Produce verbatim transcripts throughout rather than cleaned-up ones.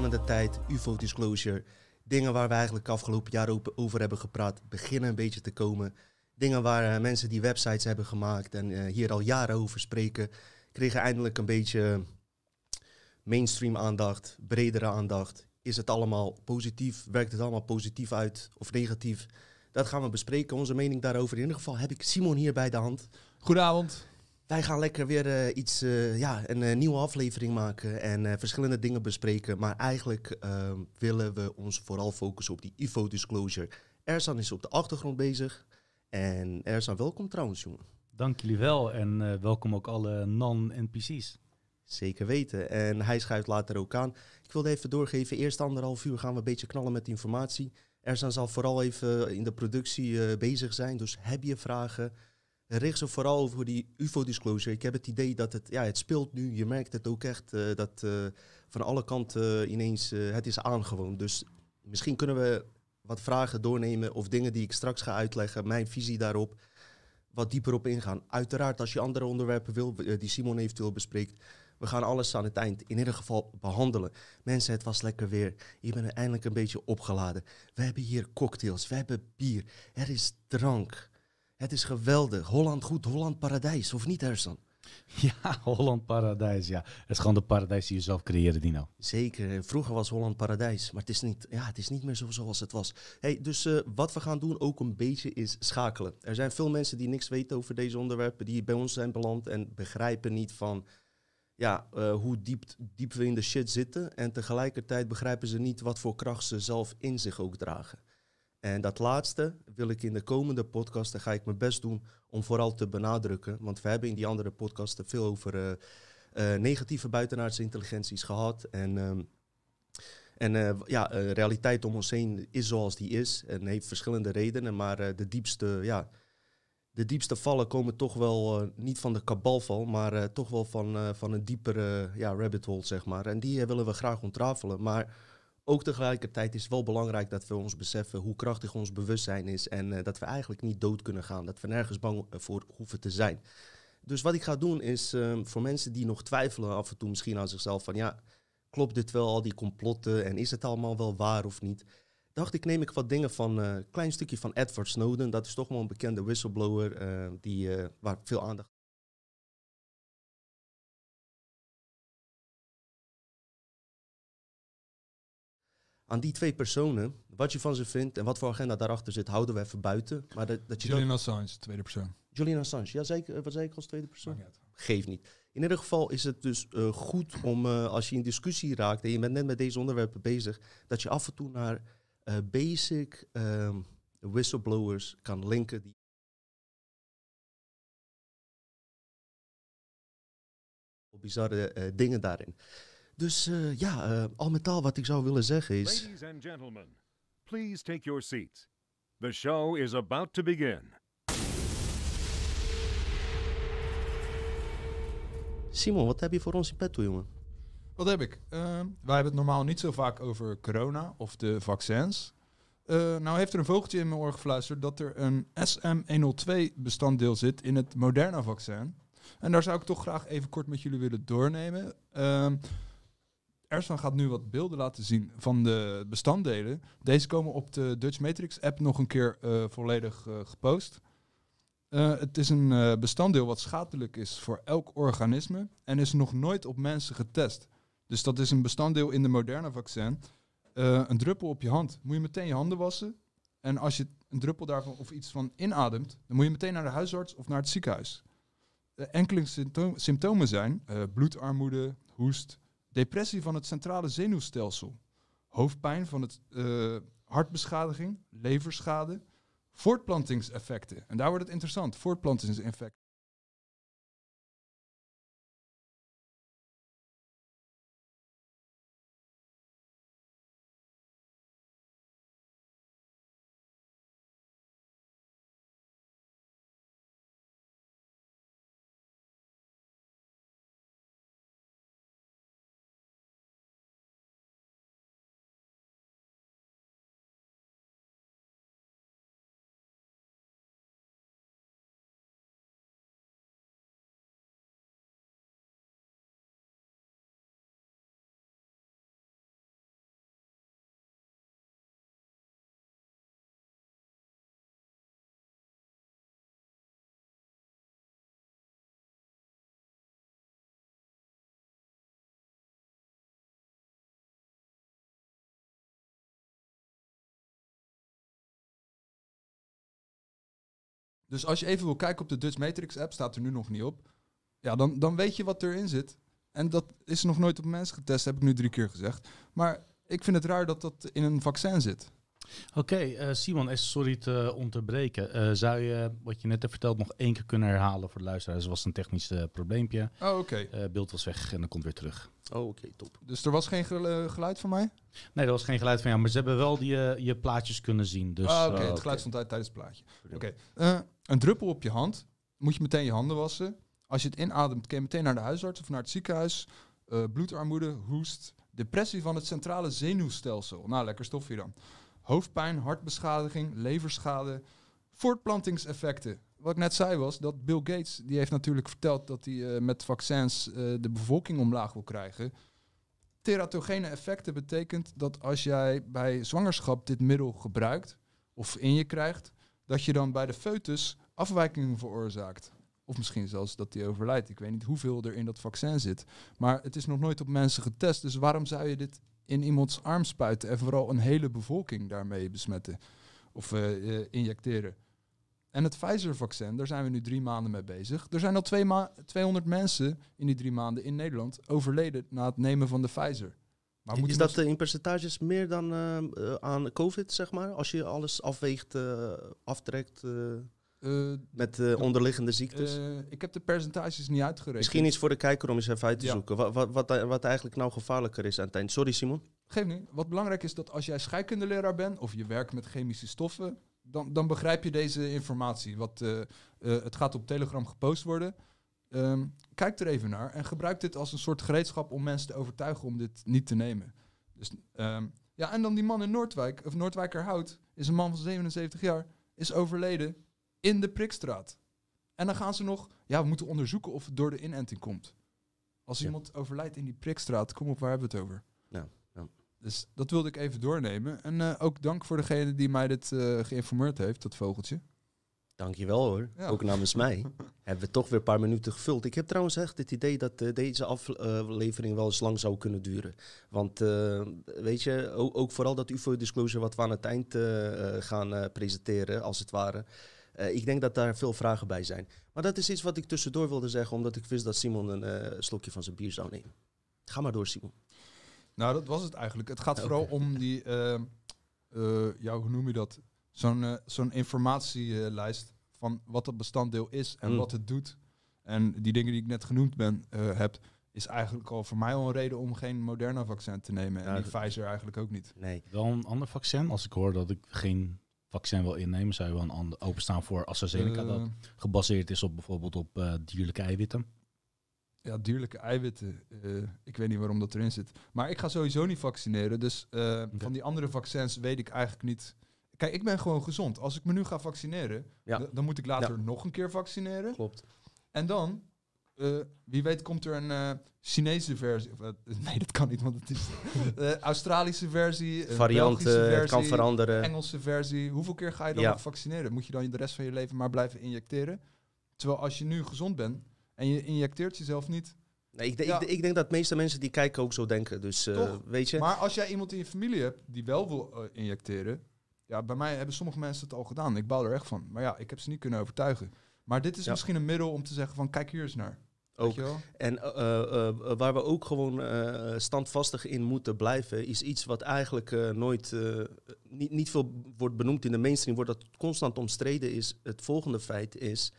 spannende tijd, U F O-disclosure. Dingen waar we eigenlijk afgelopen jaar over hebben gepraat, beginnen een beetje te komen. Dingen waar uh, mensen die websites hebben gemaakt en uh, hier al jaren over spreken, kregen eindelijk een beetje mainstream aandacht, bredere aandacht. Is het allemaal positief? Werkt het allemaal positief uit of negatief? Dat gaan we bespreken, onze mening daarover. In ieder geval heb ik Simon hier bij de hand. Goedenavond. Wij gaan lekker weer uh, iets, uh, ja, een uh, nieuwe aflevering maken en uh, verschillende dingen bespreken. Maar eigenlijk uh, willen we ons vooral focussen op die U F O-disclosure. Erzan is op de achtergrond bezig. En Erzan, welkom trouwens, jongen. Dank jullie wel en uh, welkom ook alle non-N P C's. Zeker weten. En hij schuift later ook aan. Ik wilde even doorgeven, eerst anderhalf uur gaan we een beetje knallen met informatie. Erzan zal vooral even in de productie uh, bezig zijn. Dus heb je vragen, richt ze vooral over die U F O-disclosure. Ik heb het idee dat het, ja, het speelt nu. Je merkt het ook echt uh, dat uh, van alle kanten uh, ineens uh, het is aangewoond. Dus misschien kunnen we wat vragen doornemen of dingen die ik straks ga uitleggen, mijn visie daarop, wat dieper op ingaan. Uiteraard, als je andere onderwerpen wil, uh, die Simon eventueel bespreekt, we gaan alles aan het eind in ieder geval behandelen. Mensen, het was lekker weer. Ik ben eindelijk een beetje opgeladen. We hebben hier cocktails, we hebben bier, er is drank. Het is geweldig. Holland goed, Holland paradijs, of niet, Erzan? Ja, Holland paradijs, ja. Het is gewoon de paradijs die je zelf creëerde, Dino. Zeker. Vroeger was Holland paradijs, maar het is niet, ja, het is niet meer zo zoals het was. Hey, dus uh, wat we gaan doen ook een beetje is schakelen. Er zijn veel mensen die niks weten over deze onderwerpen, die bij ons zijn beland en begrijpen niet van ja, uh, hoe diep, diep we in de shit zitten. En tegelijkertijd begrijpen ze niet wat voor kracht ze zelf in zich ook dragen. En dat laatste wil ik in de komende podcasten, ga ik mijn best doen om vooral te benadrukken. Want we hebben in die andere podcasten veel over uh, uh, negatieve buitenaardse intelligenties gehad. En, um, en uh, ja, uh, realiteit om ons heen is zoals die is en heeft verschillende redenen. Maar uh, de, diepste, ja, de diepste vallen komen toch wel uh, niet van de kabalval, maar uh, toch wel van, uh, van een diepere uh, ja, rabbit hole, zeg maar. En die uh, willen we graag ontrafelen. Maar ook tegelijkertijd is het wel belangrijk dat we ons beseffen hoe krachtig ons bewustzijn is en uh, dat we eigenlijk niet dood kunnen gaan. Dat we nergens bang voor hoeven te zijn. Dus wat ik ga doen is uh, voor mensen die nog twijfelen af en toe misschien aan zichzelf van ja, klopt dit wel, al die complotten en is het allemaal wel waar of niet? Dacht ik, neem ik wat dingen van een uh, klein stukje van Edward Snowden. Dat is toch wel een bekende whistleblower uh, die, uh, waar veel aandacht. Aan die twee personen, wat je van ze vindt en wat voor agenda daarachter zit, houden we even buiten. Maar dat, dat je Julian dat... Assange, tweede persoon. Julian Assange, ja zeker. Wat zei ik als tweede persoon? Geef niet. In ieder geval is het dus uh, goed om, uh, als je in discussie raakt en je bent net met deze onderwerpen bezig, dat je af en toe naar uh, basic uh, whistleblowers kan linken. Die bizarre uh, dingen daarin. Dus uh, ja, uh, al met al wat ik zou willen zeggen is... Ladies and gentlemen, please take your seats. The show is about to begin. Simon, wat heb je voor ons in petto, jongen? Wat heb ik? Uh, wij hebben het normaal niet zo vaak over corona of de vaccins. Uh, nou heeft er een vogeltje in mijn oor gefluisterd dat er een S M honderdtwee bestanddeel zit in het Moderna-vaccin. En daar zou ik toch graag even kort met jullie willen doornemen. Uh, Erzan gaat nu wat beelden laten zien van de bestanddelen. Deze komen op de Dutch Matrix app nog een keer uh, volledig uh, gepost. Uh, het is een uh, bestanddeel wat schadelijk is voor elk organisme en is nog nooit op mensen getest. Dus dat is een bestanddeel in de Moderna vaccin. Uh, een druppel op je hand. Moet je meteen je handen wassen. En als je een druppel daarvan of iets van inademt, dan moet je meteen naar de huisarts of naar het ziekenhuis. Uh, enkele symptomen, symptomen zijn uh, bloedarmoede, hoest, depressie van het centrale zenuwstelsel, hoofdpijn van het uh, hartbeschadiging, leverschade, voortplantingseffecten. En daar wordt het interessant, voortplantingseffecten. Dus als je even wil kijken op de Dutch Matrix app, staat er nu nog niet op. Ja, dan, dan weet je wat erin zit. En dat is nog nooit op mensen getest, heb ik nu drie keer gezegd. Maar ik vind het raar dat dat in een vaccin zit. Oké, okay, uh, Simon, is sorry te onderbreken. Uh, zou je wat je net hebt verteld nog één keer kunnen herhalen voor de luisteraars? Er was een technisch uh, probleempje. Oh, oké. Okay. Uh, beeld was weg en dan komt weer terug. Oh, oké, okay, top. Dus er was geen geluid van mij? Nee, er was geen geluid van jou, maar ze hebben wel die, uh, je plaatjes kunnen zien. Dus, ah, oké. Okay. Uh, het geluid stond uit tijdens het plaatje. Oké. Okay. Uh, een druppel op je hand. Moet je meteen je handen wassen. Als je het inademt, kun je meteen naar de huisarts of naar het ziekenhuis. Uh, bloedarmoede, hoest, depressie van het centrale zenuwstelsel. Nou, lekker stofje dan. Hoofdpijn, hartbeschadiging, leverschade, voortplantingseffecten. Wat ik net zei was dat Bill Gates, die heeft natuurlijk verteld dat hij uh, met vaccins uh, de bevolking omlaag wil krijgen. Teratogene effecten betekent dat als jij bij zwangerschap dit middel gebruikt of in je krijgt, dat je dan bij de foetus afwijkingen veroorzaakt. Of misschien zelfs dat die overlijdt. Ik weet niet hoeveel er in dat vaccin zit. Maar het is nog nooit op mensen getest. Dus waarom zou je dit in iemands arm spuiten en vooral een hele bevolking daarmee besmetten of uh, uh, injecteren? En het Pfizer-vaccin, daar zijn we nu drie maanden mee bezig. Er zijn al twee ma- tweehonderd mensen in die drie maanden in Nederland overleden na het nemen van de Pfizer. Maar is dat nog... in percentages meer dan uh, uh, aan COVID, zeg maar? Als je alles afweegt, uh, aftrekt... Uh... Uh, met uh, onderliggende ziektes? Uh, ik heb de percentages niet uitgerekend. Misschien iets voor de kijker om eens even uit te ja. zoeken. Wat, wat, wat, wat eigenlijk nou gevaarlijker is aan het eind. Sorry, Simon. Geef niet. Wat belangrijk is dat als jij scheikundeleraar bent of je werkt met chemische stoffen, dan, dan begrijp je deze informatie. Wat, uh, uh, het gaat op Telegram gepost worden. Um, kijk er even naar en gebruik dit als een soort gereedschap om mensen te overtuigen om dit niet te nemen. Dus, um, ja, en dan die man in Noordwijk, of Noordwijkerhout, is een man van zevenenzeventig jaar, is overleden in de prikstraat. En dan gaan ze nog... Ja, we moeten onderzoeken of het door de inenting komt. Als ja. iemand overlijdt in die prikstraat, kom op, waar hebben we het over? Ja, ja. Dus dat wilde ik even doornemen. En uh, ook dank voor degene die mij dit uh, geïnformeerd heeft, dat vogeltje. Dankjewel hoor. Ja. Ook namens mij. Hebben we toch weer een paar minuten gevuld. Ik heb trouwens echt het idee dat uh, deze aflevering wel eens lang zou kunnen duren. Want uh, weet je, ook, ook vooral dat U F O-disclosure wat we aan het eind uh, gaan uh, presenteren, als het ware. Uh, ik denk dat daar veel vragen bij zijn. Maar dat is iets wat ik tussendoor wilde zeggen, omdat ik wist dat Simon een uh, slokje van zijn bier zou nemen. Ga maar door, Simon. Nou, dat was het eigenlijk. Het gaat vooral okay. om die, uh, uh, ja, hoe noem je dat? Zo'n, uh, zo'n informatielijst van wat dat bestanddeel is en mm. wat het doet. En die dingen die ik net genoemd ben, uh, heb, is eigenlijk al voor mij al een reden om geen Moderna-vaccin te nemen. En ja, die Pfizer eigenlijk ook niet. Nee. Wel een ander vaccin. Als ik hoor dat ik geen vaccin wil innemen, zou je wel een ander openstaan voor AstraZeneca uh, dat gebaseerd is op bijvoorbeeld op uh, dierlijke eiwitten. Ja, dierlijke eiwitten. Uh, ik weet niet waarom dat erin zit. Maar ik ga sowieso niet vaccineren. Dus uh, okay. van die andere vaccins weet ik eigenlijk niet. Kijk, ik ben gewoon gezond. Als ik me nu ga vaccineren, ja. d- dan moet ik later ja. nog een keer vaccineren. Klopt. En dan, uh, wie weet komt er een uh, Chinese versie. Of, uh, nee, dat kan niet, want het is uh, Australische versie, variant uh, kan veranderen. Engelse versie. Hoeveel keer ga je dan ja. nog vaccineren? Moet je dan de rest van je leven maar blijven injecteren? Terwijl als je nu gezond bent en je injecteert jezelf niet. Nee, ik, de, ja. ik, ik denk dat de meeste mensen die kijken ook zo denken. Dus uh, weet je. Maar als jij iemand in je familie hebt die wel wil uh, injecteren. Ja, bij mij hebben sommige mensen het al gedaan. Ik baal er echt van. Maar ja, ik heb ze niet kunnen overtuigen. Maar dit is ja. misschien een middel om te zeggen van kijk hier eens naar. Ook. En uh, uh, waar we ook gewoon uh, standvastig in moeten blijven, is iets wat eigenlijk uh, nooit, uh, niet, niet veel wordt benoemd in de mainstream, wordt dat constant omstreden is. Het volgende feit is,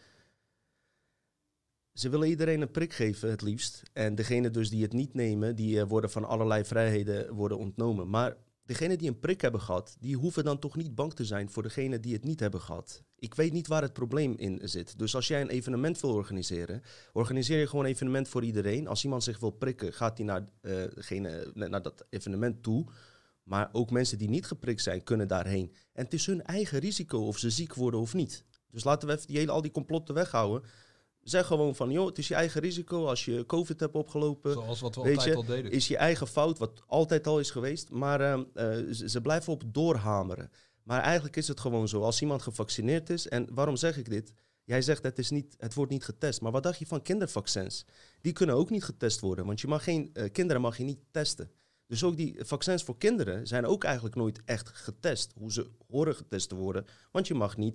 ze willen iedereen een prik geven, het liefst. En degene dus die het niet nemen, die uh, worden van allerlei vrijheden worden ontnomen. Maar degenen die een prik hebben gehad, die hoeven dan toch niet bang te zijn voor degenen die het niet hebben gehad. Ik weet niet waar het probleem in zit. Dus als jij een evenement wil organiseren, organiseer je gewoon een evenement voor iedereen. Als iemand zich wil prikken, gaat hij naar, uh, degene, naar dat evenement toe. Maar ook mensen die niet geprikt zijn, kunnen daarheen. En het is hun eigen risico of ze ziek worden of niet. Dus laten we even die hele, al die complotten weghouden. Zeg gewoon van, joh, het is je eigen risico als je COVID hebt opgelopen. Zoals wat we weet altijd je, al deden. Is je eigen fout, wat altijd al is geweest. Maar uh, uh, ze, ze blijven op doorhameren. Maar eigenlijk is het gewoon zo, als iemand gevaccineerd is... En waarom zeg ik dit? Jij zegt, het, is niet, het wordt niet getest. Maar wat dacht je van kindervaccins? Die kunnen ook niet getest worden. Want je mag geen, uh, kinderen mag je niet testen. Dus ook die vaccins voor kinderen zijn ook eigenlijk nooit echt getest. Hoe ze horen getest te worden. Want je mag niet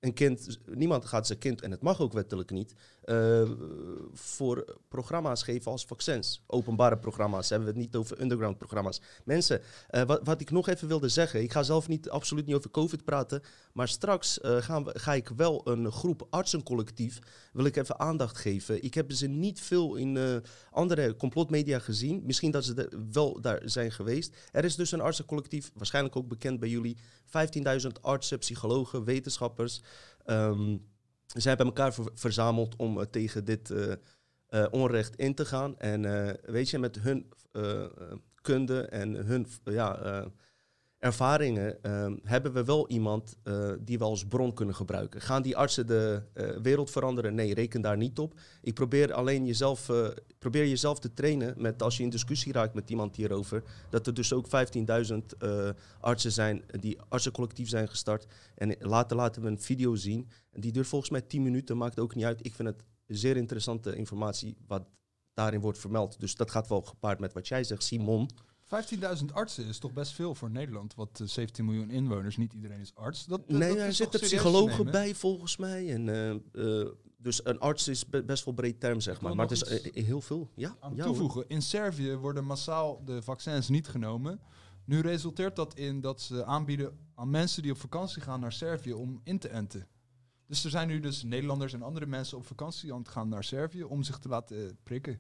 een kind, niemand gaat zijn kind, en het mag ook wettelijk niet, uh, voor programma's geven als vaccins. Openbare programma's, hebben we het niet over underground programma's. Mensen, uh, wat, wat ik nog even wilde zeggen, ik ga zelf niet, absoluut niet over COVID praten, maar straks uh, gaan we, ga ik wel een groep artsencollectief, wil ik even aandacht geven. Ik heb ze niet veel in uh, andere complotmedia gezien, misschien dat ze de, wel daar zijn geweest. Er is dus een artsencollectief, waarschijnlijk ook bekend bij jullie, vijftienduizend artsen, psychologen, wetenschappers. Um, zij hebben elkaar ver- verzameld om uh, tegen dit uh, uh, onrecht in te gaan. En uh, weet je, met hun uh, kunde en hun uh, ja, uh, ervaringen uh, hebben we wel iemand uh, die we als bron kunnen gebruiken. Gaan die artsen de uh, wereld veranderen? Nee, reken daar niet op. Ik probeer alleen jezelf, uh, probeer jezelf te trainen met als je in discussie raakt met iemand hierover, dat er dus ook vijftienduizend uh, artsen zijn die artsencollectief zijn gestart. En later laten we een video zien. Die duurt volgens mij tien minuten, maakt ook niet uit. Ik vind het zeer interessante informatie wat daarin wordt vermeld. Dus dat gaat wel gepaard met wat jij zegt, Simon. vijftienduizend artsen is toch best veel voor Nederland, wat uh, zeventien miljoen inwoners, niet iedereen is arts. Dat, Nee, dat er is zitten toch serieus te psychologen nemen? bij volgens mij. En, uh, uh, dus een arts is be- best wel breed term, zeg Ik maar. wil Maar het nog is iets uh, heel veel. Ja, aan ja, hoor. toevoegen. In Servië worden massaal de vaccins niet genomen. Nu resulteert dat in dat ze aanbieden aan mensen die op vakantie gaan naar Servië om in te enten. Dus er zijn nu dus Nederlanders en andere mensen op vakantie aan het gaan naar Servië om zich te laten uh, prikken.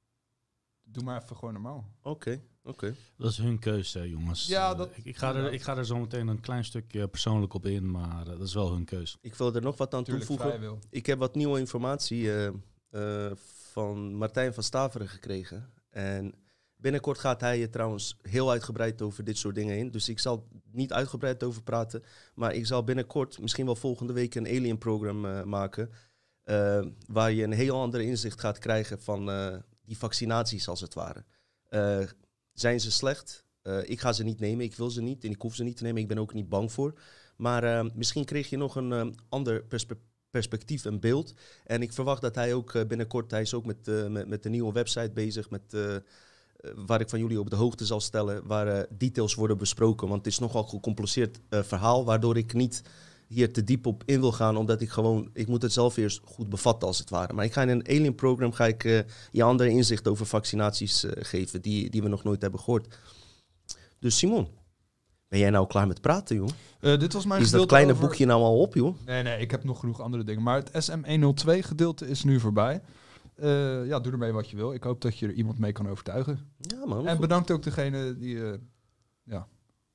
Doe maar even gewoon normaal. Oké, okay, oké. Okay. Dat is hun keuze, jongens. Ja, Uh, dat- ik, ik, ga er, ik ga er zo meteen een klein stukje persoonlijk op in, maar uh, dat is wel hun keuze. Ik wil er nog wat aan Tuurlijk, toevoegen. vrij wil. Ik heb wat nieuwe informatie uh, uh, van Martijn van Staveren gekregen. En binnenkort gaat hij er trouwens heel uitgebreid over dit soort dingen in. Dus ik zal niet uitgebreid over praten. Maar ik zal binnenkort, misschien wel volgende week, een alien-programma uh, maken. Uh, waar je een heel ander inzicht gaat krijgen van uh, die vaccinaties als het ware. Uh, zijn ze slecht? Uh, ik ga ze niet nemen, ik wil ze niet en ik hoef ze niet te nemen. Ik ben ook niet bang voor. Maar uh, misschien kreeg je nog een uh, ander perspe- perspectief en beeld. En ik verwacht dat hij ook uh, binnenkort, hij is ook met, uh, met, met de nieuwe website bezig, met, uh, uh, waar ik van jullie op de hoogte zal stellen, waar uh, details worden besproken. Want het is nogal een gecompliceerd uh, verhaal, waardoor ik niet hier te diep op in wil gaan, omdat ik gewoon, ik moet het zelf eerst goed bevatten als het ware. Maar ik ga in een alien program ga ik uh, je andere inzicht over vaccinaties uh, geven, die, die we nog nooit hebben gehoord. Dus Simon, ben jij nou klaar met praten, joh? Uh, dit was mijn Is dat gedeelte kleine over- boekje nou al op, joh? Nee, nee, ik heb nog genoeg andere dingen. Maar het S M honderdtwee gedeelte is nu voorbij. Uh, ja, doe ermee wat je wil. Ik hoop dat je er iemand mee kan overtuigen. Ja, man. En goed. bedankt ook degene die... Uh, ja,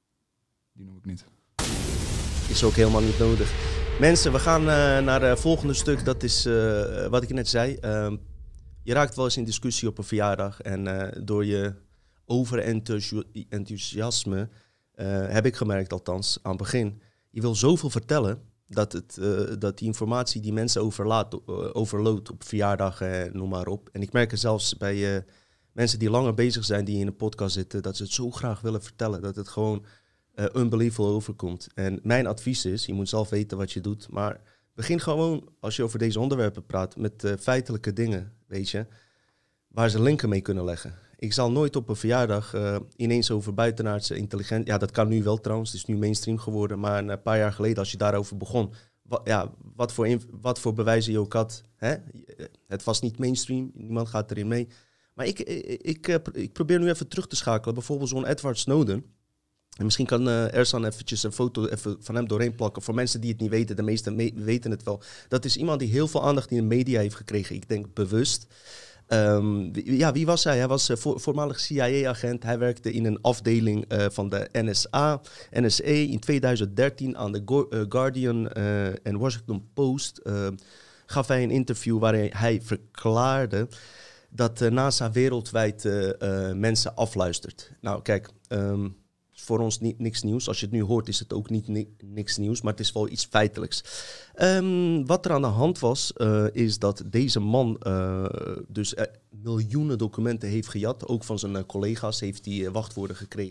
die noem ik niet. Is ook helemaal niet nodig. Mensen, we gaan uh, naar het volgende stuk. Dat is uh, wat ik net zei. Uh, je raakt wel eens in discussie op een verjaardag. En uh, door je overenthousiasme, uh, heb ik gemerkt althans aan het begin. Je wil zoveel vertellen dat, het, uh, dat die informatie die mensen overlaat, uh, overloopt op verjaardagen en noem maar op. En ik merk er zelfs bij uh, mensen die langer bezig zijn, die in een podcast zitten, dat ze het zo graag willen vertellen. Dat het gewoon uh, unbelievable overkomt. En mijn advies is, je moet zelf weten wat je doet, maar begin gewoon, als je over deze onderwerpen praat, met uh, feitelijke dingen, weet je, waar ze linken mee kunnen leggen. Ik zal nooit op een verjaardag uh, ineens over buitenaardse intelligentie... Ja, dat kan nu wel trouwens, het is nu mainstream geworden. Maar een paar jaar geleden, als je daarover begon... Wa- ja, wat, voor inv- wat voor bewijzen je ook had. Hè? Het was niet mainstream, niemand gaat erin mee. Maar ik, ik, ik, uh, ik probeer nu even terug te schakelen. Bijvoorbeeld zo'n Edward Snowden. En misschien kan uh, Ersan eventjes een foto even van hem doorheen plakken. Voor mensen die het niet weten, de meesten me- weten het wel. Dat is iemand die heel veel aandacht in de media heeft gekregen. Ik denk bewust... Um, ja, wie was hij? Hij was uh, voor, voormalig C I A-agent. Hij werkte in een afdeling uh, van de N S A, N S A. In tweeduizend dertien aan de Go- uh, Guardian uh, en Washington Post uh, gaf hij een interview waarin hij verklaarde dat uh, NASA wereldwijd uh, uh, mensen afluistert. Nou, kijk, um, voor ons niet, niks nieuws. Als je het nu hoort, is het ook niet ni- niks nieuws, maar het is wel iets feitelijks. Um, wat er aan de hand was, uh, is dat deze man uh, dus uh, miljoenen documenten heeft gejat. Ook van zijn uh, collega's heeft hij uh, wachtwoorden gekregen.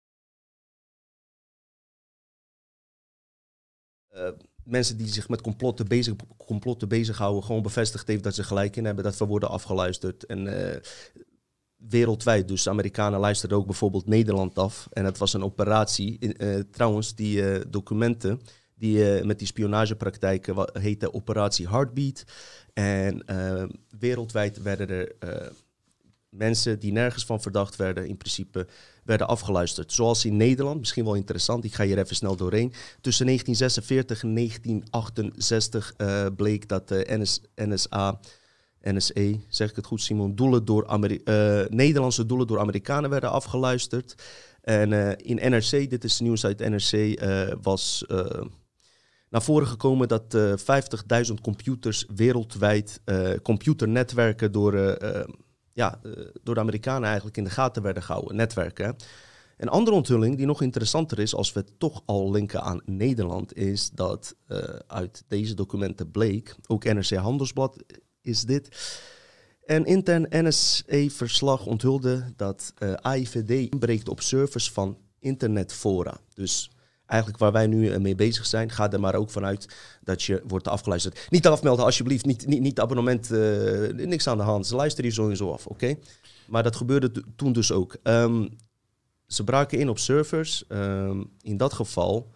Uh, mensen die zich met complotten, bezig, complotten bezighouden, gewoon bevestigd heeft dat ze gelijk in hebben, dat we worden afgeluisterd. En uh, wereldwijd, dus de Amerikanen luisterden ook bijvoorbeeld Nederland af. En het was een operatie, uh, trouwens, die uh, documenten... die Die, uh, met die spionagepraktijken wat heette Operatie Heartbeat. En uh, wereldwijd werden er uh, mensen die nergens van verdacht werden, in principe werden afgeluisterd. Zoals in Nederland, misschien wel interessant, ik ga hier even snel doorheen. Tussen negentien zesenveertig en negentien achtenzestig uh, bleek dat de N S, N S A, N S E, zeg ik het goed Simon, doelen door Ameri- uh, Nederlandse doelen door Amerikanen werden afgeluisterd. En uh, in N R C, dit is nieuws uit N R C, uh, was uh, naar voren gekomen dat uh, vijftigduizend computers wereldwijd, uh, computernetwerken door, uh, uh, ja, uh, door de Amerikanen eigenlijk in de gaten werden gehouden. Netwerken. Hè? Een andere onthulling die nog interessanter is, als we het toch al linken aan Nederland, is dat uh, uit deze documenten bleek, ook N R C Handelsblad is dit. Een intern N S E-verslag onthulde dat uh, A I V D inbreekt op servers van internetfora. Dus eigenlijk waar wij nu uh, mee bezig zijn, ga er maar ook vanuit dat je wordt afgeluisterd. Niet afmelden alsjeblieft, niet, niet, niet abonnement, uh, niks aan de hand. Ze luisteren hier sowieso af, oké? Okay? Maar dat gebeurde t- toen dus ook. Um, ze braken in op servers. Um, in dat geval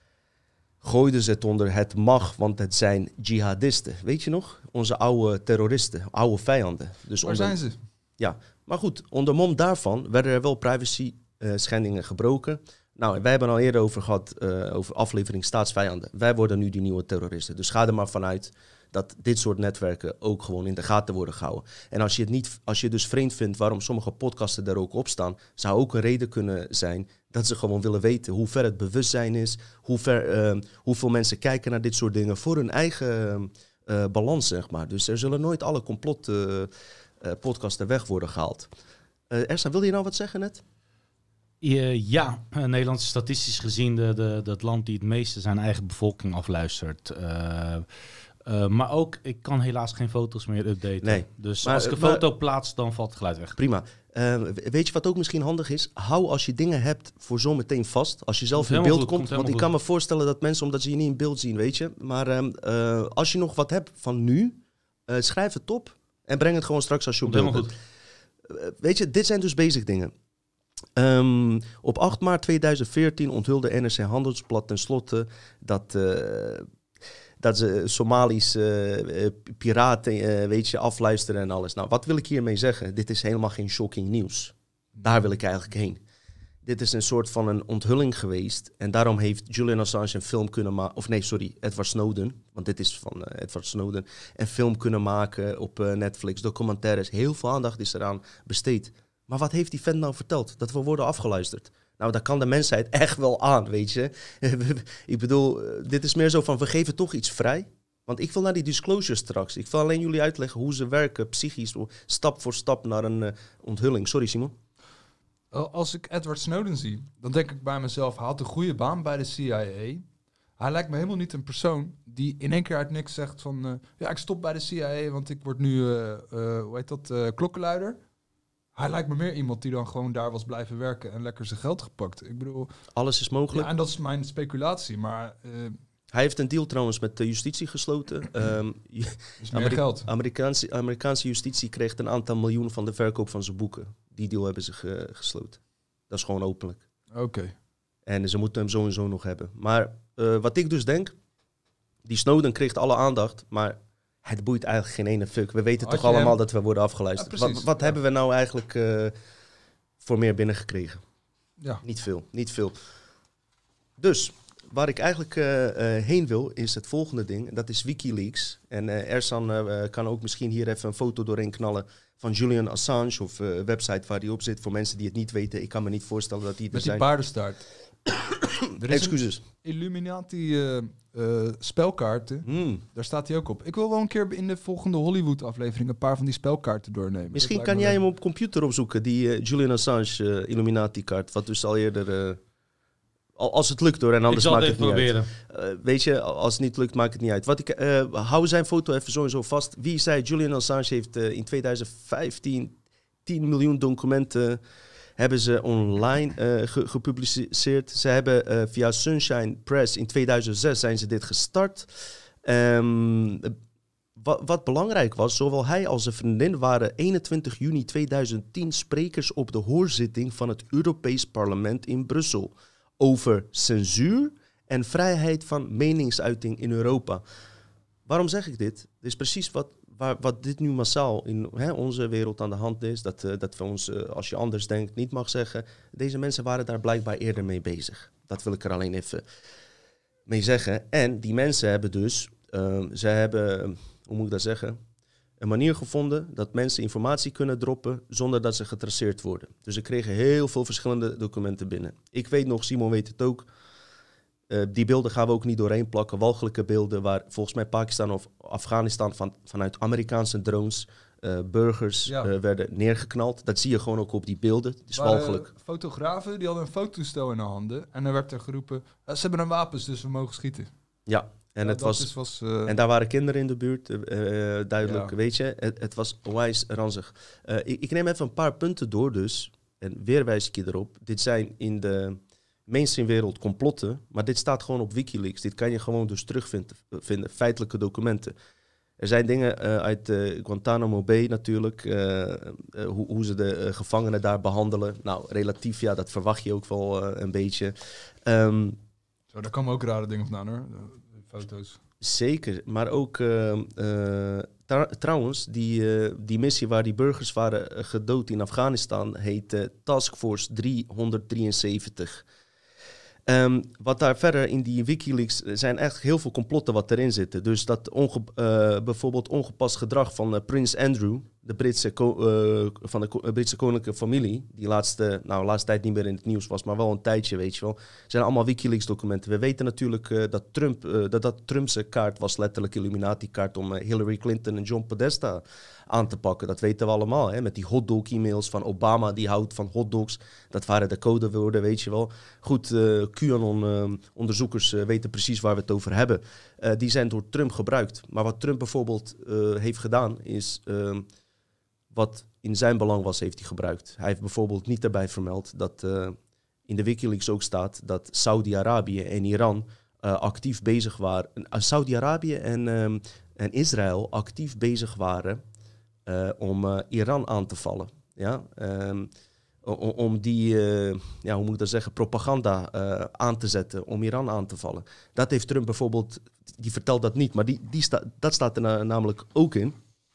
gooiden ze het onder het mag, want het zijn jihadisten. Weet je nog? Onze oude terroristen, oude vijanden. Dus Waar onder... zijn ze? Ja, maar goed, onder mom daarvan werden er wel privacy uh, schendingen gebroken. Nou, wij hebben al eerder over gehad, uh, over aflevering staatsvijanden. Wij worden nu die nieuwe terroristen. Dus ga er maar vanuit dat dit soort netwerken ook gewoon in de gaten worden gehouden. En als je het niet, als je dus vreemd vindt waarom sommige podcasten daar ook op staan, zou ook een reden kunnen zijn dat ze gewoon willen weten hoe ver het bewustzijn is, hoe ver, uh, hoeveel mensen kijken naar dit soort dingen voor hun eigen uh, balans, zeg maar. Dus er zullen nooit alle complot uh, uh, podcasten weg worden gehaald. Uh, Ersan, wilde je nou wat zeggen net? Uh, ja, uh, Nederland is statistisch gezien de, de, de, het land die het meeste zijn eigen bevolking afluistert. Uh, uh, maar ook, ik kan helaas geen foto's meer updaten. Nee, dus maar, als ik een maar, foto plaats, dan valt het geluid weg. Prima. Uh, weet je wat ook misschien handig is? Hou als je dingen hebt voor zometeen vast. Als je zelf in beeld goed, komt. Want ik goed. kan me voorstellen dat mensen, omdat ze je niet in beeld zien, weet je. Maar um, uh, als je nog wat hebt van nu, uh, schrijf het op. En breng het gewoon straks als je op beeld bent. Uh, weet je, dit zijn dus basic dingen. Um, op acht maart tweeduizend veertien onthulde N R C Handelsblad tenslotte dat, uh, dat ze Somalische uh, piraten uh, weet je, afluisteren en alles. Nou, wat wil ik hiermee zeggen? Dit is helemaal geen shocking nieuws. Daar wil ik eigenlijk heen. Dit is een soort van een onthulling geweest. En daarom heeft Julian Assange een film kunnen maken. Of nee, sorry, Edward Snowden. Want dit is van uh, Edward Snowden. Een film kunnen maken op uh, Netflix, documentaires. Heel veel aandacht is eraan besteed. Maar wat heeft die vent nou verteld? Dat we worden afgeluisterd. Nou, daar kan de mensheid echt wel aan, weet je. Ik bedoel, dit is meer zo van, we geven toch iets vrij. Want ik wil naar die disclosure straks. Ik wil alleen jullie uitleggen hoe ze werken, psychisch, stap voor stap naar een uh, onthulling. Sorry, Simon. Als ik Edward Snowden zie, dan denk ik bij mezelf, hij had een goede baan bij de C I A. Hij lijkt me helemaal niet een persoon die in één keer uit niks zegt van, uh, ja, ik stop bij de C I A, want ik word nu, uh, uh, hoe heet dat, uh, klokkenluider. Hij lijkt me meer iemand die dan gewoon daar was blijven werken en lekker zijn geld gepakt. Ik bedoel, alles is mogelijk. Ja, en dat is mijn speculatie, maar uh, hij heeft een deal trouwens met de justitie gesloten. Um, dus meer Ameri- geld. Amerikaanse, Amerikaanse justitie kreeg een aantal miljoen van de verkoop van zijn boeken. Die deal hebben ze ge- gesloten. Dat is gewoon openlijk. Oké. Okay. En ze moeten hem zo en zo nog hebben. Maar uh, wat ik dus denk, die Snowden kreeg alle aandacht, maar het boeit eigenlijk geen ene fuck. We weten Had toch je allemaal hem... dat we worden afgeluisterd. Ja, wat wat ja. hebben we nou eigenlijk uh, voor meer binnengekregen? Ja. Niet veel, niet veel. Dus, waar ik eigenlijk uh, uh, heen wil, is het volgende ding. Dat is WikiLeaks. En uh, Ersan uh, kan ook misschien hier even een foto doorheen knallen van Julian Assange, of een uh, website waar die op zit. Voor mensen die het niet weten, ik kan me niet voorstellen dat die er Met zijn. die paardenstaart. Er Excuses. Illuminati uh, uh, spelkaarten. Hmm. Daar staat hij ook op. Ik wil wel een keer in de volgende Hollywood-aflevering een paar van die spelkaarten doornemen. Misschien kan jij hem op computer opzoeken, die uh, Julian Assange uh, Illuminati-kaart. Wat dus al eerder... Uh, als het lukt hoor, en anders maakt het, het niet proberen. uit. Uh, weet je, als het niet lukt, maakt het niet uit. Wat ik, uh, hou zijn foto even sowieso vast. Wie zei, Julian Assange heeft uh, in tweeduizend vijftien tien miljoen documenten hebben ze online uh, ge- gepubliceerd. Ze hebben uh, via Sunshine Press in tweeduizend zes zijn ze dit gestart. Um, wat, wat belangrijk was, zowel hij als zijn vriendin waren eenentwintig juni tweeduizend tien sprekers op de hoorzitting van het Europees Parlement in Brussel over censuur en vrijheid van meningsuiting in Europa. Waarom zeg ik dit? Dit is precies wat, waar, wat dit nu massaal in hè, onze wereld aan de hand is. Dat, uh, dat we ons, uh, als je anders denkt, niet mag zeggen. Deze mensen waren daar blijkbaar eerder mee bezig. Dat wil ik er alleen even mee zeggen. En die mensen hebben dus, uh, ze hebben, hoe moet ik dat zeggen, een manier gevonden dat mensen informatie kunnen droppen zonder dat ze getraceerd worden. Dus ze kregen heel veel verschillende documenten binnen. Ik weet nog, Simon weet het ook, uh, die beelden gaan we ook niet doorheen plakken. Walgelijke beelden waar volgens mij Pakistan of Afghanistan van, vanuit Amerikaanse drones uh, burgers Ja. uh, werden neergeknald. Dat zie je gewoon ook op die beelden. Het is waren walgelijk. fotografen die hadden een fototoestel in de handen. En dan werd er geroepen, "Ah, ze hebben een wapens, dus we mogen schieten." Ja, en, Ja, het dat was, is, was, uh, en daar waren kinderen in de buurt, uh, duidelijk, Ja. weet je. Het, het was onwijs ranzig. Uh, ik, ik neem even een paar punten door dus. En weer wijs ik je erop. Dit zijn in de mainstream-wereld complotten, maar dit staat gewoon op Wikileaks. Dit kan je gewoon dus terugvinden, vinden, feitelijke documenten. Er zijn dingen uh, uit uh, Guantanamo Bay natuurlijk, uh, uh, hoe, hoe ze de uh, gevangenen daar behandelen. Nou, relatief, ja, dat verwacht je ook wel uh, een beetje. Um, Zo, daar komen ook rare dingen vandaan hoor, de foto's. Zeker, maar ook uh, uh, tra- trouwens, die, uh, die missie waar die burgers waren uh, gedood in Afghanistan heet uh, Task Force driehonderddrieënzeventig. Um, wat daar verder in die Wikileaks zijn echt heel veel complotten wat erin zitten. Dus dat onge- uh, bijvoorbeeld ongepast gedrag van uh, Prins Andrew, de Britse, ko- uh, van de ko- uh, Britse koninklijke familie, die laatste, nou, laatste tijd niet meer in het nieuws was, maar wel een tijdje, weet je wel, zijn allemaal Wikileaks documenten. We weten natuurlijk uh, dat Trump, uh, dat dat Trumpse kaart was, letterlijk Illuminati-kaart om uh, Hillary Clinton en John Podesta aan te pakken. Dat weten we allemaal, hè? Met die hotdog-e-mails van Obama, die houdt van hotdogs. Dat waren de codewoorden, weet je wel. Goed, uh, QAnon-onderzoekers uh, uh, weten precies waar we het over hebben. Uh, die zijn door Trump gebruikt. Maar wat Trump bijvoorbeeld uh, heeft gedaan, is uh, wat in zijn belang was, heeft hij gebruikt. Hij heeft bijvoorbeeld niet erbij vermeld dat uh, in de Wikileaks ook staat dat Saudi-Arabië en Iran uh, actief bezig waren. Uh, Saudi-Arabië en, um, en Israël actief bezig waren Uh, om uh, Iran aan te vallen. Ja? Um, om, om die, uh, ja, hoe moet ik dat zeggen, propaganda uh, aan te zetten om Iran aan te vallen. Dat heeft Trump bijvoorbeeld, die vertelt dat niet, maar die, die sta, dat staat er na, namelijk ook in.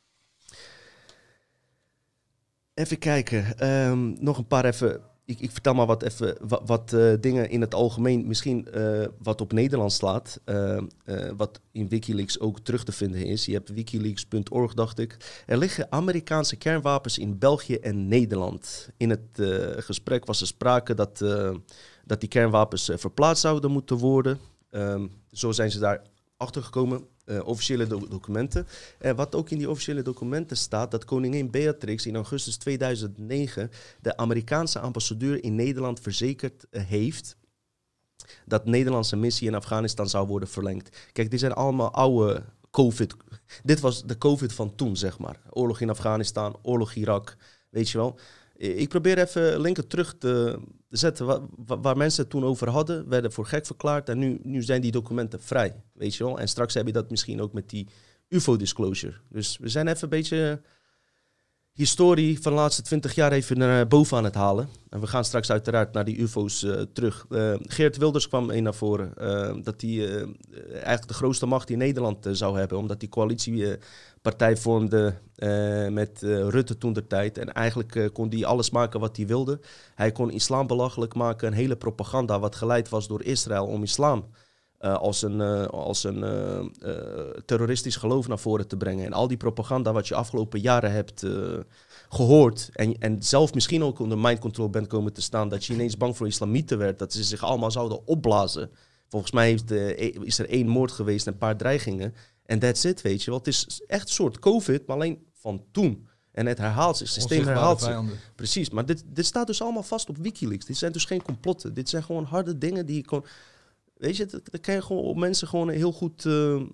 Even kijken, um, nog een paar even, ik, ik vertel maar wat, even, wat, wat uh, dingen in het algemeen, misschien uh, wat op Nederland slaat, uh, uh, wat in Wikileaks ook terug te vinden is. Je hebt wikileaks punt org, dacht ik. Er liggen Amerikaanse kernwapens in België en Nederland. In het uh, gesprek was er sprake dat, uh, dat die kernwapens uh, verplaatst zouden moeten worden. Um, zo zijn ze daar achter gekomen. Uh, officiële do- documenten. En wat ook in die officiële documenten staat, dat koningin Beatrix in augustus tweeduizend negen de Amerikaanse ambassadeur in Nederland verzekerd uh, heeft dat de Nederlandse missie in Afghanistan zou worden verlengd. Kijk, dit zijn allemaal oude COVID. Dit was de COVID van toen, zeg maar. Oorlog in Afghanistan, oorlog Irak, weet je wel. Ik probeer even linken terug te zetten waar, waar mensen het toen over hadden, werden voor gek verklaard en nu, nu zijn die documenten vrij, weet je wel. En straks heb je dat misschien ook met die U F O-disclosure. Dus we zijn even een beetje historie van de laatste twintig jaar even naar boven aan het halen. En we gaan straks uiteraard naar die U F O's uh, terug. Uh, Geert Wilders kwam een naar voren uh, dat hij uh, eigenlijk de grootste macht in Nederland uh, zou hebben, omdat die coalitiepartij uh, vormde uh, met uh, Rutte toen de tijd. En eigenlijk uh, kon hij alles maken wat hij wilde. Hij kon islam belachelijk maken, een hele propaganda wat geleid was door Israël om islam Uh, als een, uh, als een uh, uh, terroristisch geloof naar voren te brengen. En al die propaganda wat je afgelopen jaren hebt uh, gehoord en, en zelf misschien ook onder mind control bent komen te staan, dat je ineens bang voor islamieten werd, dat ze zich allemaal zouden opblazen. Volgens mij heeft, uh, is er één moord geweest en een paar dreigingen. En that's it, weet je wel. Het is echt een soort COVID, maar alleen van toen. En het herhaalt zich, het systeem herhaalt zich. Vijanden. Precies, maar dit, dit staat dus allemaal vast op Wikileaks. Dit zijn dus geen complotten. Dit zijn gewoon harde dingen die je kon... Weet je, dat, dat kan je gewoon op mensen gewoon heel goed uh,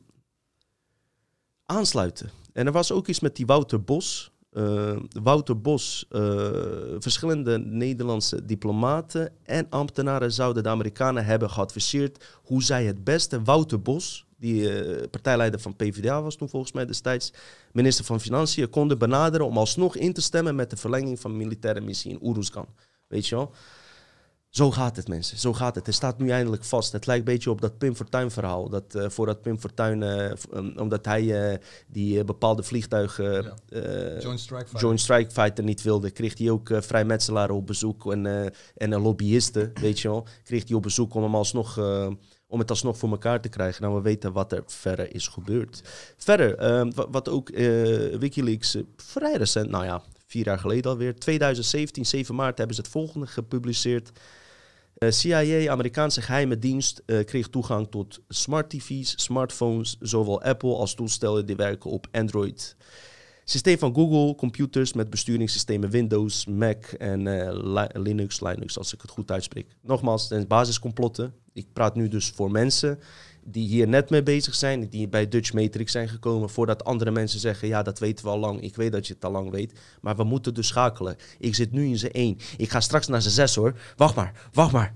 aansluiten. En er was ook iets met die Wouter Bos. Uh, Wouter Bos, uh, verschillende Nederlandse diplomaten en ambtenaren zouden de Amerikanen hebben geadviseerd hoe zij het beste Wouter Bos, die uh, partijleider van P v d A was toen volgens mij destijds, minister van Financiën, konden benaderen om alsnog in te stemmen met de verlenging van de militaire missie in Oeruzgan. Weet je wel? Zo gaat het, mensen. Zo gaat het. Het staat nu eindelijk vast. Het lijkt een beetje op dat Pim Fortuyn verhaal. Dat uh, voordat Pim Fortuyn, uh, um, omdat hij uh, die uh, bepaalde vliegtuigen... Ja. Uh, Joint Strike Fighter. Joint Strike Fighter niet wilde, kreeg hij ook uh, vrijmetselaren op bezoek en, uh, en uh, lobbyisten, weet je wel. Kreeg hij op bezoek om, hem alsnog, uh, om het alsnog voor elkaar te krijgen. Nou, we weten wat er verder is gebeurd. Verder, uh, wat, wat ook uh, Wikileaks uh, vrij recent, nou ja, vier jaar geleden alweer, twintig zeventien, zeven maart, hebben ze het volgende gepubliceerd. Uh, C I A, Amerikaanse geheime dienst, uh, kreeg toegang tot smart T V's, smartphones, zowel Apple als toestellen die werken op Android. Systeem van Google, computers met besturingssystemen Windows, Mac en uh, li- Linux, Linux als ik het goed uitspreek. Nogmaals, het zijn basiscomplotten. Ik praat nu dus voor mensen die hier net mee bezig zijn, die bij Dutch Matrix zijn gekomen, voordat andere mensen zeggen, ja, dat weten we al lang. Ik weet dat je het al lang weet, maar we moeten dus schakelen. Ik zit nu in z'n één. Ik ga straks naar z'n zes, hoor. Wacht maar, wacht maar.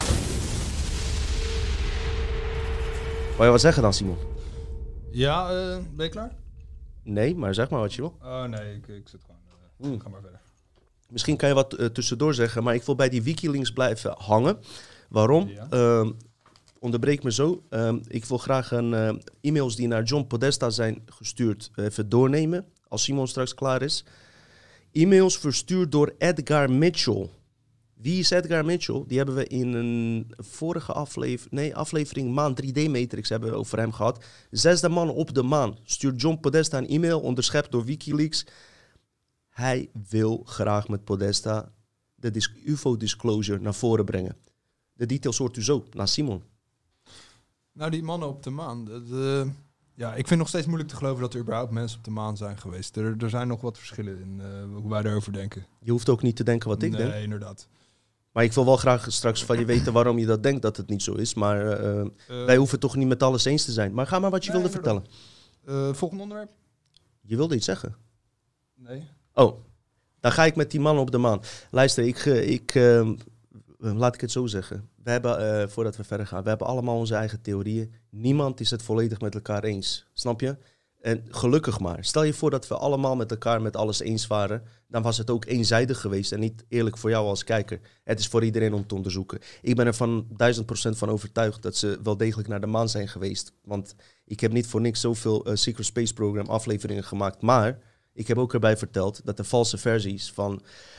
Wou je wat zeggen dan, Simon? Ja, uh, ben je klaar? Nee, maar zeg maar wat je wil. Oh nee, ik, ik zit gewoon. Uh, Mm. Ga maar verder. Misschien kan je wat uh, tussendoor zeggen, maar ik wil bij die Wikilinks blijven hangen. Waarom? Ja. Uh, onderbreek me zo. Uh, ik wil graag een uh, e-mails die naar John Podesta zijn gestuurd even doornemen, als Simon straks klaar is. E-mails verstuurd door Edgar Mitchell. Wie is Edgar Mitchell? Die hebben we in een vorige aflevering, nee, aflevering Maan drie D Matrix hebben we over hem gehad. Zesde man op de maan. Stuurt John Podesta een e-mail, onderschept door Wikileaks. Hij wil graag met Podesta de dis- U F O-disclosure naar voren brengen. De details hoort u zo, naar Simon. Nou, die mannen op de maan. De, de, ja, ik vind nog steeds moeilijk te geloven dat er überhaupt mensen op de maan zijn geweest. Er, er zijn nog wat verschillen in uh, hoe wij daarover denken. Je hoeft ook niet te denken wat ik nee, denk. Nee, inderdaad. Maar ik wil wel graag straks van je weten waarom je dat denkt dat het niet zo is. Maar uh, uh, wij hoeven toch niet met alles eens te zijn. Maar ga maar wat je nee, wilde inderdaad. vertellen. Uh, volgende onderwerp? Je wilde iets zeggen. Nee. Oh, dan ga ik met die man op de maan. Luister, ik, ik, uh, laat ik het zo zeggen. We hebben, uh, voordat we verder gaan, we hebben allemaal onze eigen theorieën. Niemand is het volledig met elkaar eens. Snap je? En gelukkig maar. Stel je voor dat we allemaal met elkaar met alles eens waren. Dan was het ook eenzijdig geweest en niet eerlijk voor jou als kijker. Het is voor iedereen om te onderzoeken. Ik ben er van duizend procent van overtuigd dat ze wel degelijk naar de maan zijn geweest. Want ik heb niet voor niks zoveel uh, Secret Space Program afleveringen gemaakt. Maar ik heb ook erbij verteld dat de valse versies van...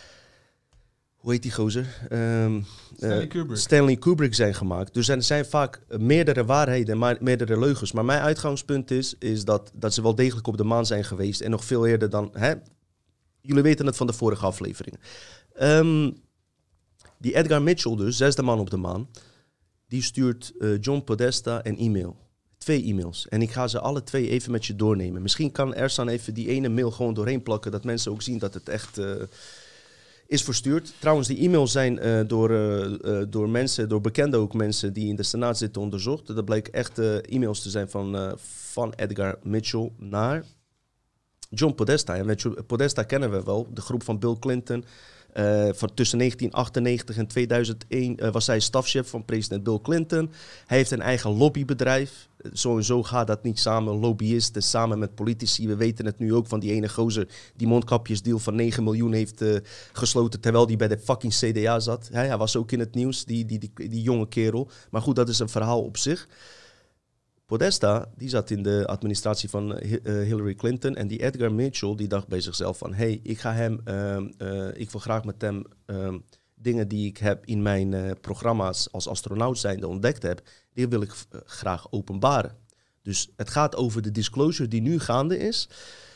Hoe heet die gozer? Um, Stanley uh, Kubrick. Stanley Kubrick zijn gemaakt. Dus er zijn vaak meerdere waarheden, maar meerdere leugens. Maar mijn uitgangspunt is, is dat, dat ze wel degelijk op de maan zijn geweest. En nog veel eerder dan... Hè? Jullie weten het van de vorige afleveringen. Um, die Edgar Mitchell dus, zesde man op de maan... die stuurt uh, John Podesta een e-mail. Twee e-mails. En ik ga ze alle twee even met je doornemen. Misschien kan Ersan even die ene mail gewoon doorheen plakken... dat mensen ook zien dat het echt... Uh, is verstuurd. Trouwens, die e-mails zijn uh, door, uh, uh, door mensen, door bekende ook mensen die in de Senaat zitten onderzocht. Dat bleek echt uh, e-mails te zijn van, uh, van Edgar Mitchell naar John Podesta. En met Podesta kennen we wel, de groep van Bill Clinton. Uh, van tussen negentien achtennegentig en tweeduizend één uh, was hij stafchef van president Bill Clinton. Hij heeft een eigen lobbybedrijf. Uh, zo en zo gaat dat niet samen. Lobbyisten samen met politici. We weten het nu ook van die ene gozer die mondkapjesdeal van negen miljoen heeft uh, gesloten terwijl die bij de fucking C D A zat. Hij, hij was ook in het nieuws, die, die, die, die jonge kerel. Maar goed, dat is een verhaal op zich. Podesta, die zat in de administratie van uh, Hillary Clinton. En die Edgar Mitchell, die dacht bij zichzelf van... hey, ik ga hem, uh, uh, ik wil graag met hem uh, dingen die ik heb in mijn uh, programma's als astronaut zijnde ontdekt heb... die wil ik uh, graag openbaren. Dus het gaat over de disclosure die nu gaande is.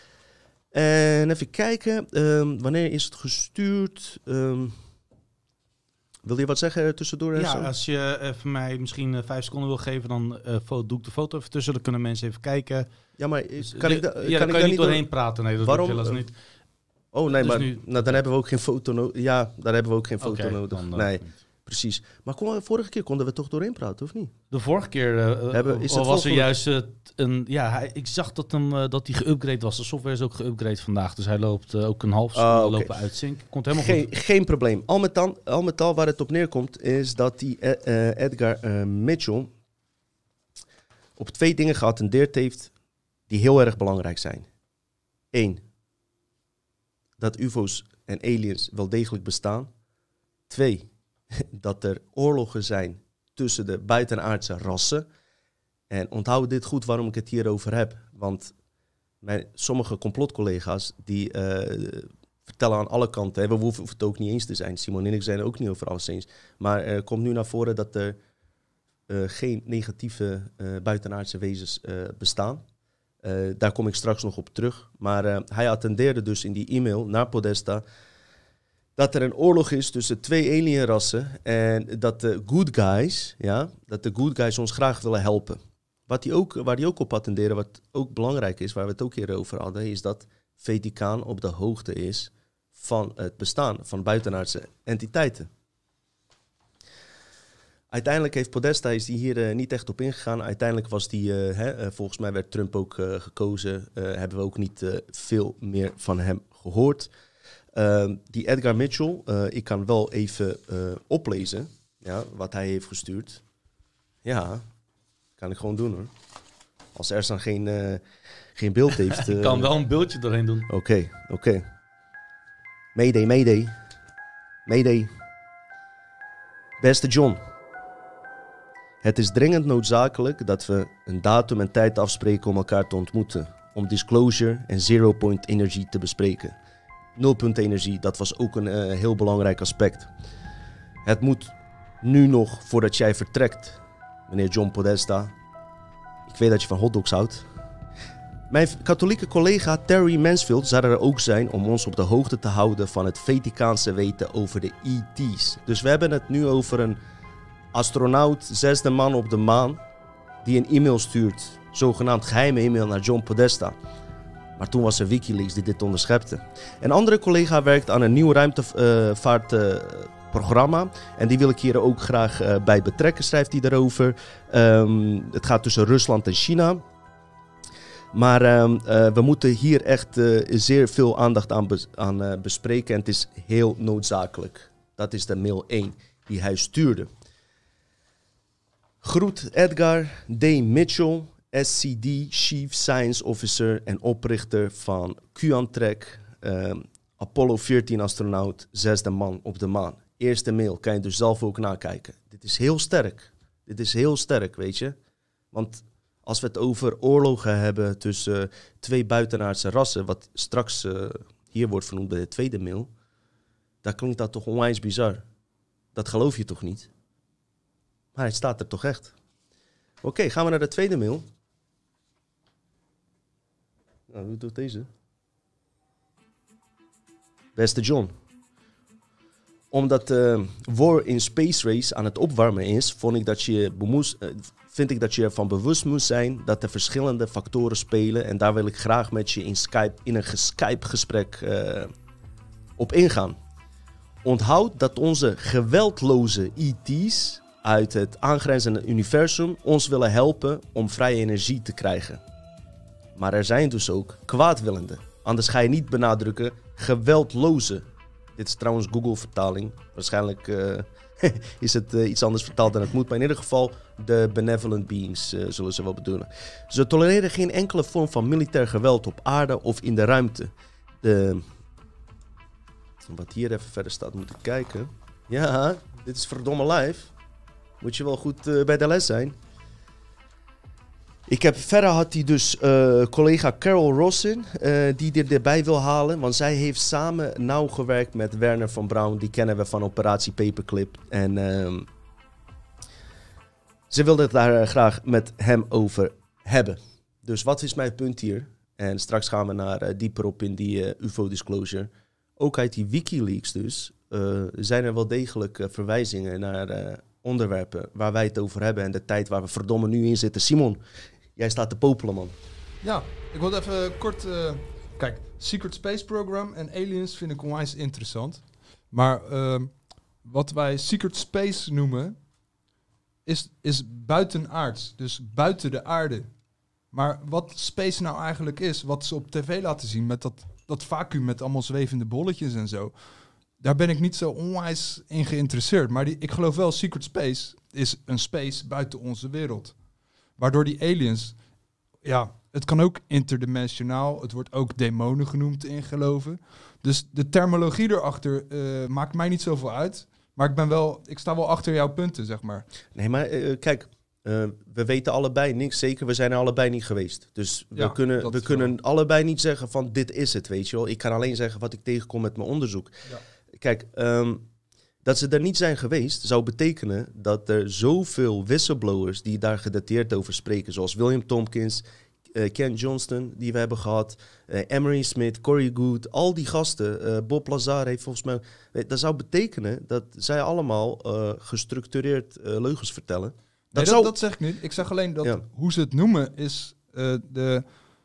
En even kijken, um, wanneer is het gestuurd... Um, Wil je wat zeggen tussendoor? Ja, zo? als je even mij misschien uh, vijf seconden wil geven, dan uh, fo- doe ik de foto even tussen. Dan kunnen mensen even kijken. Ja, maar Dus, kan de, ik, da- ja, kan daar ik kan je daar niet niet doorheen door... praten. Nee, dat Waarom? doe ik helaas niet. Oh nee, Dus maar nu- nou, dan hebben we ook geen foto nodig. Ja, daar hebben we ook geen foto Oké, nodig. dan, uh, nee, precies. Maar kon, vorige keer konden we toch doorheen praten, of niet? De vorige keer uh, Hebben- is het was er volgende- juist uh, een... Ja, hij, ik zag dat hem uh, dat hij geüpgrade was. De software is ook geüpgrade vandaag. Dus hij loopt uh, ook een half seconde Ah, oké. lopen uitzinken. Komt helemaal Geen, goed. geen probleem. Al met, al, al met al waar het op neerkomt, is dat die uh, uh, Edgar uh, Mitchell op twee dingen geattendeerd heeft die heel erg belangrijk zijn. Eén, dat U F O's en aliens wel degelijk bestaan. Twee, dat er oorlogen zijn tussen de buitenaardse rassen. En onthoud dit goed waarom ik het hierover heb. Want mijn, sommige complotcollega's die uh, vertellen aan alle kanten, hè, we hoeven het ook niet eens te zijn. Simon en ik zijn er ook niet over alles eens. Maar er komt nu naar voren dat er uh, geen negatieve uh, buitenaardse wezens uh, bestaan. Uh, daar kom ik straks nog op terug. Maar uh, hij attendeerde dus in die e-mail naar Podesta dat er een oorlog is tussen twee alienrassen en dat de good guys, ja, dat de good guys ons graag willen helpen. Wat die ook, waar die ook op attenderen, wat ook belangrijk is, waar we het ook eerder over hadden, is dat Vaticaan op de hoogte is van het bestaan van buitenaardse entiteiten. Uiteindelijk heeft Podesta is die hier uh, niet echt op ingegaan. Uiteindelijk was die, uh, hè, uh, volgens mij werd Trump ook uh, gekozen. Uh, hebben we ook niet uh, veel meer van hem gehoord. Uh, die Edgar Mitchell, uh, ik kan wel even uh, oplezen, ja, wat hij heeft gestuurd. Ja, kan ik gewoon doen hoor. Als Ersan geen, uh, geen beeld heeft. Ik uh... kan wel een beeldje doorheen doen. Oké, okay, oké. Okay. Mayday, mayday. Mayday. Beste John. Het is dringend noodzakelijk dat we een datum en tijd afspreken om elkaar te ontmoeten. Om disclosure en zero point energie te bespreken. Nulpunt energie, dat was ook een uh, heel belangrijk aspect. Het moet nu nog voordat jij vertrekt, meneer John Podesta. Ik weet dat je van hotdogs houdt. Mijn katholieke collega Terry Mansfield zou er ook zijn om ons op de hoogte te houden van het Vaticaanse weten over de E T's. Dus we hebben het nu over een astronaut, zesde man op de maan, die een e-mail stuurt, zogenaamd geheime e-mail naar John Podesta. Maar toen was er Wikileaks die dit onderschepte. Een andere collega werkt aan een nieuw ruimtevaartprogramma. Uh, en die wil ik hier ook graag uh, bij betrekken, schrijft hij daarover. Um, het gaat tussen Rusland en China. Maar um, uh, we moeten hier echt uh, zeer veel aandacht aan, be- aan uh, bespreken. En het is heel noodzakelijk. Dat is de mail één die hij stuurde. Groet Edgar D. Mitchell, S C D Chief Science Officer en oprichter van Quantrek, um, Apollo veertien astronaut, zesde man op de maan. Eerste mail, kan je dus zelf ook nakijken. Dit is heel sterk. Dit is heel sterk, weet je. Want als we het over oorlogen hebben tussen uh, twee buitenaardse rassen, wat straks uh, hier wordt vernoemd bij de tweede mail, dan klinkt dat toch onwijs bizar. Dat geloof je toch niet? Maar het staat er toch echt. Oké, okay, gaan we naar de tweede mail. Nou, hoe doet deze? Beste John. Omdat de uh, war in space race aan het opwarmen is, vond ik dat je bemoes, uh, vind ik dat je ervan bewust moet zijn dat er verschillende factoren spelen. En daar wil ik graag met je in, Skype, in een Skype-gesprek uh, op ingaan. Onthoud dat onze geweldloze E T's uit het aangrenzende universum ons willen helpen om vrije energie te krijgen. Maar er zijn dus ook kwaadwillenden. Anders ga je niet benadrukken geweldloze. Dit is trouwens Google-vertaling. Waarschijnlijk uh, is het uh, iets anders vertaald dan het moet. Maar in ieder geval de benevolent beings uh, zullen ze wel bedoelen. Ze tolereren geen enkele vorm van militair geweld op aarde of in de ruimte. De... Wat hier even verder staat, moet ik kijken. Ja, dit is verdomme live. Moet je wel goed uh, bij de les zijn. Ik heb, verder had hij dus uh, collega Carol Rossin, uh, die dit erbij wil halen. Want zij heeft samen nauw gewerkt met Werner van Braun. Die kennen we van Operatie Paperclip. En uh, ze wilde het daar uh, graag met hem over hebben. Dus wat is mijn punt hier? En straks gaan we naar uh, dieper op in die uh, U F O-disclosure. Ook uit die Wikileaks dus uh, zijn er wel degelijk uh, verwijzingen naar uh, onderwerpen waar wij het over hebben. En de tijd waar we verdomme nu in zitten. Simon, jij staat te popelen, man. Ja, ik wil even kort... Uh, kijk, Secret Space Program en aliens vind ik onwijs interessant. Maar uh, wat wij Secret Space noemen, is, is buitenaards. Dus buiten de aarde. Maar wat space nou eigenlijk is, wat ze op tv laten zien met dat, dat vacuüm met allemaal zwevende bolletjes en zo, daar ben ik niet zo onwijs in geïnteresseerd. Maar die, ik geloof wel, Secret Space is een space buiten onze wereld. Waardoor die aliens, ja, het kan ook interdimensionaal, het wordt ook demonen genoemd in geloven. Dus de terminologie erachter uh, maakt mij niet zoveel uit. Maar ik ben wel, ik sta wel achter jouw punten, zeg maar. Nee, maar uh, kijk, uh, we weten allebei niks zeker. We zijn er allebei niet geweest. Dus we Ja, kunnen, we kunnen wel. allebei niet zeggen van dit is het, weet je wel. Ik kan alleen zeggen wat ik tegenkom met mijn onderzoek. Ja. Kijk, um, dat ze er niet zijn geweest, zou betekenen dat er zoveel whistleblowers die daar gedateerd over spreken, zoals William Tompkins, uh, Ken Johnston, die we hebben gehad, uh, Emery Smith, Corey Goode, al die gasten, uh, Bob Lazar heeft volgens mij, dat zou betekenen dat zij allemaal uh, gestructureerd uh, leugens vertellen. Nee, Dat, dat, zou... dat zeg ik niet. Ik zeg alleen dat Ja. hoe ze het noemen is uh, de...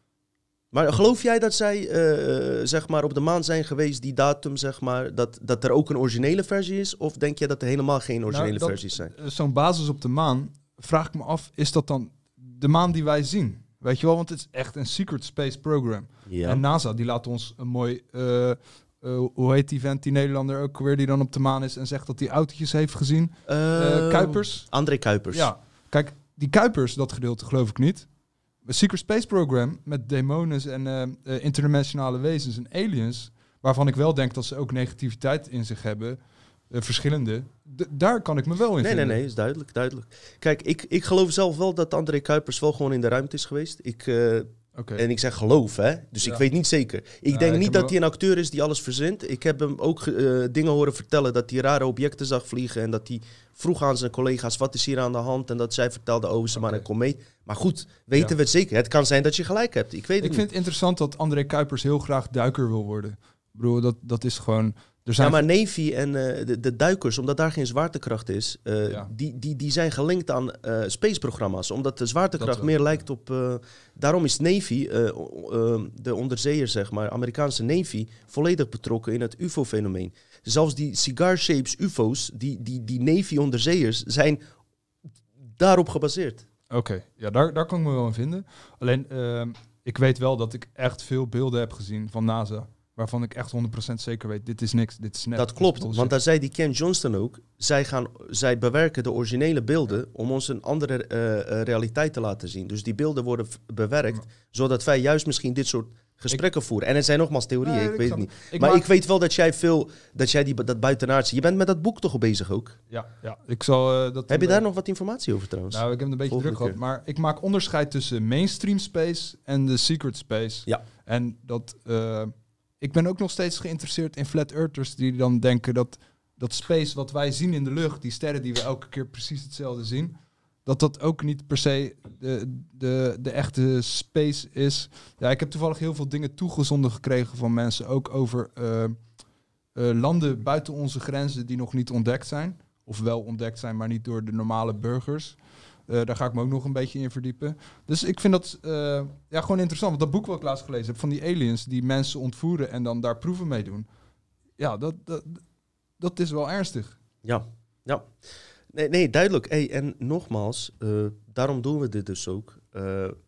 Maar geloof jij dat zij uh, zeg maar op de maan zijn geweest, die datum, zeg maar, dat, dat er ook een originele versie is? Of denk jij dat er helemaal geen originele nou, dat, versies zijn? Zo'n basis op de maan, vraag ik me af, is dat dan de maan die wij zien? Weet je wel, want het is echt een secret space program. Ja. En NASA, die laat ons een mooi... Uh, uh, hoe heet die vent, die Nederlander ook weer, die dan op de maan is en zegt dat hij autootjes heeft gezien? Uh, Uh, Kuipers. André Kuipers. Ja, kijk, die Kuipers, dat gedeelte geloof ik niet. Een secret space program met demonen en uh, uh, interdimensionale wezens en aliens, waarvan ik wel denk dat ze ook negativiteit in zich hebben, uh, verschillende, D- daar kan ik me wel in Nee, vinden. nee, nee, is duidelijk, duidelijk. Kijk, ik, ik geloof zelf wel dat André Kuipers wel gewoon in de ruimte is geweest. Ik, uh, Okay. En ik zeg geloof, hè. Dus Ja. ik weet niet zeker. Ik Ja, denk ik niet heb dat wel- hij een acteur is die alles verzint. Ik heb hem ook uh, dingen horen vertellen dat hij rare objecten zag vliegen en dat hij vroeg aan zijn collega's, wat is hier aan de hand? En dat zij vertelde, oh, is er maar Oké. een komeet. Maar goed, weten Ja. we het zeker? Het kan zijn dat je gelijk hebt. Ik weet het Ik niet. vind het interessant dat André Kuipers heel graag duiker wil worden. Ik bedoel, dat, dat is gewoon... Er zijn Ja, maar Navy en uh, de, de duikers, omdat daar geen zwaartekracht is, uh, Ja. die, die, die zijn gelinkt aan uh, spaceprogramma's. Omdat de zwaartekracht Dat wel, meer ja. lijkt op... Uh, daarom is Navy, uh, uh, de onderzeeër zeg maar, Amerikaanse Navy, volledig betrokken in het U F O-fenomeen. Zelfs die cigar-shapes U F O's, die, die, die Navy-onderzeeërs, zijn daarop gebaseerd. Oké, okay. ja, daar, daar kan ik me wel in vinden. Alleen, uh, ik weet wel dat ik echt veel beelden heb gezien van NASA, waarvan ik echt honderd procent zeker weet, dit is niks, dit is net... Dat klopt, want daar zei die Ken Johnston ook. Zij, gaan, zij bewerken de originele beelden om ons een andere uh, uh, realiteit te laten zien. Dus die beelden worden v- bewerkt, ja. zodat wij juist misschien dit soort gesprekken ik, voeren. En het zijn nogmaals theorieën, nee, ik weet het niet. Ik maar maak... ik weet wel dat jij veel, dat jij die, dat buitenaardse... Je bent met dat boek toch al bezig ook? Ja, ja. Ik zal, uh, dat heb je daar nog wat informatie over trouwens? Nou, ik heb een beetje druk gehad. Maar ik maak onderscheid tussen mainstream space en de secret space. Ja. En dat... Uh, ik ben ook nog steeds geïnteresseerd in flat earthers die dan denken dat dat space wat wij zien in de lucht, die sterren die we elke keer precies hetzelfde zien, dat dat ook niet per se de, de, de echte space is. Ja, ik heb toevallig heel veel dingen toegezonden gekregen van mensen, ook over uh, uh, landen buiten onze grenzen die nog niet ontdekt zijn. Of wel ontdekt zijn, maar niet door de normale burgers. Uh, daar ga ik me ook nog een beetje in verdiepen. Dus ik vind dat uh, ja, gewoon interessant. Want dat boek wat ik laatst gelezen heb van die aliens die mensen ontvoeren en dan daar proeven mee doen. Ja, dat, dat, dat is wel ernstig. Ja, ja. Nee, nee duidelijk. Hey, en nogmaals, uh, daarom doen we dit dus ook. Uh,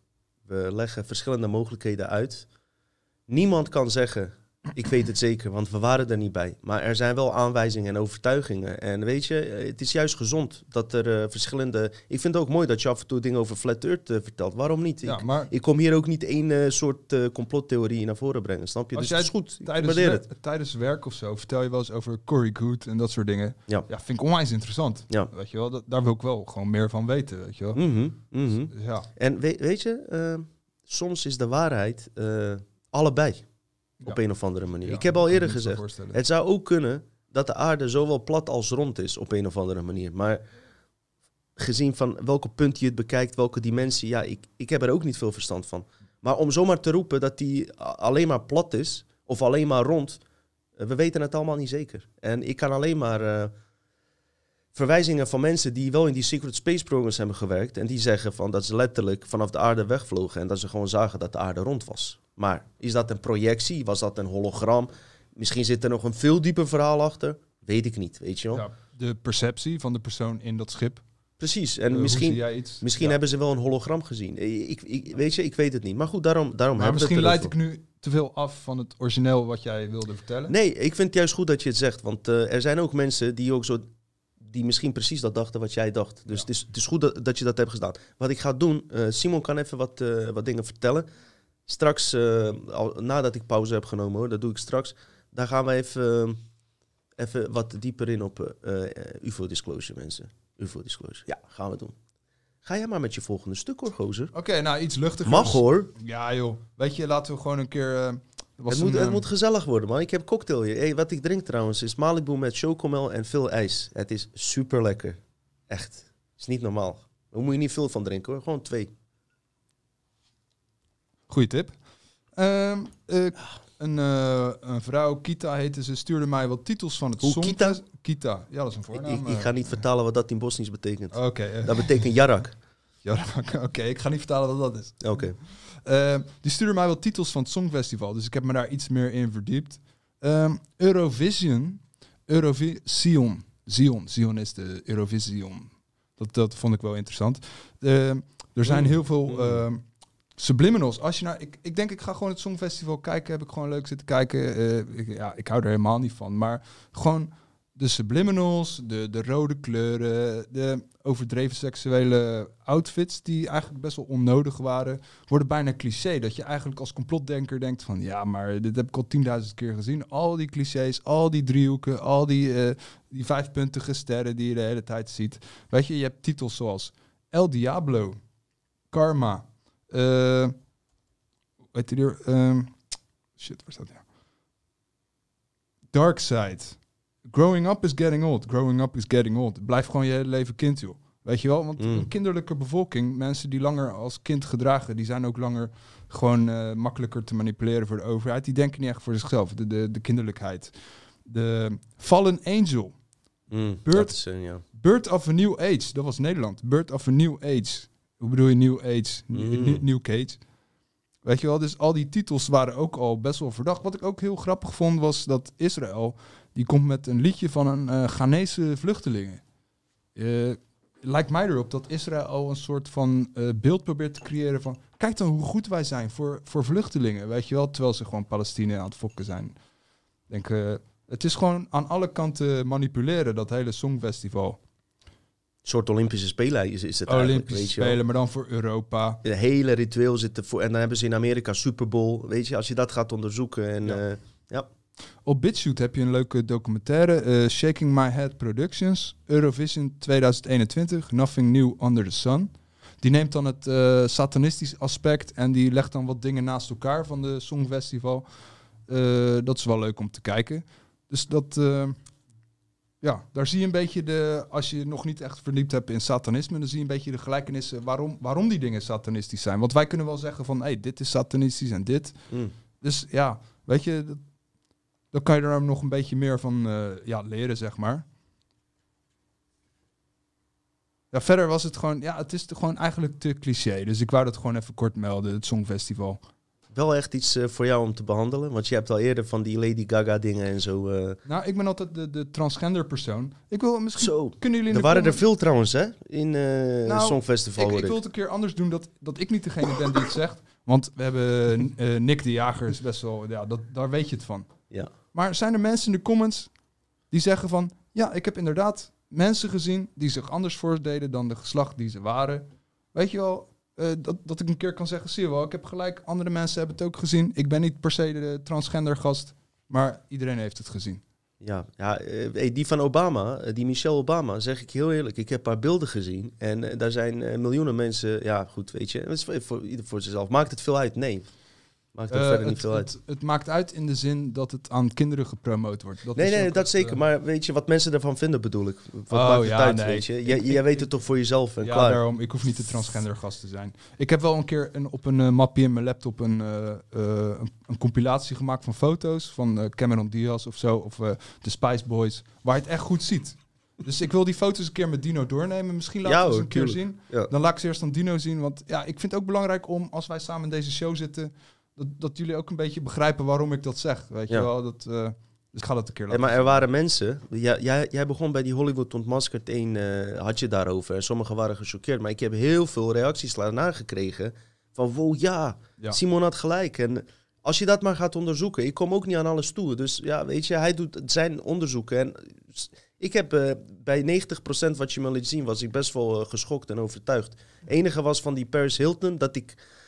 we leggen verschillende mogelijkheden uit. Niemand kan zeggen, ik weet het zeker, want we waren er niet bij. Maar er zijn wel aanwijzingen en overtuigingen. En weet je, het is juist gezond dat er uh, verschillende... Ik vind het ook mooi dat je af en toe dingen over Flat Earth uh, vertelt. Waarom niet? Ja, ik, maar ik kom hier ook niet één uh, soort uh, complottheorie naar voren brengen, snap je? Als dus jij het is goed, tijdens, ik wer- tijdens werk of zo vertel je wel eens over Corey Goode en dat soort dingen. Ja, ja vind ik onwijs interessant. Ja. Weet je wel, dat, daar wil ik wel gewoon meer van weten, weet je wel. Mm-hmm, mm-hmm. Dus, ja. En we, weet je, uh, soms is de waarheid uh, allebei. Op ja. een of andere manier. Ja, ik heb al eerder gezegd, het zou ook kunnen dat de aarde zowel plat als rond is op een of andere manier. Maar gezien van welke punt je het bekijkt, welke dimensie, ja, ik, ik heb er ook niet veel verstand van. Maar om zomaar te roepen dat die alleen maar plat is, of alleen maar rond, uh, we weten het allemaal niet zeker. En ik kan alleen maar uh, verwijzingen van mensen die wel in die secret space programs hebben gewerkt, en die zeggen van dat ze letterlijk vanaf de aarde wegvlogen en dat ze gewoon zagen dat de aarde rond was. Maar is dat een projectie? Was dat een hologram? Misschien zit er nog een veel dieper verhaal achter. Weet ik niet, weet je wel. Ja, de perceptie van de persoon in dat schip. Precies. En uh, misschien, iets? misschien ja. hebben ze wel een hologram gezien. Ik, ik, weet je, ik weet het niet. Maar goed, daarom, daarom maar hebben we misschien het leid ik nu te veel af van het origineel wat jij wilde vertellen. Nee, ik vind het juist goed dat je het zegt. Want uh, er zijn ook mensen die ook zo... die misschien precies dat dachten wat jij dacht. Dus ja. het, is, het is goed dat, dat je dat hebt gedaan. Wat ik ga doen... Uh, Simon kan even wat, uh, wat dingen vertellen... Straks, uh, al, nadat ik pauze heb genomen, hoor, dat doe ik straks. Daar gaan we even uh, even wat dieper in op uh, uh, U F O-disclosure, mensen. U F O-disclosure. Ja, gaan we doen. Ga jij maar met je volgende stuk, hoor, gozer. Oké, okay, nou, iets luchtiger. Mag, hoor. Ja, joh. Weet je, laten we gewoon een keer... Uh, was het, moet, een, het moet gezellig worden, man. Ik heb cocktail hier. Hey, wat ik drink trouwens is Malibu met chocomel en veel ijs. Het is super lekker. Echt. Het is niet normaal. Daar moet je niet veel van drinken, hoor. Gewoon twee. Goeie tip. Um, uh, een, uh, een vrouw, Kita heette ze, stuurde mij wat titels van het Hoe, song... Kita? Kita, ja, dat is een voornaam. Ik, ik, ik ga niet vertalen wat dat in Bosnisch betekent. Oké. Okay, uh, dat betekent jarak. Ja, oké, okay, ik ga niet vertalen wat dat is. Oké. Okay. Uh, die stuurde mij wat titels van het Songfestival, dus ik heb me daar iets meer in verdiept. Um, Eurovision, Eurovision, Zion, Zion is de Eurovision. Dat, dat vond ik wel interessant. Uh, er zijn heel veel uh, subliminals. Als je nou, ik, ik denk ik ga gewoon het Songfestival kijken, heb ik gewoon leuk zitten kijken. Uh, ik, ja, ik hou er helemaal niet van, maar gewoon de subliminals, de, de rode kleuren, de overdreven seksuele outfits die eigenlijk best wel onnodig waren, worden bijna cliché. Dat je eigenlijk als complotdenker denkt van ja, maar dit heb ik al tienduizend keer gezien. Al die clichés, al die driehoeken, al die, uh, die vijfpuntige sterren die je de hele tijd ziet. Weet je, je hebt titels zoals El Diablo, Karma, uh, weet je er, um, shit, waar staat die? Dark Side. Growing up is getting old. Growing up is getting old. Blijf gewoon je hele leven kind, joh. Weet je wel? Want mm. een kinderlijke bevolking, mensen die langer als kind gedragen, die zijn ook langer gewoon uh, makkelijker te manipuleren voor de overheid. Die denken niet echt voor zichzelf. De, de, de kinderlijkheid. De Fallen Angel. Mm, Birth, is, uh, ja. Birth of a New Age. Dat was Nederland. Birth of a New Age. Hoe bedoel je New Age? Mm. New Cage. Weet je wel? Dus al die titels waren ook al best wel verdacht. Wat ik ook heel grappig vond, was dat Israël, die komt met een liedje van een uh, Ghanese vluchtelingen. Uh, lijkt mij erop dat Israël een soort van uh, beeld probeert te creëren van, kijk dan hoe goed wij zijn voor, voor vluchtelingen, weet je wel, terwijl ze gewoon Palestina aan het fokken zijn. Ik denk, uh, het is gewoon aan alle kanten manipuleren, dat hele Songfestival. Een soort Olympische Spelen is, is het Olympische weet je Spelen, wel. Maar dan voor Europa. De hele ritueel zit ervoor. En dan hebben ze in Amerika Super Bowl. Weet je, als je dat gaat onderzoeken. En, ja. Uh, ja. Op BitChute heb je een leuke documentaire. Uh, Shaking My Head Productions. Eurovision tweeduizend eenentwintig. Nothing New Under the Sun. Die neemt dan het uh, satanistisch aspect. En die legt dan wat dingen naast elkaar van de Songfestival. Uh, dat is wel leuk om te kijken. Dus dat... Uh, Ja, daar zie je een beetje de, als je nog niet echt verdiept hebt in satanisme, dan zie je een beetje de gelijkenissen waarom, waarom die dingen satanistisch zijn. Want wij kunnen wel zeggen van, hé, hey, dit is satanistisch en dit. Mm. Dus ja, weet je, dat, dan kan je er nog een beetje meer van uh, ja, leren, zeg maar. Ja, verder was het gewoon, ja, het is te, gewoon eigenlijk te cliché. Dus ik wou dat gewoon even kort melden, het Songfestival. Wel echt iets uh, voor jou om te behandelen? Want je hebt al eerder van die Lady Gaga dingen en zo. Uh... Nou, ik ben altijd de, de transgender persoon. Ik wil misschien... Zo, kunnen jullie er waren er veel trouwens, hè? In uh, nou, Songfestival. Ik, ik wil het een keer anders doen, dat, dat ik niet degene ben die het zegt. Want we hebben uh, Nick de Jager, is best wel... Ja, dat, daar weet je het van. Ja. Maar zijn er mensen in de comments die zeggen van... Ja, ik heb inderdaad mensen gezien die zich anders voordeden dan de geslacht die ze waren. Weet je wel... Uh, dat, dat ik een keer kan zeggen, zie je wel, ik heb gelijk, andere mensen hebben het ook gezien. Ik ben niet per se de transgender gast, maar iedereen heeft het gezien. Ja, ja uh, die van Obama, uh, die Michelle Obama, zeg ik heel eerlijk, ik heb haar beelden gezien. En uh, daar zijn uh, miljoenen mensen, ja goed, weet je, het is voor, ieder voor zichzelf. Maakt het veel uit? Nee. Maakt het uh, verder niet het, veel uit. Het, het maakt uit in de zin dat het aan kinderen gepromoot wordt. Dat nee, is nee, dat het, zeker. Uh... Maar weet je, wat mensen ervan vinden bedoel ik. Wat oh, maakt het ja, uit, nee. weet je? Ik, Jij, ik, jij ik, weet het toch voor jezelf en ja, klaar. daarom. Ik hoef niet de transgender gast te zijn. Ik heb wel een keer een, op een uh, mapje in mijn laptop een, uh, uh, een, een compilatie gemaakt van foto's van uh, Cameron Diaz of zo, of uh, de Spice Boys, waar je het echt goed ziet. Dus ik wil die foto's een keer met Dino doornemen. Misschien laten ja, we ze hoor, een keer tuurlijk. zien. Ja. Dan laat ik ze eerst aan Dino zien. Want ja, ik vind het ook belangrijk om, als wij samen in deze show zitten, dat, dat jullie ook een beetje begrijpen waarom ik dat zeg. Weet ja. je wel? Dat, uh, dus ik ga dat een keer laten ja, maar er zien. waren mensen... Jij, jij, jij begon bij die Hollywood Ontmaskerd één, uh, had je daarover. En sommigen waren gechoqueerd. Maar ik heb heel veel reacties daarna gekregen. Van, wow, ja, ja, Simon had gelijk. En als je dat maar gaat onderzoeken... Ik kom ook niet aan alles toe. Dus ja, weet je, hij doet zijn onderzoeken. En ik heb uh, bij negentig procent wat je me liet zien... was ik best wel uh, geschokt en overtuigd. Het enige was van die Paris Hilton... dat ik...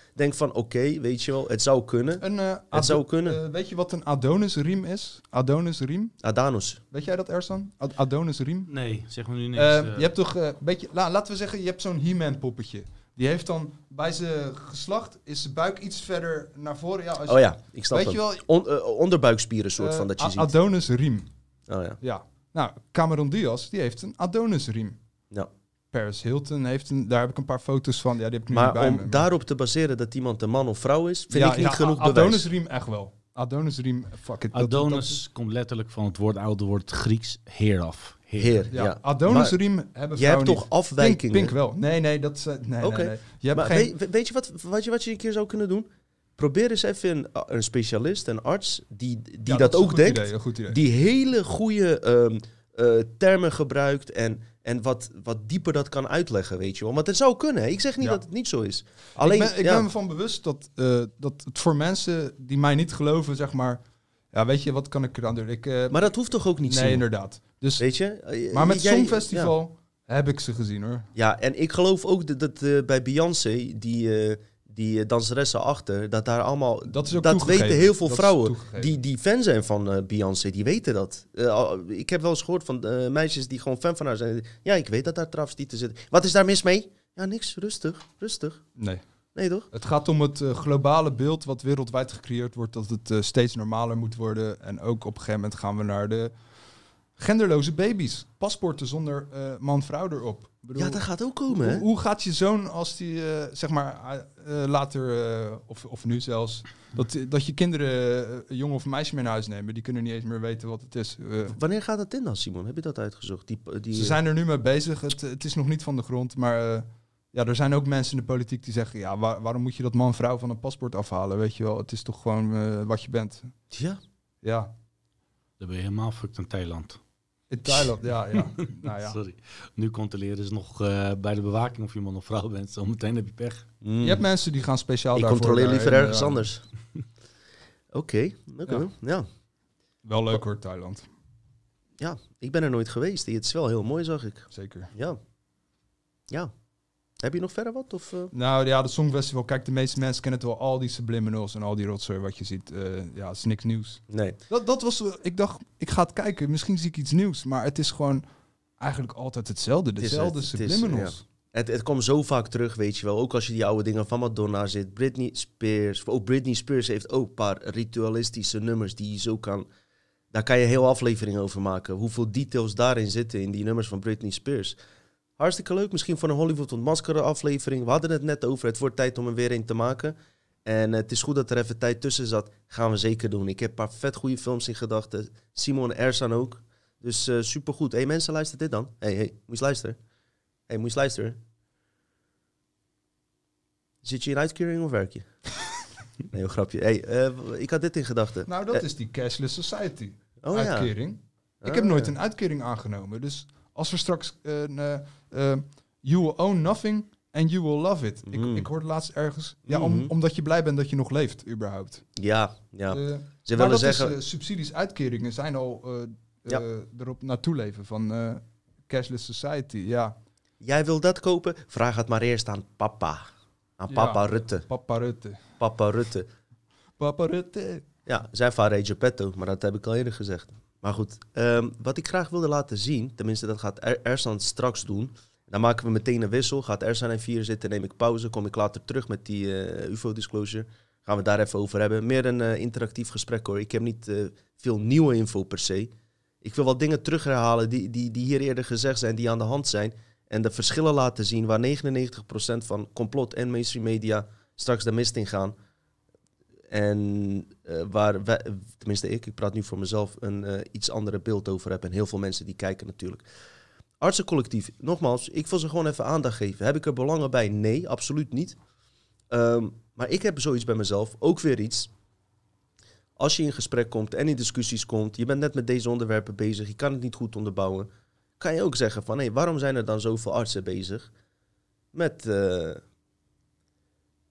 denk van, oké, okay, weet je wel, het zou kunnen. Een, uh, het Ad- zou kunnen. Uh, weet je wat een Adonis-riem is? Adonis-riem? Adanus. Weet jij dat, Ersan? Ad- Adonis-riem? Nee, zeg me nu niks. Uh, Uh, je hebt toch, uh, beetje, la, laten we zeggen, je hebt zo'n He-Man poppetje. Die heeft dan, bij zijn geslacht, is zijn buik iets verder naar voren. Ja, als je, oh ja, ik snap weet hem. je wel, On, uh, onderbuikspieren soort uh, van, dat je A- ziet. Adonis-riem. Oh ja. Ja. Nou, Cameron Diaz, die heeft een Adonis-riem. Ja. Paris Hilton heeft een, daar heb ik een paar foto's van. Ja, die heb ik nu Maar niet bij om me. Maar daarop te baseren dat iemand een man of vrouw is, vind ja, ik niet ja, genoeg A- bewijs. Adonis-riem echt wel. Adonis-riem, fuck it. dat- Adonis dat- komt letterlijk van het woord oude woord Grieks heer af. Heer. Heer, Ja, ja. Adonis-riem hebben Je hebt vrouwen toch niet. afwijkingen? Pink, Pink wel. Nee, nee, dat is... uh, Nee, Oké. nee, nee. Je hebt Maar geen... weet, weet je wat, weet je wat je een keer zou kunnen doen? Probeer eens even een, een specialist, een arts, die, die Ja, dat, is een ook goed denkt. idee, een goed idee. Die hele goede ehm, eh, termen gebruikt en, en wat, wat dieper dat kan uitleggen, weet je wel. Want het zou kunnen, hè? Ik zeg niet Ja. dat het niet zo is. Alleen, ik ben, ik ja, ben me van bewust dat, uh, dat het voor mensen die mij niet geloven, zeg maar... Ja, weet je, wat kan ik eraan doen? Ik, uh, maar dat hoeft toch ook niet, Nee, Simon? inderdaad. Dus, Weet je? Eh, maar met jij- Songfestival heb ik ze gezien, hoor. Ja, ja en ik geloof ook dat, dat uh, bij Beyoncé, die, uh, die uh, danseressen achter, dat daar allemaal... Dat is ook dat toegegeven. weten heel veel Dat is vrouwen toegegeven. die, die fan zijn van uh, Beyoncé, die weten dat. Uh, al- ik heb wel eens gehoord van uh, meisjes die gewoon fan van haar zijn. Ja, ik weet dat daar travestieten zitten. Wat is daar mis mee? Ja, niks. Rustig. Rustig. Nee. Nee, toch? Het gaat om het uh, globale beeld wat wereldwijd gecreëerd wordt, dat het uh, steeds normaler moet worden. En ook op een gegeven moment gaan we naar de genderloze baby's. Paspoorten zonder uh, man-vrouw erop. Ik bedoel, Ja, dat gaat ook komen, hè? hoe, hoe gaat je zoon als die, uh, zeg maar, uh, later, uh, of, of nu zelfs, dat, dat je kinderen uh, een jongen of een meisje mee naar huis nemen, die kunnen niet eens meer weten wat het is. Uh, Wanneer gaat dat in dan, Simon? Heb je dat uitgezocht? Die, die, Ze zijn er nu mee bezig. Het, het is nog niet van de grond, maar... Uh, Ja, er zijn ook mensen in de politiek die zeggen... ja, waar, waarom moet je dat man-vrouw van een paspoort afhalen? Weet je wel, het is toch gewoon uh, wat je bent. Ja. Ja. Dan ben je helemaal fucked in Thailand. In Thailand, ja, ja. Nou, ja. Sorry. Nu controleren ze nog uh, bij de bewaking of je man of vrouw bent. Zometeen heb je pech. Mm. Je hebt mensen die gaan speciaal Ik daarvoor... controleer liever daarheen, ergens ja. anders. Oké, okay, oké. Okay. Ja. ja. Wel leuk hoor, Thailand. Ja, ik ben er nooit geweest. Het is wel heel mooi, zag ik. Zeker. Ja. Ja. Heb je nog verder wat? Of, uh? Nou ja, het Songfestival. Kijk, de meeste mensen kennen het wel. Al die subliminals en al die rotzooi wat je ziet. Uh, ja, het is niks nieuws. Nee. Dat, dat was... Uh, ik dacht, ik ga het kijken. Misschien zie ik iets nieuws. Maar het is gewoon eigenlijk altijd hetzelfde. Dezelfde het is, subliminals. Het, is, ja. het, het komt zo vaak terug, weet je wel. Ook als je die oude dingen van Madonna zit. Britney Spears. Ook Britney Spears heeft ook een paar ritualistische nummers die je zo kan... Daar kan je heel aflevering over maken. Hoeveel details daarin zitten in die nummers van Britney Spears. Hartstikke leuk. Misschien voor een Hollywood Ontmaskeren aflevering. We hadden het net over. Het wordt tijd om er weer een te maken. En uh, het is goed dat er even tijd tussen zat. Gaan we zeker doen. Ik heb een paar vet goede films in gedachten. Simon en Ersan ook. Dus uh, supergoed. Hé hey, mensen, luister dit dan. Hé, hey, hey, moet je eens luisteren. Hé, hey, moet je eens luisteren. Zit je in uitkering of werk je? Nee, een grapje. Hey, uh, ik had dit in gedachten. Nou, dat uh, is die Cashless Society. Oh, uitkering. Ja. Ik heb nooit Ah. een uitkering aangenomen. Dus als we straks... Uh, uh, uh, you will own nothing and you will love it. Mm. Ik, ik hoorde laatst ergens... Ja, om, Mm-hmm. omdat je blij bent dat je nog leeft, überhaupt. Ja, ja. Uh, Ze maar willen dat zeggen... is, uh, subsidies, uitkeringen zijn al uh, Ja. uh, erop naartoe leven van uh, Cashless Society. Ja. Jij wil dat kopen? Vraag het maar eerst aan papa. Aan Ja. papa Rutte. Papa Rutte. Papa Rutte. Papa Rutte. Ja, zijn vader heet Geppetto, maar dat heb ik al eerder gezegd. Maar goed, um, wat ik graag wilde laten zien, tenminste dat gaat er Ersan straks doen. Dan maken we meteen een wissel. Gaat Ersan en vier zitten, neem ik pauze. Kom ik later terug met die uh, U F O-disclosure. Gaan we daar even over hebben. Meer een uh, interactief gesprek hoor. Ik heb niet uh, veel nieuwe info per se. Ik wil wat dingen terug herhalen die, die, die hier eerder gezegd zijn, die aan de hand zijn. En de verschillen laten zien waar negenennegentig procent van complot en mainstream media straks de mist in gaan. En uh, waar wij, tenminste ik, ik praat nu voor mezelf, een uh, iets andere beeld over heb. En heel veel mensen die kijken natuurlijk. Artsencollectief, nogmaals, ik wil ze gewoon even aandacht geven. Heb ik er belangen bij? Nee, absoluut niet. Um, maar ik heb zoiets bij mezelf, ook weer iets. Als je in gesprek komt en in discussies komt, je bent net met deze onderwerpen bezig, je kan het niet goed onderbouwen, kan je ook zeggen van, hé, hey, waarom zijn er dan zoveel artsen bezig met... Uh,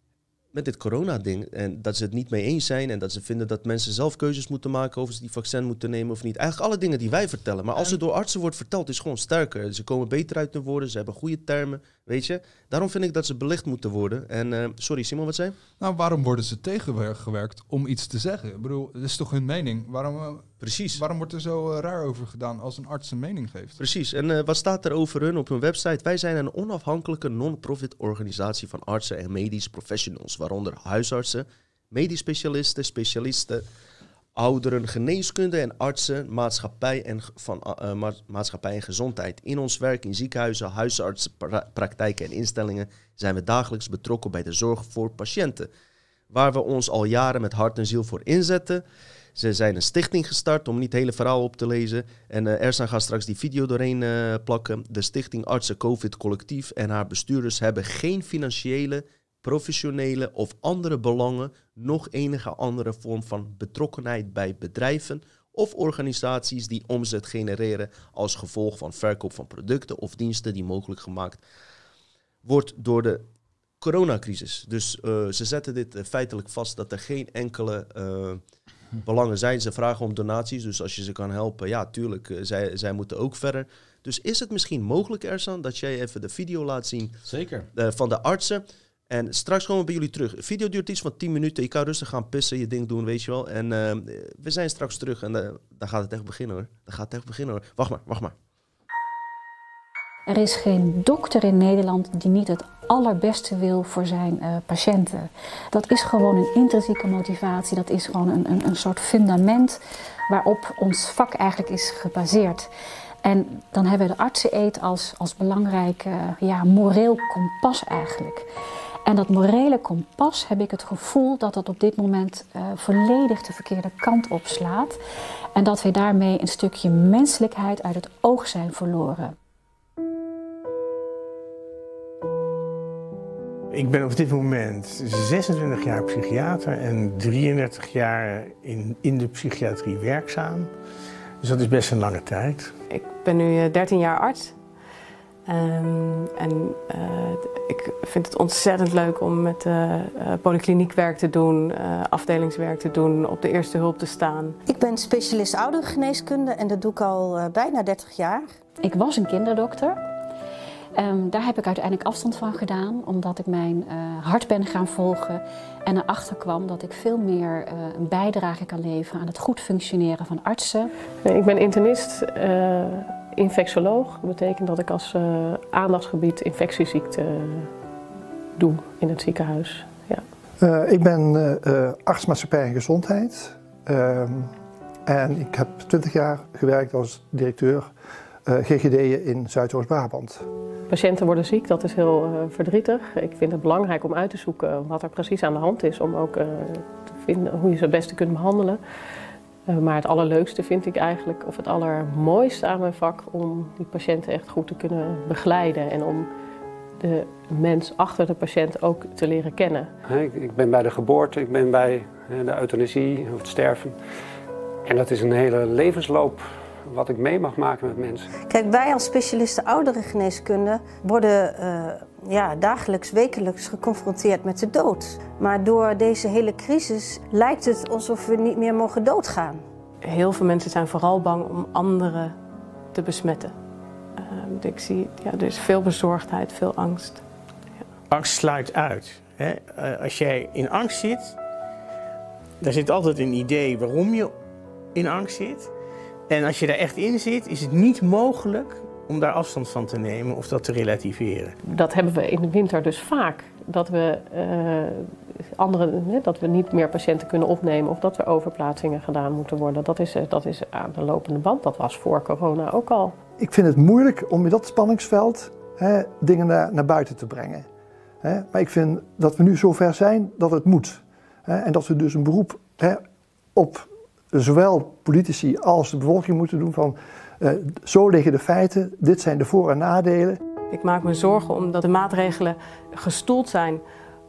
met dit corona-ding. En dat ze het niet mee eens zijn. En dat ze vinden dat mensen zelf keuzes moeten maken of ze die vaccin moeten nemen of niet. Eigenlijk alle dingen die wij vertellen. Maar als het door artsen wordt verteld, is het gewoon sterker. Ze komen beter uit hun woorden. Ze hebben goede termen. Weet je? Daarom vind ik dat ze belicht moeten worden. En uh, sorry, Simon, wat zei je? Nou, waarom worden ze tegengewerkt om iets te zeggen? Ik bedoel, dat is toch hun mening? Waarom, uh, Precies. Waarom wordt er zo uh, raar over gedaan als een arts een mening geeft? Precies. En uh, wat staat er over hun op hun website? Wij zijn een onafhankelijke non-profit organisatie van artsen en medisch professionals, waaronder huisartsen, medisch specialisten, specialisten, ouderen, geneeskunde en artsen, maatschappij en, van, uh, ma maatschappij en gezondheid. In ons werk in ziekenhuizen, huisartsen, pra praktijken en instellingen zijn we dagelijks betrokken bij de zorg voor patiënten, waar we ons al jaren met hart en ziel voor inzetten. Ze zijn een stichting gestart, om niet het hele verhaal op te lezen. En uh, Ersan gaat straks die video doorheen uh, plakken. De stichting Artsen COVID Collectief en haar bestuurders hebben geen financiële, professionele of andere belangen, nog enige andere vorm van betrokkenheid bij bedrijven of organisaties die omzet genereren als gevolg van verkoop van producten of diensten die mogelijk gemaakt wordt door de coronacrisis. Dus uh, ze zetten dit uh, feitelijk vast dat er geen enkele uh, belangen zijn. Ze vragen om donaties, dus als je ze kan helpen, ja, tuurlijk, uh, zij, zij moeten ook verder. Dus is het misschien mogelijk, Ersan, dat jij even de video laat zien? Zeker. Uh, van de artsen. En straks komen we bij jullie terug. De video duurt iets van tien minuten. Je kan rustig gaan pissen, je ding doen, weet je wel. En uh, we zijn straks terug en uh, dan gaat het echt beginnen, hoor. Dan gaat het echt beginnen, hoor. Wacht maar, wacht maar. Er is geen dokter in Nederland die niet het allerbeste wil voor zijn uh, patiënten. Dat is gewoon een intrinsieke motivatie. Dat is gewoon een, een, een soort fundament waarop ons vak eigenlijk is gebaseerd. En dan hebben we de artseneed als, als belangrijk uh, ja, moreel kompas eigenlijk. En dat morele kompas heb ik het gevoel dat dat op dit moment uh, volledig de verkeerde kant opslaat. En dat we daarmee een stukje menselijkheid uit het oog zijn verloren. Ik ben op dit moment zesentwintig jaar psychiater en drieëndertig jaar in, in de psychiatrie werkzaam. Dus dat is best een lange tijd. Ik ben nu dertien jaar arts. Um, en uh, ik vind het ontzettend leuk om met uh, uh, polykliniekwerk te doen, uh, afdelingswerk te doen, op de eerste hulp te staan. Ik ben specialist ouderengeneeskunde en dat doe ik al uh, bijna dertig jaar. Ik was een kinderdokter. Um, daar heb ik uiteindelijk afstand van gedaan, omdat ik mijn uh, hart ben gaan volgen en erachter kwam dat ik veel meer uh, een bijdrage kan leveren aan het goed functioneren van artsen. Ik ben internist, uh, infectioloog. Dat betekent dat ik als uh, aandachtsgebied infectieziekten uh, doe in het ziekenhuis. Ja. Uh, ik ben uh, uh, arts maatschappij en gezondheid uh, en ik heb twintig jaar gewerkt als directeur uh, G G D'en in Zuidoost-Brabant. Patiënten worden ziek, dat is heel uh, verdrietig. Ik vind het belangrijk om uit te zoeken wat er precies aan de hand is, om ook uh, te vinden hoe je ze het beste kunt behandelen. Uh, maar het allerleukste vind ik eigenlijk, of het allermooiste aan mijn vak, om die patiënten echt goed te kunnen begeleiden en om de mens achter de patiënt ook te leren kennen. Ik, ik ben bij de geboorte, ik ben bij de euthanasie of het sterven. En dat is een hele levensloop wat ik mee mag maken met mensen. Kijk, wij als specialisten ouderengeneeskunde worden uh, ja, dagelijks, wekelijks geconfronteerd met de dood. Maar door deze hele crisis lijkt het alsof we niet meer mogen doodgaan. Heel veel mensen zijn vooral bang om anderen te besmetten. Uh, ik zie, ja, er is veel bezorgdheid, veel angst. Ja. Angst sluit uit. Hè? Uh, als jij in angst zit, daar zit altijd een idee waarom je in angst zit. En als je daar echt in zit, is het niet mogelijk om daar afstand van te nemen of dat te relativeren. Dat hebben we in de winter dus vaak. Dat we, uh, andere, dat we niet meer patiënten kunnen opnemen of dat er overplaatsingen gedaan moeten worden. Dat is, dat is aan de lopende band. Dat was voor corona ook al. Ik vind het moeilijk om in dat spanningsveld hè, dingen naar, naar buiten te brengen. Hè. Maar ik vind dat we nu zover zijn dat het moet. Hè, en dat we dus een beroep hè, op zowel politici als de bevolking moeten doen van uh, zo liggen de feiten, dit zijn de voor- en nadelen. Ik maak me zorgen omdat de maatregelen gestoeld zijn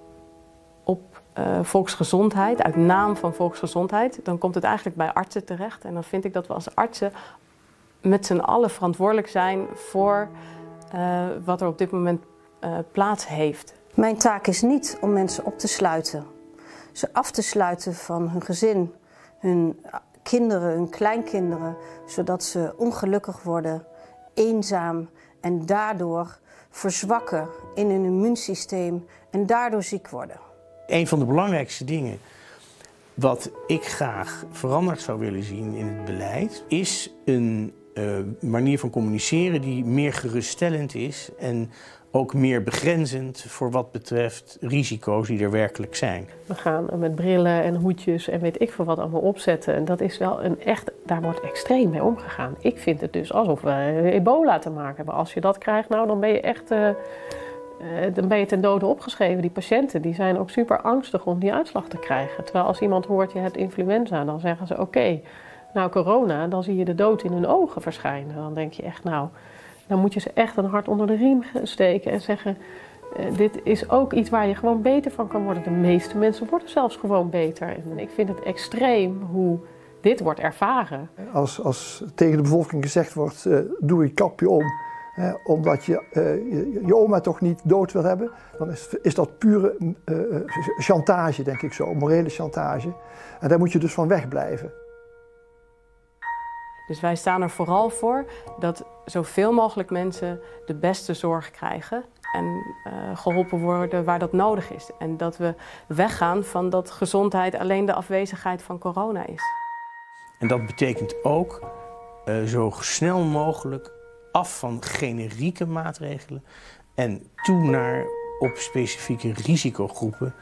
op uh, volksgezondheid, uit naam van volksgezondheid. Dan komt het eigenlijk bij artsen terecht en dan vind ik dat we als artsen met z'n allen verantwoordelijk zijn voor uh, wat er op dit moment uh, plaats heeft. Mijn taak is niet om mensen op te sluiten. Ze af te sluiten van hun gezin, hun kinderen, hun kleinkinderen, zodat ze ongelukkig worden, eenzaam en daardoor verzwakken in hun immuunsysteem en daardoor ziek worden. Een van de belangrijkste dingen wat ik graag veranderd zou willen zien in het beleid, is een uh, manier van communiceren die meer geruststellend is en ook meer begrenzend voor wat betreft risico's die er werkelijk zijn. We gaan met brillen en hoedjes en weet ik veel wat allemaal opzetten. En dat is wel een echt, daar wordt extreem mee omgegaan. Ik vind het dus alsof we ebola te maken hebben. Als je dat krijgt, nou dan ben je echt, uh, uh, dan ben je ten dode opgeschreven. Die patiënten die zijn ook super angstig om die uitslag te krijgen. Terwijl als iemand hoort je hebt influenza, dan zeggen ze oké, okay, nou corona, dan zie je de dood in hun ogen verschijnen. Dan denk je echt nou, dan moet je ze echt een hart onder de riem steken en zeggen, uh, dit is ook iets waar je gewoon beter van kan worden. De meeste mensen worden zelfs gewoon beter. En ik vind het extreem hoe dit wordt ervaren. Als, als tegen de bevolking gezegd wordt, uh, doe je kapje om, hè, omdat je, uh, je je oma toch niet dood wil hebben, dan is, is dat pure uh, chantage, denk ik zo, morele chantage. En daar moet je dus van wegblijven. Dus wij staan er vooral voor dat zoveel mogelijk mensen de beste zorg krijgen en uh, geholpen worden waar dat nodig is. En dat we weggaan van dat gezondheid alleen de afwezigheid van corona is. En dat betekent ook uh, zo snel mogelijk af van generieke maatregelen en toe naar op specifieke risicogroepen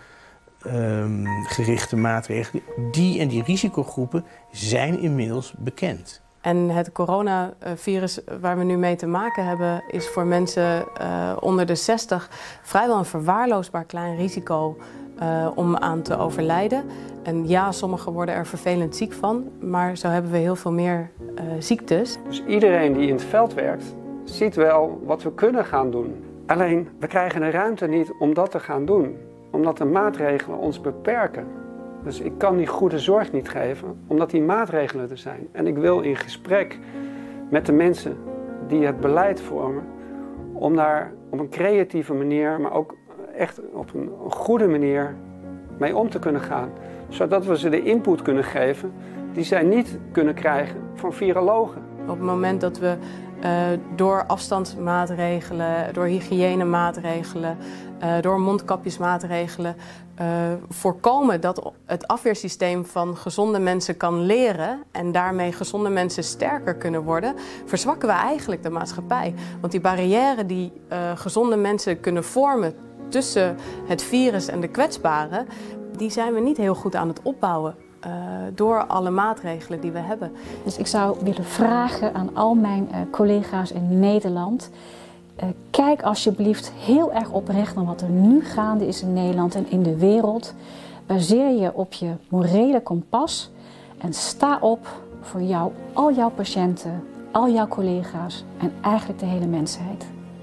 um, gerichte maatregelen. Die en die risicogroepen zijn inmiddels bekend. En het coronavirus waar we nu mee te maken hebben is voor mensen uh, onder de zestig vrijwel een verwaarloosbaar klein risico uh, om aan te overlijden. En ja, sommigen worden er vervelend ziek van, maar zo hebben we heel veel meer uh, ziektes. Dus iedereen die in het veld werkt, ziet wel wat we kunnen gaan doen. Alleen, we krijgen de ruimte niet om dat te gaan doen, omdat de maatregelen ons beperken. Dus ik kan die goede zorg niet geven, omdat die maatregelen er zijn. En ik wil in gesprek met de mensen die het beleid vormen, om daar op een creatieve manier, maar ook echt op een goede manier mee om te kunnen gaan. Zodat we ze de input kunnen geven die zij niet kunnen krijgen van virologen. Op het moment dat we uh, door afstandsmaatregelen, door hygiënemaatregelen, uh, door mondkapjesmaatregelen uh, voorkomen dat het afweersysteem van gezonde mensen kan leren en daarmee gezonde mensen sterker kunnen worden, verzwakken we eigenlijk de maatschappij. Want die barrière die uh, gezonde mensen kunnen vormen tussen het virus en de kwetsbaren, die zijn we niet heel goed aan het opbouwen. Uh, door alle maatregelen die we hebben. Dus ik zou willen vragen aan al mijn uh, collega's in Nederland, uh, kijk alsjeblieft heel erg oprecht naar wat er nu gaande is in Nederland en in de wereld. Baseer je op je morele kompas en sta op voor jou, al jouw patiënten, al jouw collega's en eigenlijk de hele mensheid.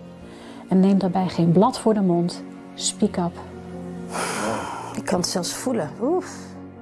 En neem daarbij geen blad voor de mond. Speak up. Ik kan het zelfs voelen. Oef.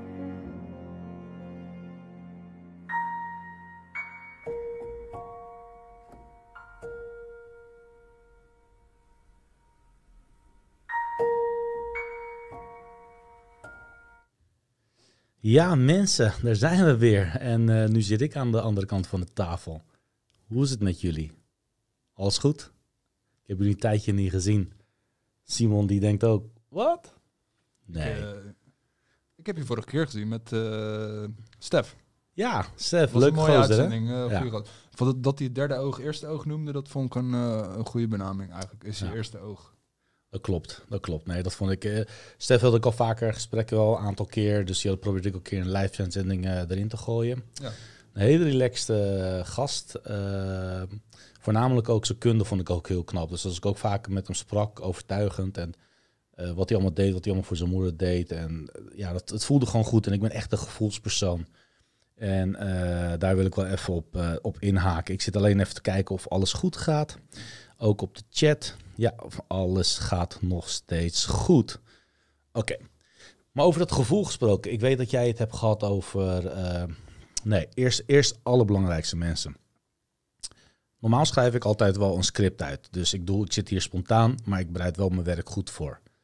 Ja, mensen, daar zijn we weer. En uh, nu zit ik aan de andere kant van de tafel. Hoe is het met jullie? Alles goed? Ik heb jullie een tijdje niet gezien. Simon die denkt ook, wat? Nee. Uh, ik heb je vorige keer gezien met uh, Stef. Ja, Stef, was leuk een mooie gozer, uitzending. Uh, ja. Vond dat hij het derde oog, eerste oog noemde, dat vond ik een, uh, een goede benaming eigenlijk. Is je ja. eerste oog. Dat klopt, dat klopt. Nee, dat vond ik... Uh, Stef wilde ik al vaker gesprekken, wel een aantal keer. Dus die probeerde ik ook een keer een live zending uh, erin te gooien. Ja. Een hele relaxte uh, gast. Uh, voornamelijk ook zijn kunde vond ik ook heel knap. Dus als ik ook vaker met hem sprak, overtuigend. En uh, wat hij allemaal deed, wat hij allemaal voor zijn moeder deed. En uh, ja, dat, het voelde gewoon goed. En ik ben echt een gevoelspersoon. En uh, daar wil ik wel even op, uh, op inhaken. Ik zit alleen even te kijken of alles goed gaat. Ook op de chat. Ja, alles gaat nog steeds goed. Oké. Okay. Maar over dat gevoel gesproken. Ik weet dat jij het hebt gehad over... Uh, nee, eerst, eerst alle belangrijkste mensen. Normaal schrijf ik altijd wel een script uit. Dus ik, doe, ik zit hier spontaan, maar ik bereid wel mijn werk goed voor.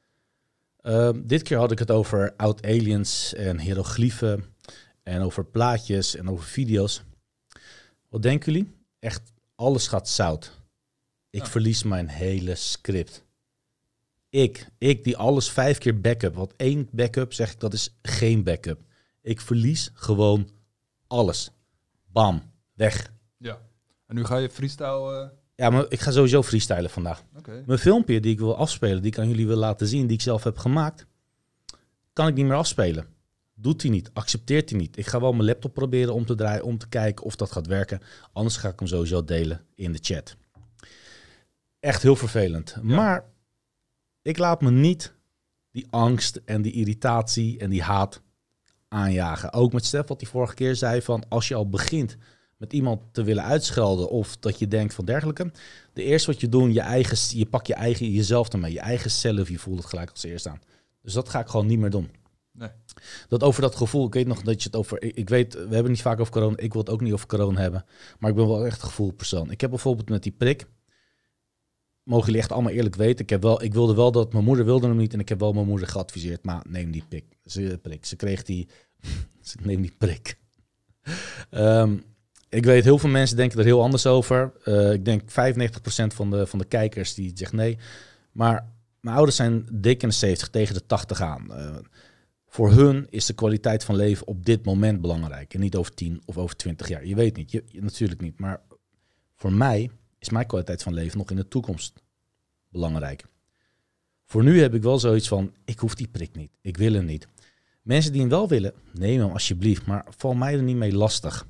Uh, dit keer had ik het over oud-aliens en hieroglyphen en over plaatjes en over video's. Wat denken jullie? Echt, alles gaat zout. Ik ja. verlies mijn hele script. Ik, ik die alles vijf keer backup. Want één backup, zeg ik, dat is geen backup. Ik verlies gewoon alles. Bam, weg. Ja. En nu ga je freestyle... Uh... Ja, maar ik ga sowieso freestylen vandaag. Okay. Mijn filmpje die ik wil afspelen, die ik aan jullie wil laten zien, die ik zelf heb gemaakt, kan ik niet meer afspelen. Doet hij niet, accepteert hij niet. Ik ga wel mijn laptop proberen om te draaien, om te kijken of dat gaat werken. Anders ga ik hem sowieso delen in de chat. Echt heel vervelend. Ja. Maar ik laat me niet die angst en die irritatie en die haat aanjagen. Ook met Stef, wat hij vorige keer zei, van als je al begint met iemand te willen uitschelden of dat je denkt van dergelijke, de eerste wat je doet, je eigen, je pakt je eigen jezelf ermee, je eigen zelf, je voelt het gelijk als eerst aan. Dus dat ga ik gewoon niet meer doen. Nee. Dat over dat gevoel, ik weet nog dat je het over, ik, ik weet, we hebben het niet vaak over corona, ik wil het ook niet over corona hebben, maar ik ben wel echt een gevoelpersoon. Ik heb bijvoorbeeld met die prik, mogen jullie echt allemaal eerlijk weten, ik, heb wel, ik wilde wel dat, mijn moeder wilde hem niet en ik heb wel mijn moeder geadviseerd, maar neem die prik. Ze, prik. Ze kreeg die, neem die prik. Um, ik weet, heel veel mensen denken er heel anders over. Uh, ik denk vijfennegentig procent van de, van de kijkers die zegt nee. Maar mijn ouders zijn dik in de zeventig, tegen de tachtig aan. Uh, voor hun is de kwaliteit van leven op dit moment belangrijk. En niet over tien of over twintig jaar. Je weet niet, je, je, natuurlijk niet. Maar voor mij is mijn kwaliteit van leven nog in de toekomst belangrijk. Voor nu heb ik wel zoiets van, ik hoef die prik niet. Ik wil hem niet. Mensen die hem wel willen, neem hem alsjeblieft. Maar val mij er niet mee lastig.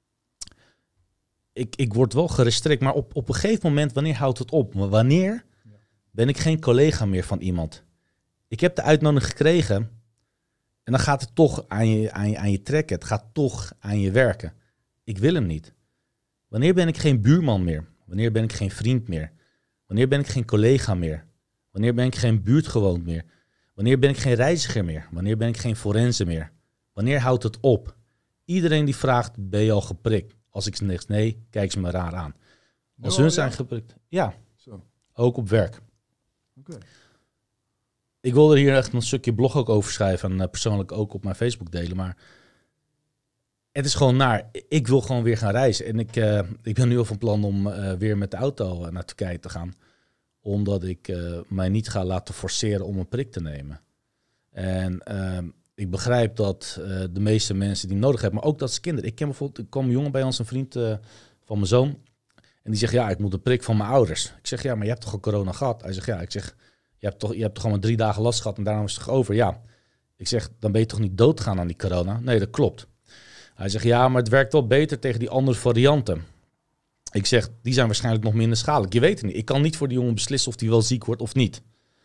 Ik, ik word wel gerestrikt, maar op, op een gegeven moment, wanneer houdt het op? Maar wanneer ben ik geen collega meer van iemand? Ik heb de uitnodiging gekregen en dan gaat het toch aan je, aan je, aan je trekken. Het gaat toch aan je werken. Ik wil hem niet. Wanneer ben ik geen buurman meer? Wanneer ben ik geen vriend meer? Wanneer ben ik geen collega meer? Wanneer ben ik geen buurtgewoon meer? Wanneer ben ik geen reiziger meer? Wanneer ben ik geen forense meer? Wanneer houdt het op? Iedereen die vraagt, ben je al geprikt? Als ik zeg nee, kijk ze me raar aan. Als oh, hun zijn ja. geprikt, ja. Zo. Ook op werk. Okay. Ik wil er hier echt een stukje blog ook over schrijven en uh, persoonlijk ook op mijn Facebook delen, maar het is gewoon naar. Ik wil gewoon weer gaan reizen en ik, uh, ik ben nu al van plan om uh, weer met de auto uh, naar Turkije te gaan, omdat ik uh, mij niet ga laten forceren om een prik te nemen. En uh, ik begrijp dat uh, de meeste mensen die nodig hebben, maar ook dat ze kinderen. Ik ken bijvoorbeeld, er kwam een jongen bij ons, een vriend uh, van mijn zoon. En die zegt, ja, ik moet een prik van mijn ouders. Ik zeg, ja, maar je hebt toch al corona gehad? Hij zegt, ja, ik zeg, je hebt toch, je hebt toch gewoon maar drie dagen last gehad en daarom is het toch over? Ja. Ik zeg, dan ben je toch niet dood gegaan aan die corona? Nee, dat klopt. Hij zegt, ja, maar het werkt wel beter tegen die andere varianten. Ik zeg, die zijn waarschijnlijk nog minder schadelijk. Je weet het niet. Ik kan niet voor die jongen beslissen of die wel ziek wordt of niet.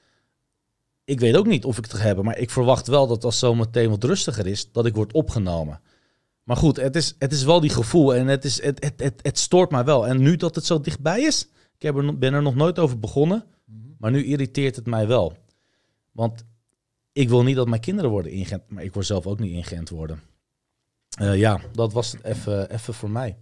Ik weet ook niet of ik het ga hebben, maar ik verwacht wel dat als zometeen wat rustiger is, dat ik word opgenomen. Maar goed, het is, het is wel die gevoel en het, is, het, het, het, het stoort mij wel. En nu dat het zo dichtbij is, ik heb er, ben er nog nooit over begonnen, maar nu irriteert het mij wel. Want ik wil niet dat mijn kinderen worden ingeënt, maar ik wil zelf ook niet ingeënt worden. Uh, ja, dat was het even, even voor mij.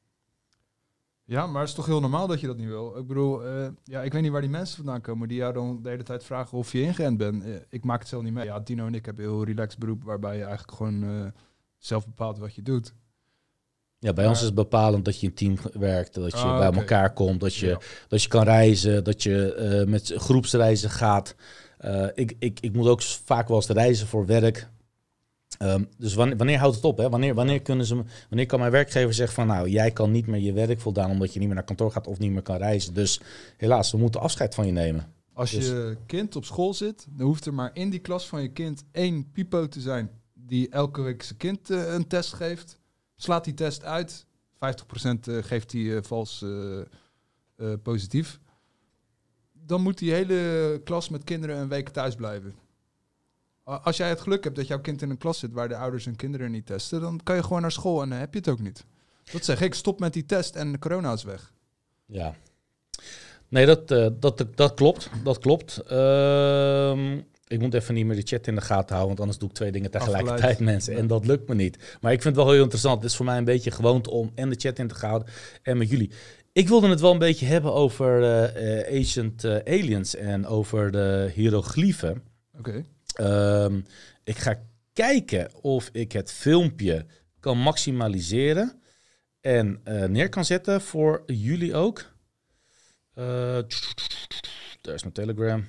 Ja, maar het is toch heel normaal dat je dat niet wil. Ik bedoel, uh, ja, ik weet niet waar die mensen vandaan komen die jou dan de hele tijd vragen of je ingeënt bent. Uh, ik maak het zelf niet mee. Ja, Dino en ik hebben een heel relaxed beroep waarbij je eigenlijk gewoon uh, zelf bepaalt wat je doet. Ja, bij maar... ons is het bepalend dat je in team werkt, dat je ah, bij okay. elkaar komt, dat je, ja. dat je kan reizen, dat je uh, met groepsreizen gaat. Uh, ik, ik, ik moet ook vaak wel eens reizen voor werk. Um, dus wanneer, wanneer houdt het op? Hè? Wanneer, wanneer, kunnen ze, wanneer kan mijn werkgever zeggen van nou, jij kan niet meer je werk voldaan omdat je niet meer naar kantoor gaat of niet meer kan reizen. Dus helaas, we moeten afscheid van je nemen. Als dus... je kind op school zit, dan hoeft er maar in die klas van je kind één pipo te zijn die elke week zijn kind uh, een test geeft. Slaat die test uit, vijftig procent uh, geeft hij uh, vals uh, uh, positief. Dan moet die hele klas met kinderen een week thuis blijven. Als jij het geluk hebt dat jouw kind in een klas zit waar de ouders hun kinderen niet testen, dan kan je gewoon naar school en dan heb je het ook niet. Dat zeg ik, stop met die test en de corona is weg. Ja. Nee, dat, uh, dat, dat klopt. Dat klopt. Uh, ik moet even niet meer de chat in de gaten houden, want anders doe ik twee dingen tegelijkertijd, Afgeleid. mensen. Ja. En dat lukt me niet. Maar ik vind het wel heel interessant. Het is voor mij een beetje gewoonte om en de chat in te houden en met jullie. Ik wilde het wel een beetje hebben over uh, uh, Ancient uh, Aliens en over de hieroglyphen. Oké. Okay. Um, ik ga kijken of ik het filmpje kan maximaliseren en uh, neer kan zetten voor jullie ook. Uh, daar is mijn Telegram.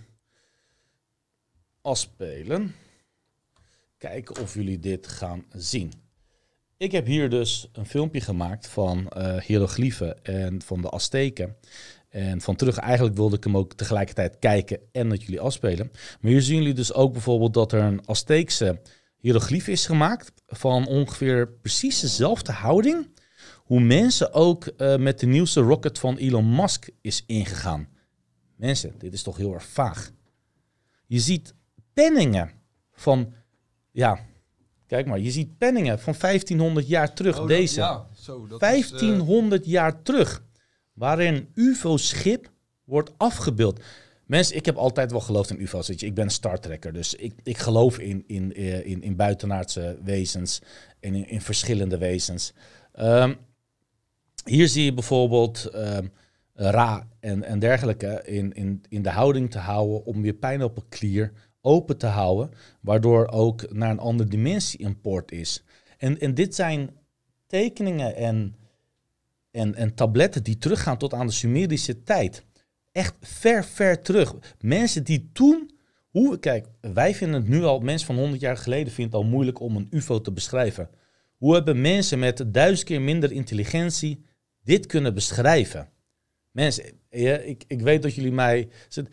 Afspelen. Kijken of jullie dit gaan zien. Ik heb hier dus een filmpje gemaakt van uh, hiërogliefen en van de Azteken. En van terug, eigenlijk wilde ik hem ook tegelijkertijd kijken en met jullie afspelen. Maar hier zien jullie dus ook bijvoorbeeld dat er een Azteekse hiëroglief is gemaakt van ongeveer precies dezelfde houding. Hoe mensen ook uh, met de nieuwste rocket van Elon Musk is ingegaan. Mensen, dit is toch heel erg vaag. Je ziet penningen van, ja, kijk maar, je ziet penningen van vijftienhonderd jaar terug. Oh, dat, deze, ja, zo, dat vijftienhonderd is, uh... jaar terug, waarin een U F O-schip wordt afgebeeld. Mensen, ik heb altijd wel geloofd in U F O's. Weet je. Ik ben een Star Trekker, dus ik, ik geloof in, in, in, in buitenaardse wezens en in, in verschillende wezens. Um, hier zie je bijvoorbeeld um, Ra en, en dergelijke in, in, in de houding te houden om weer pijnappelklier open te houden, waardoor ook naar een andere dimensie een poort is. En, en dit zijn tekeningen en, en, en tabletten die teruggaan tot aan de Sumerische tijd. Echt ver, ver terug. Mensen die toen, hoe, kijk, wij vinden het nu al, mensen van honderd jaar geleden vinden het al moeilijk om een U F O te beschrijven. Hoe hebben mensen met duizend keer minder intelligentie dit kunnen beschrijven? Mensen, ja, ik, ik weet dat jullie mij...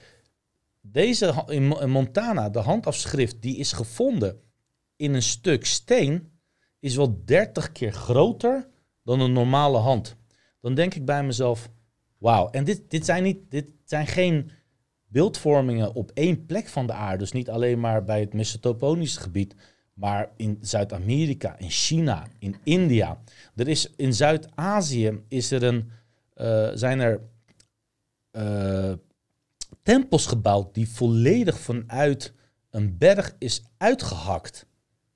Deze in Montana, de handafschrift, die is gevonden in een stuk steen, is wel dertig keer groter dan een normale hand. Dan denk ik bij mezelf, wauw. En dit, dit, zijn niet, dit zijn geen beeldvormingen op één plek van de aarde. Dus niet alleen maar bij het Mesopotamische gebied, maar in Zuid-Amerika, in China, in India. Er is in Zuid-Azië is er een, uh, zijn er uh, tempels gebouwd die volledig vanuit een berg is uitgehakt.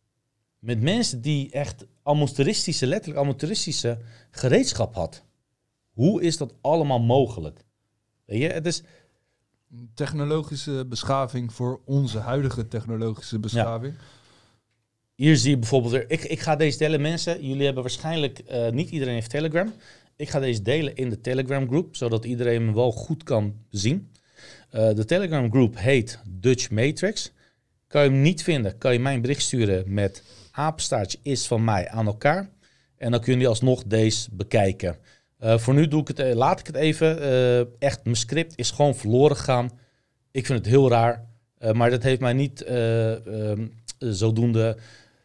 Met mensen die echt amateuristische, letterlijk amateuristische gereedschap had. Hoe is dat allemaal mogelijk? Weet je, het is... Technologische beschaving voor onze huidige technologische beschaving. Ja. Hier zie je bijvoorbeeld weer... Ik, ik ga deze delen, mensen. Jullie hebben waarschijnlijk... Uh, niet iedereen heeft Telegram. Ik ga deze delen in de Telegram groep, zodat iedereen me wel goed kan zien. Uh, de Telegram groep heet Dutch Matrix. Kan je hem niet vinden, kan je mijn bericht sturen met apenstaartje is van mij aan elkaar. En dan kun je alsnog deze bekijken. Uh, voor nu doe ik het, laat ik het even. Uh, echt, mijn script is gewoon verloren gegaan. Ik vind het heel raar. Uh, maar dat heeft mij niet uh, um, zodoende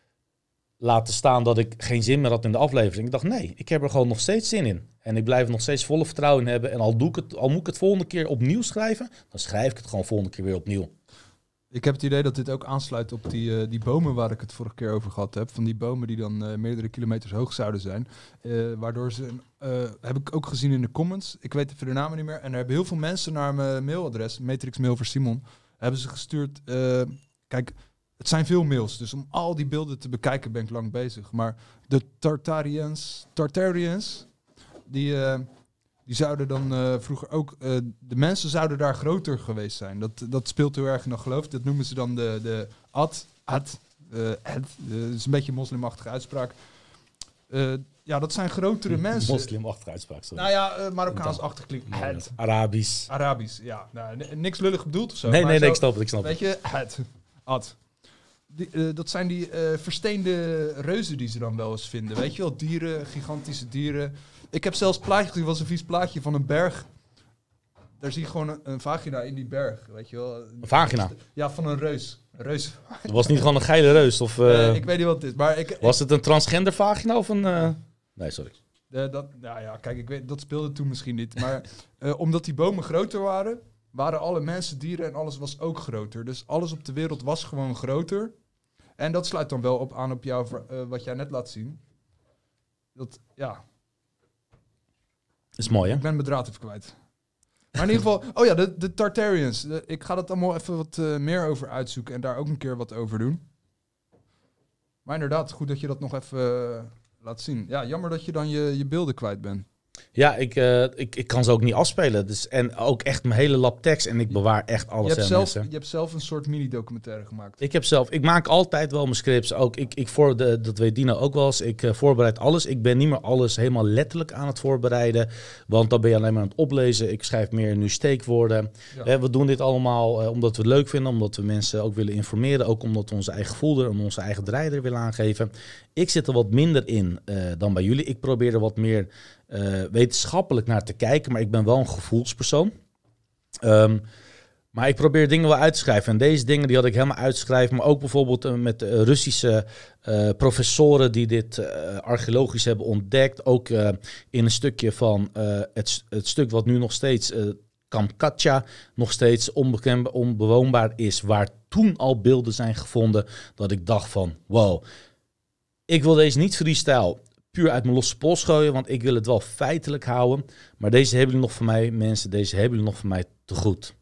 laten staan dat ik geen zin meer had in de aflevering. Ik dacht, nee, ik heb er gewoon nog steeds zin in. En ik blijf er nog steeds volle vertrouwen in hebben. En al, doe ik het, al moet ik het volgende keer opnieuw schrijven, dan schrijf ik het gewoon volgende keer weer opnieuw. Ik heb het idee dat dit ook aansluit op die, uh, die bomen waar ik het vorige keer over gehad heb. Van die bomen die dan uh, meerdere kilometers hoog zouden zijn. Uh, waardoor ze, uh, heb ik ook gezien in de comments, ik weet even de namen niet meer. En er hebben heel veel mensen naar mijn mailadres, matrixmail voor Simon, hebben ze gestuurd. Uh, kijk, het zijn veel mails, dus om al die beelden te bekijken ben ik lang bezig. Maar de Tartarians, Tartarians die... Uh, Die zouden dan uh, vroeger ook... Uh, de mensen zouden daar groter geweest zijn. Dat, dat speelt heel erg in de geloof. Dat noemen ze dan de, de ad. Ad. Uh, ad uh, dat is een beetje een moslimachtige uitspraak. Uh, ja, dat zijn grotere mensen. Moslimachtige uitspraak, sorry. Nou ja, uh, Marokkaans-achtig klinkt. Nee, Arabisch. Arabisch, ja. Nou, n- niks lullig bedoeld of zo. Nee, maar nee, zo, nee, ik snap het, ik snap weet het. je, ad. Ad. Die, uh, dat zijn die uh, versteende reuzen die ze dan wel eens vinden. Weet je wel, dieren, gigantische dieren. Ik heb zelfs plaatjes gezien, was een vies plaatje van een berg. Daar zie je gewoon een, een vagina in die berg, weet je wel. Een vagina? Ja, van een reus. Een reus. Het was niet gewoon een geile reus? Of, uh, uh, ik weet niet wat het is, maar ik... Was ik, het een transgender vagina of een... Uh... Nee, sorry. Uh, dat, nou ja, kijk, ik weet, dat speelde toen misschien niet. Maar uh, omdat die bomen groter waren, waren alle mensen, dieren en alles was ook groter. Dus alles op de wereld was gewoon groter. En dat sluit dan wel op aan op jou, uh, wat jij net laat zien. Dat, ja... Is mooi, hè? Ik ben mijn draad even kwijt. Maar in ieder geval... Oh ja, de, de Tartarians. De, ik ga dat allemaal even wat uh, meer over uitzoeken en daar ook een keer wat over doen. Maar inderdaad, goed dat je dat nog even uh, laat zien. Ja, jammer dat je dan je, je beelden kwijt bent. Ja, ik, uh, ik, ik kan ze ook niet afspelen. Dus, en ook echt mijn hele lab tekst. En ik bewaar echt alles. Je hebt, hè, zelf, mensen. je hebt zelf een soort mini-documentaire gemaakt. Ik heb zelf, ik maak altijd wel mijn scripts. Ook ik, ik voor de, dat weet Dino ook wel eens. Ik uh, voorbereid alles. Ik ben niet meer alles helemaal letterlijk aan het voorbereiden. Want dan ben je alleen maar aan het oplezen. Ik schrijf meer nu steekwoorden. Ja. Eh, we doen dit allemaal uh, omdat we het leuk vinden. Omdat we mensen ook willen informeren. Ook omdat we onze eigen voelder en onze eigen draaier willen aangeven. Ik zit er wat minder in uh, dan bij jullie. Ik probeer er wat meer uh, wetenschappelijk naar te kijken. Maar ik ben wel een gevoelspersoon. Um, maar ik probeer dingen wel uit te schrijven. En deze dingen die had ik helemaal uitgeschreven. Maar ook bijvoorbeeld uh, met uh, Russische uh, professoren die dit uh, archeologisch hebben ontdekt. Ook uh, in een stukje van uh, het, het stuk wat nu nog steeds uh, Kamchatka nog steeds onbekend, onbewoonbaar is. Waar toen al beelden zijn gevonden. Dat ik dacht van wow. Ik wil deze niet freestyle puur uit mijn losse pols gooien, want ik wil het wel feitelijk houden. Maar deze hebben jullie nog van mij, mensen, deze hebben jullie nog van mij te goed.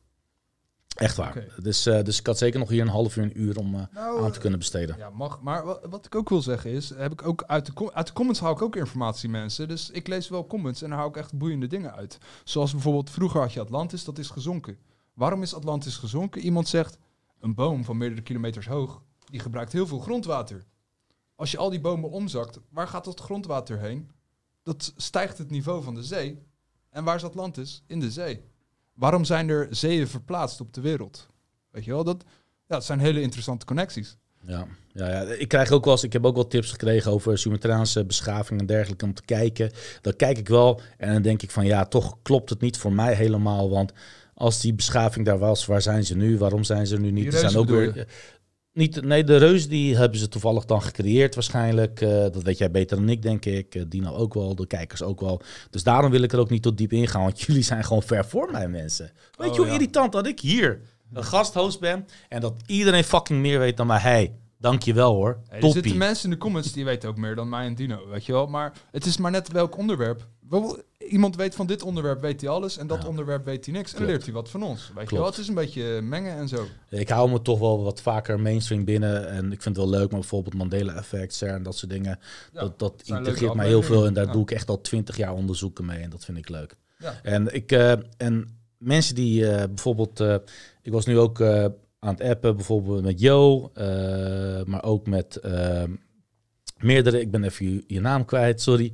Echt waar. Okay. Dus, uh, dus ik had zeker nog hier een half uur, een uur om uh, nou, aan te kunnen besteden. Ja, mag. Maar wat, wat ik ook wil zeggen is, heb ik ook uit de, com- uit de comments haal ik ook informatie, mensen. Dus ik lees wel comments en daar haal ik echt boeiende dingen uit. Zoals bijvoorbeeld, vroeger had je Atlantis, dat is gezonken. Waarom is Atlantis gezonken? Iemand zegt, een boom van meerdere kilometers hoog, die gebruikt heel veel grondwater. Als je al die bomen omzakt, waar gaat dat grondwater heen? Dat stijgt het niveau van de zee. En waar is Atlantis? In de zee. Waarom zijn er zeeën verplaatst op de wereld? Weet je wel, dat, ja, dat zijn hele interessante connecties. Ja, ja, ja, ik krijg ook wel eens, ik heb ook wel tips gekregen over Sumatraanse beschaving en dergelijke om te kijken. Dan kijk ik wel en dan denk ik van ja, toch klopt het niet voor mij helemaal. Want als die beschaving daar was, waar zijn ze nu? Waarom zijn ze er nu niet? Die Er zijn ook weer... Niet, nee, de reuzen die hebben ze toevallig dan gecreëerd waarschijnlijk. Uh, dat weet jij beter dan ik, denk ik. Uh, Dino ook wel, de kijkers ook wel. Dus daarom wil ik er ook niet tot diep ingaan. Want jullie zijn gewoon ver voor mij, mensen. Weet oh, je hoe ja. irritant dat ik hier een gasthost ben... en dat iedereen fucking meer weet dan mij. Hey, dank je wel hoor. Hey, er zitten mensen in de comments die weten ook meer dan mij en Dino, weet je wel. Maar het is maar net welk onderwerp. Iemand weet van dit onderwerp, weet hij alles. En dat ja. onderwerp weet hij niks. En dan leert hij wat van ons. Weet Klopt. je wel, het is een beetje mengen en zo. Ik hou me toch wel wat vaker mainstream binnen. En ik vind het wel leuk, maar bijvoorbeeld Mandela-effect en dat soort dingen. Ja, dat dat integreert mij heel veel. En daar ja. doe ik echt al twintig jaar onderzoeken mee. En dat vind ik leuk. Ja. En, ik, uh, en mensen die uh, bijvoorbeeld... Uh, ik was nu ook uh, aan het appen, bijvoorbeeld met Jo. Uh, maar ook met uh, meerdere... Ik ben even je, je naam kwijt, sorry.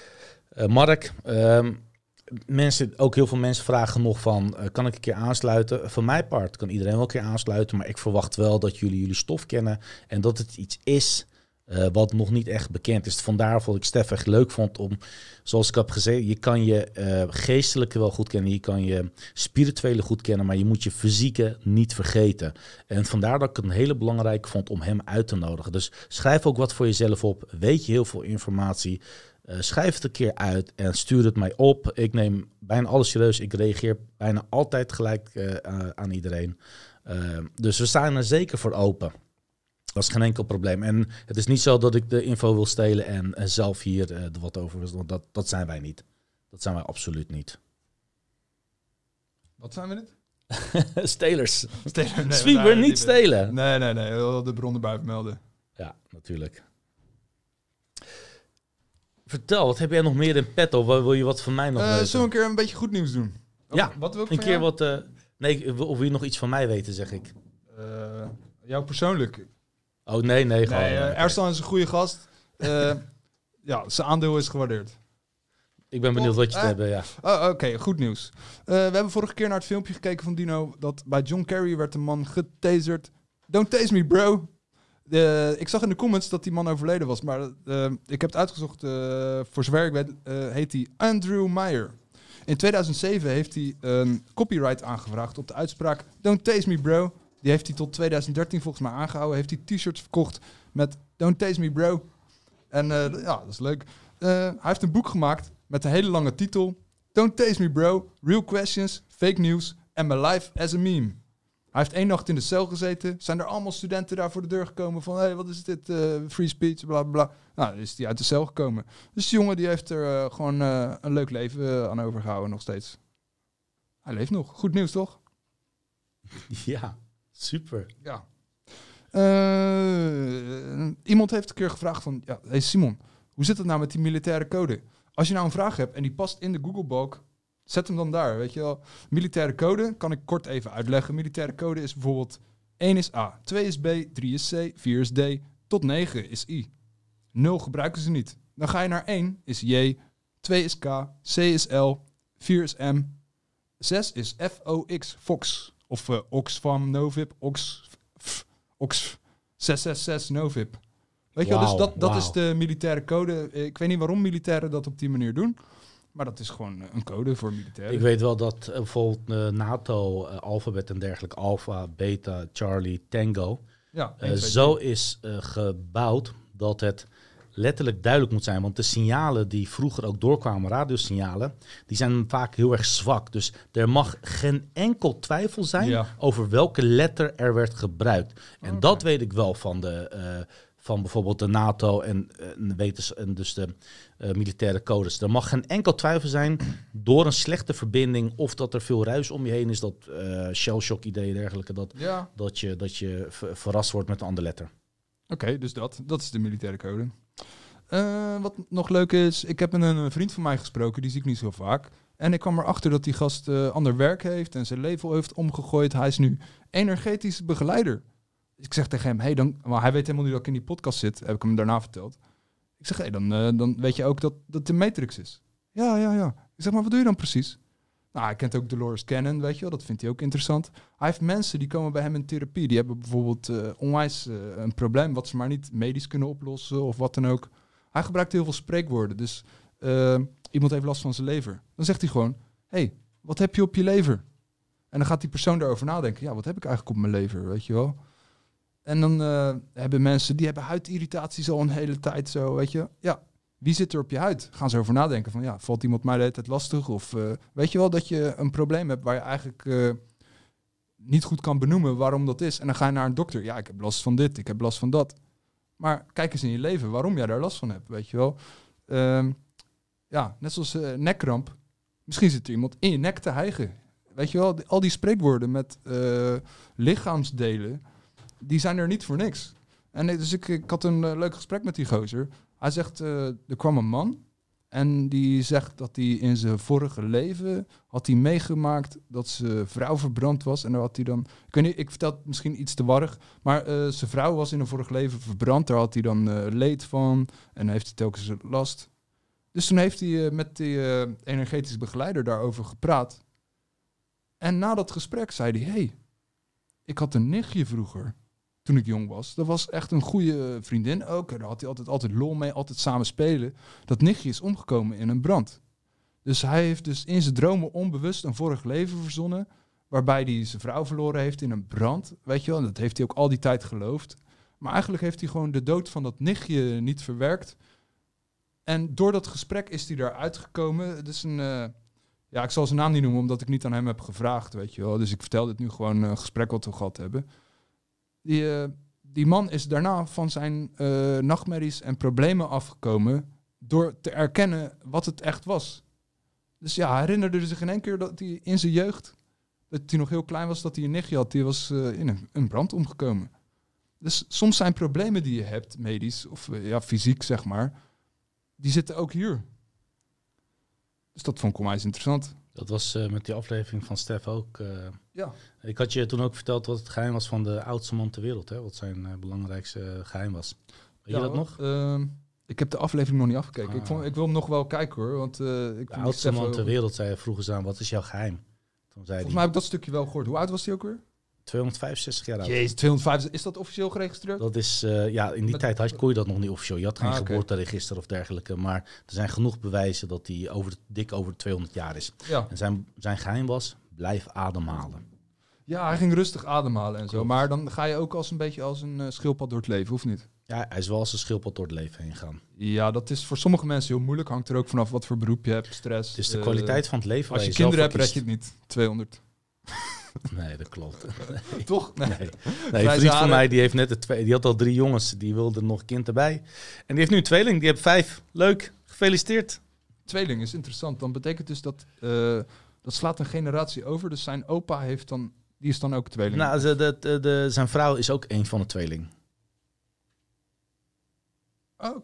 Uh, Mark, uh, mensen, ook heel veel mensen vragen nog van, uh, kan ik een keer aansluiten? Van mijn part kan iedereen wel een keer aansluiten, maar ik verwacht wel dat jullie jullie stof kennen en dat het iets is uh, wat nog niet echt bekend is. Vandaar dat ik Stef echt leuk vond om, zoals ik heb gezegd, je kan je uh, geestelijke wel goed kennen, je kan je spirituele goed kennen, maar je moet je fysieke niet vergeten. En vandaar dat ik het een hele belangrijke vond om hem uit te nodigen. Dus schrijf ook wat voor jezelf op, weet je heel veel informatie. Uh, schrijf het een keer uit en stuur het mij op. Ik neem bijna alles serieus. Ik reageer bijna altijd gelijk uh, uh, aan iedereen. Uh, dus we staan er zeker voor open. Dat is geen enkel probleem. En het is niet zo dat ik de info wil stelen en uh, zelf hier uh, er wat over wil. Want dat, dat zijn wij niet. Dat zijn wij absoluut niet. Wat zijn we niet? Stelers. Stelen, nee, Sweeper, niet stelen. Nee, nee, nee. De bron erbij vermelden. Ja, natuurlijk. Vertel, wat heb jij nog meer in petto? Wil je wat van mij nog uh, weten? Zullen we een keer een beetje goed nieuws doen? Of, ja, wat wil ik een keer jou? wat... Uh, nee, of wil je nog iets van mij weten, zeg ik? Uh, jou persoonlijk? Oh, nee, nee. Gewoon, nee uh, okay. Ersan is een goede gast. Uh, ja, zijn aandeel is gewaardeerd. Ik ben benieuwd wat je te uh, hebben, ja. Oh, Oké, okay, goed nieuws. Uh, we hebben vorige keer naar het filmpje gekeken van Dino... dat bij John Kerry werd een man getaserd. Don't tase me, bro. Uh, ik zag in de comments dat die man overleden was, maar uh, ik heb het uitgezocht. Uh, voor zover ik weet, uh, heet hij Andrew Meyer. In tweeduizend zeven heeft hij een copyright aangevraagd op de uitspraak Don't tase me, bro. Die heeft hij tot tweeduizend dertien volgens mij aangehouden. Heeft hij t-shirts verkocht met Don't tase me, bro. En uh, ja, dat is leuk. Uh, hij heeft een boek gemaakt met een hele lange titel. Don't tase me, bro. Real questions, fake news and my life as a meme. Hij heeft één nacht in de cel gezeten. Zijn er allemaal studenten daar voor de deur gekomen van... hé, hey, wat is dit? Uh, free speech, bla, bla, bla. Nou, dan is hij uit de cel gekomen. Dus die jongen die heeft er uh, gewoon uh, een leuk leven uh, aan overgehouden nog steeds. Hij leeft nog. Goed nieuws, toch? Ja, super. Ja. Uh, iemand heeft een keer gevraagd van... ja, hey Simon, hoe zit het nou met die militaire code? Als je nou een vraag hebt en die past in de Google-balk, zet hem dan daar, weet je wel. Militaire code kan ik kort even uitleggen. Militaire code is bijvoorbeeld één is A, twee is B, drie is C, vier is D, tot negen is I. nul gebruiken ze niet. Dan ga je naar één is J, twee is K, C is L, vier is M, zes is F O X, Fox. Of uh, Oxfam, Novib, Ox, f, Ox, zes zes zes, Novib. Weet je wel, dus dat, dat wow. is de militaire code. Ik weet niet waarom militairen dat op die manier doen. Maar dat is gewoon een code voor militairen. Ik weet wel dat uh, bijvoorbeeld uh, NATO, uh, alfabet en dergelijke, Alpha, Beta, Charlie, Tango, ja, uh, zo is uh, gebouwd dat het letterlijk duidelijk moet zijn. Want de signalen die vroeger ook doorkwamen, radiosignalen, die zijn vaak heel erg zwak. Dus er mag geen enkel twijfel zijn ja. over welke letter er werd gebruikt. En okay. dat weet ik wel van de... Uh, van bijvoorbeeld de NATO en, uh, wetens, en dus de uh, militaire codes. Er mag geen enkel twijfel zijn door een slechte verbinding of dat er veel ruis om je heen is, dat uh, shell-shock ideeën dergelijke, dat, ja. dat je, dat je ver- verrast wordt met een andere letter. Oké, okay, dus dat, dat is de militaire code. Uh, wat nog leuk is, ik heb een, een vriend van mij gesproken, die zie ik niet zo vaak. En ik kwam erachter dat die gast uh, ander werk heeft en zijn leven heeft omgegooid. Hij is nu energetisch begeleider. Ik zeg tegen hem, hey, dan, maar hij weet helemaal niet dat ik in die podcast zit, heb ik hem daarna verteld. Ik zeg, hey, dan, uh, dan weet je ook dat dat de Matrix is. Ja, ja, ja. Ik zeg, maar wat doe je dan precies? Nou, hij kent ook Dolores Cannon, weet je wel, dat vindt hij ook interessant. Hij heeft mensen die komen bij hem in therapie, die hebben bijvoorbeeld uh, onwijs uh, een probleem wat ze maar niet medisch kunnen oplossen of wat dan ook. Hij gebruikt heel veel spreekwoorden, dus uh, iemand heeft last van zijn lever. Dan zegt hij gewoon, hey, wat heb je op je lever? En dan gaat die persoon daarover nadenken, ja, wat heb ik eigenlijk op mijn lever, weet je wel? En dan uh, hebben mensen, die hebben huidirritaties al een hele tijd zo, weet je. Ja, wie zit er op je huid? Gaan ze over nadenken van, ja, valt iemand mij de hele tijd lastig? Of uh, weet je wel dat je een probleem hebt waar je eigenlijk uh, niet goed kan benoemen waarom dat is. En dan ga je naar een dokter. Ja, ik heb last van dit, ik heb last van dat. Maar kijk eens in je leven waarom jij daar last van hebt, weet je wel. Uh, ja, net zoals uh, nekkramp. Misschien zit er iemand in je nek te hijgen. Weet je wel, al die spreekwoorden met uh, lichaamsdelen, die zijn er niet voor niks. En dus ik, ik had een uh, leuk gesprek met die gozer. Hij zegt, uh, er kwam een man en die zegt dat hij in zijn vorige leven had hij meegemaakt dat zijn vrouw verbrand was. En daar had hij dan, ik weet niet, ik vertel het misschien iets te warrig, maar uh, zijn vrouw was in een vorig leven verbrand. Daar had hij dan uh, leed van en heeft hij telkens last. Dus toen heeft hij uh, met die uh, energetische begeleider daarover gepraat. En na dat gesprek zei hij, hey, ik had een nichtje vroeger, toen ik jong was. Dat was echt een goede vriendin ook. Daar had hij altijd, altijd lol mee, altijd samen spelen. Dat nichtje is omgekomen in een brand. Dus hij heeft dus in zijn dromen onbewust een vorig leven verzonnen, waarbij hij zijn vrouw verloren heeft in een brand. Weet je wel, en dat heeft hij ook al die tijd geloofd. Maar eigenlijk heeft hij gewoon de dood van dat nichtje niet verwerkt. En door dat gesprek is hij daaruit gekomen. Het is een... Uh, ja, ik zal zijn naam niet noemen, omdat ik niet aan hem heb gevraagd, weet je wel. Dus ik vertel dit nu gewoon een gesprek wat we gehad hebben. Die, uh, die man is daarna van zijn uh, nachtmerries en problemen afgekomen door te erkennen wat het echt was. Dus ja, hij herinnerde zich in één keer dat hij in zijn jeugd, dat hij nog heel klein was, dat hij een nichtje had, die was uh, in een, een brand omgekomen. Dus soms zijn problemen die je hebt, medisch of uh, ja, fysiek zeg maar, die zitten ook hier. Dus dat vond ik onwijs interessant. Dat was uh, met die aflevering van Stef ook. Uh, ja. Ik had je toen ook verteld wat het geheim was van de oudste man ter wereld. Hè? Wat zijn uh, belangrijkste uh, geheim was. Weet ja, je dat nog? Uh, ik heb de aflevering nog niet afgekeken. Ah. Ik, vond, ik wil hem nog wel kijken hoor. Want, uh, ik de oudste man ter wereld zei vroegen ze aan, wat is jouw geheim? Toen zei Volgens mij heb ik dat stukje wel gehoord. Hoe oud was hij ook weer? tweehonderdvijfenzestig jaar oud. Jezus, tweehonderdvijfenzestig. Is dat officieel geregistreerd? Dat is, uh, ja, in die Met... tijd had, kon je dat nog niet officieel. Je had geen ah, okay. geboorteregister of dergelijke. Maar er zijn genoeg bewijzen dat hij over de, dik over de tweehonderd jaar is. Ja. En zijn, zijn geheim was, blijf ademhalen. Ja, hij ging rustig ademhalen en Klopt. zo. Maar dan ga je ook als een beetje als een uh, schildpad door het leven, of niet? Ja, hij is wel als een schildpad door het leven heen gaan. Ja, dat is voor sommige mensen heel moeilijk. Hangt er ook vanaf wat voor beroep je hebt, stress. Het is de uh, kwaliteit van het leven. Als je, je kinderen hebt, red je het niet. tweehonderd. Nee, dat klopt. Nee. Toch? Nee. nee. nee een vriend van mij die heeft net de twee, die had al drie jongens, die wilde nog een kind erbij. En die heeft nu een tweeling, die heeft vijf. Leuk, gefeliciteerd. Tweeling is interessant. Dan betekent dus dat uh, dat slaat een generatie over. Dus zijn opa heeft dan, die is dan ook tweeling. Nou, de, de, de, de, zijn vrouw is ook een van de tweeling. Ah, oké. Okay.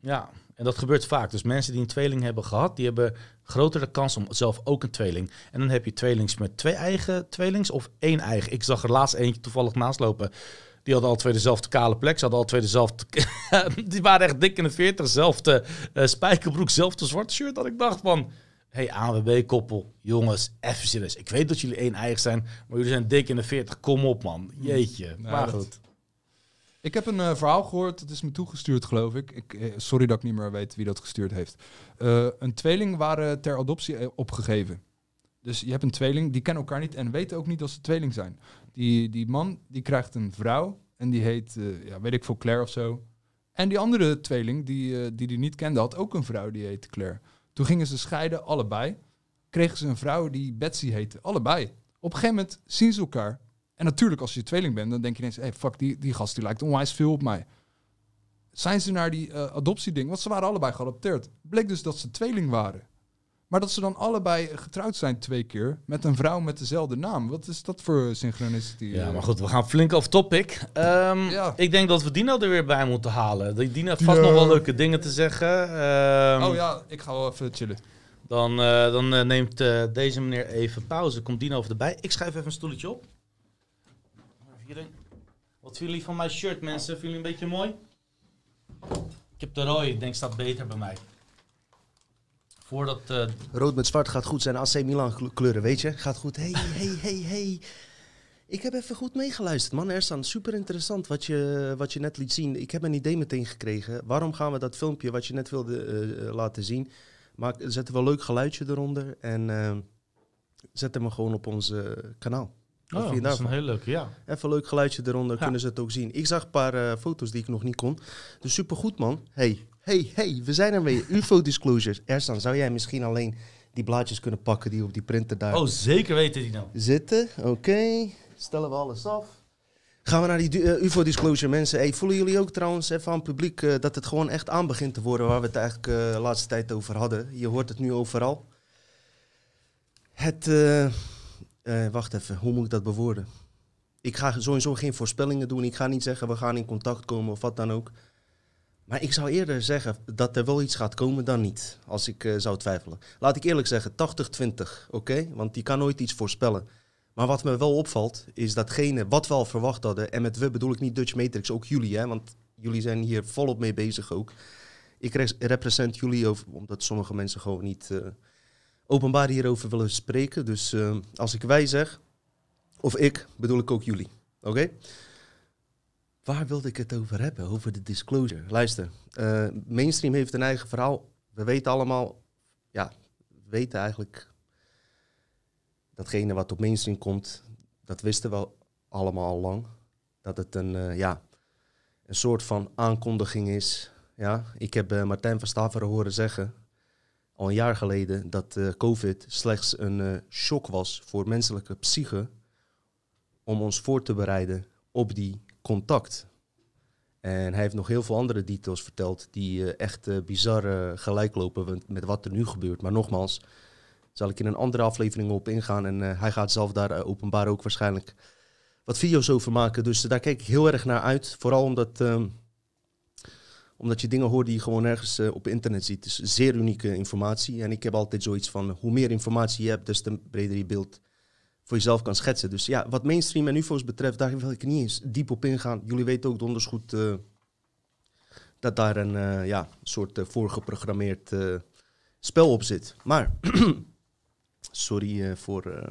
Ja, en dat gebeurt vaak. Dus mensen die een tweeling hebben gehad, die hebben grotere kans om zelf ook een tweeling. En dan heb je tweelings met twee eigen tweelings of één eigen. Ik zag er laatst eentje toevallig naast lopen. Die hadden al twee dezelfde kale plek. Ze hadden al twee dezelfde... die waren echt dik in de veertig. Zelfde uh, spijkerbroek, zelfde zwart shirt. Dat ik dacht van... Hey, A N W B-koppel, jongens, even serieus. Ik weet dat jullie één eigen zijn, maar jullie zijn dik in de veertig. Kom op, man. Jeetje. Nou, maar dat... goed. Ik heb een uh, verhaal gehoord, het is me toegestuurd, geloof ik. ik eh, sorry dat ik niet meer weet wie dat gestuurd heeft. Uh, een tweeling waren ter adoptie opgegeven. Dus je hebt een tweeling, die kennen elkaar niet en weten ook niet dat ze tweeling zijn. Die, die man, die krijgt een vrouw en die heet, uh, ja, weet ik veel, Claire of zo. En die andere tweeling, die uh, die, die niet kende, had ook een vrouw die heette Claire. Toen gingen ze scheiden, allebei. Kregen ze een vrouw die Betsy heette, allebei. Op een gegeven moment zien ze elkaar. En natuurlijk, als je tweeling bent, dan denk je ineens... hey, fuck, die, die gast die lijkt onwijs veel op mij. Zijn ze naar die uh, adoptieding? Want ze waren allebei geadopteerd. Bleek dus dat ze tweeling waren. Maar dat ze dan allebei getrouwd zijn twee keer... met een vrouw met dezelfde naam. Wat is dat voor synchronicity? Ja, maar goed, we gaan flink off topic. Um, ja. Ik denk dat we Dino er weer bij moeten halen. Dino heeft vast ja. nog wel leuke dingen te zeggen. Um, oh ja, ik ga wel even chillen. Dan, uh, dan uh, neemt uh, deze meneer even pauze. Komt Dino over erbij. Ik schuif even een stoeltje op. Wat vinden jullie van mijn shirt, mensen? Vinden jullie een beetje mooi? Ik heb de rode, ik denk staat beter bij mij. Voordat... Uh... Rood met zwart gaat goed zijn. A C Milan kleuren, weet je? Gaat goed. Hey, hey, hey, hey. Ik heb even goed meegeluisterd, man. Ersan, super interessant wat je, wat je net liet zien. Ik heb een idee meteen gekregen. Waarom gaan we dat filmpje wat je net wilde uh, laten zien... Maak, zet er wel een leuk geluidje eronder. En uh, zet hem gewoon op ons uh, kanaal. Oh, dat is een heel leuk, ja. Even een leuk geluidje eronder, ja. Kunnen ze het ook zien. Ik zag een paar uh, foto's die ik nog niet kon. Dus supergoed, man. Hey, hey, hey, we zijn er weer. U F O-disclosures. Ersan, zou jij misschien alleen die blaadjes kunnen pakken die op die printer daar... Oh, zeker weten die nou. Zitten, oké. Okay. Stellen we alles af. Gaan we naar die uh, U F O-disclosure, mensen. Hey, voelen jullie ook trouwens even aan het publiek uh, dat het gewoon echt aan begint te worden... waar we het eigenlijk uh, de laatste tijd over hadden. Je hoort het nu overal. Het... Uh, Uh, wacht even, hoe moet ik dat bewoorden? Ik ga sowieso geen voorspellingen doen. Ik ga niet zeggen, we gaan in contact komen of wat dan ook. Maar ik zou eerder zeggen dat er wel iets gaat komen dan niet. Als ik uh, zou twijfelen. Laat ik eerlijk zeggen, tachtig twintig, oké? Okay? Want die kan nooit iets voorspellen. Maar wat me wel opvalt, is datgene wat we al verwacht hadden... en met we bedoel ik niet Dutch Matrix, ook jullie, hè? Want jullie zijn hier volop mee bezig ook. Ik re- represent jullie, over, omdat sommige mensen gewoon niet... Uh, openbaar hierover willen spreken. Dus uh, als ik wij zeg, of ik, bedoel ik ook jullie. Oké? Okay? Waar wilde ik het over hebben? Over de disclosure. Luister, uh, mainstream heeft een eigen verhaal. We weten allemaal, ja, we weten eigenlijk... datgene wat op mainstream komt, dat wisten we allemaal al lang. Dat het een, uh, ja, een soort van aankondiging is. Ja? Ik heb uh, Martijn van Staveren horen zeggen... al een jaar geleden dat uh, COVID slechts een uh, shock was voor menselijke psyche om ons voor te bereiden op die contact. En hij heeft nog heel veel andere details verteld die uh, echt uh, bizar uh, gelijk lopen met wat er nu gebeurt. Maar nogmaals, zal ik in een andere aflevering op ingaan en uh, hij gaat zelf daar uh, openbaar ook waarschijnlijk wat video's over maken. Dus uh, daar kijk ik heel erg naar uit, vooral omdat... Uh, Omdat je dingen hoort die je gewoon nergens uh, op internet ziet. Dus zeer unieke informatie. En ik heb altijd zoiets van, hoe meer informatie je hebt, des te breder je beeld voor jezelf kan schetsen. Dus ja, wat mainstream en U F O's betreft, daar wil ik niet eens diep op ingaan. Jullie weten ook donders goed uh, dat daar een uh, ja, soort uh, voorgeprogrammeerd uh, spel op zit. Maar, sorry uh, voor, uh,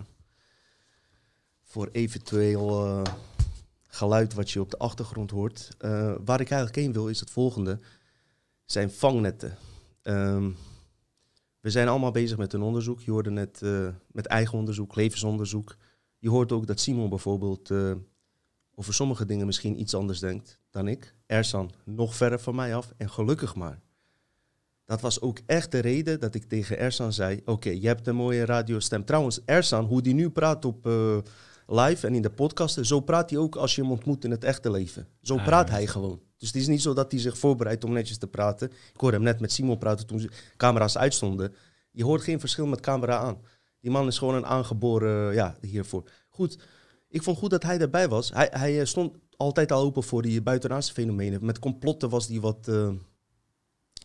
voor eventueel... Uh, geluid wat je op de achtergrond hoort. Uh, waar ik eigenlijk heen wil is het volgende. Zijn vangnetten. Um, we zijn allemaal bezig met een onderzoek. Je hoorde net uh, met eigen onderzoek, levensonderzoek. Je hoort ook dat Simon bijvoorbeeld uh, over sommige dingen misschien iets anders denkt dan ik. Ersan nog verder van mij af en gelukkig maar. Dat was ook echt de reden dat ik tegen Ersan zei... Oké, okay, je hebt een mooie radiostem. Trouwens, Ersan, hoe die nu praat op... Uh, live en in de podcasten, zo praat hij ook als je hem ontmoet in het echte leven. Zo ah, praat hij gewoon. Dus het is niet zo dat hij zich voorbereidt om netjes te praten. Ik hoorde hem net met Simon praten toen camera's uitstonden. Je hoort geen verschil met camera aan. Die man is gewoon een aangeboren, uh, ja, hiervoor. Goed, ik vond goed dat hij erbij was. Hij, hij stond altijd al open voor die buitenaardse fenomenen. Met complotten was hij wat uh,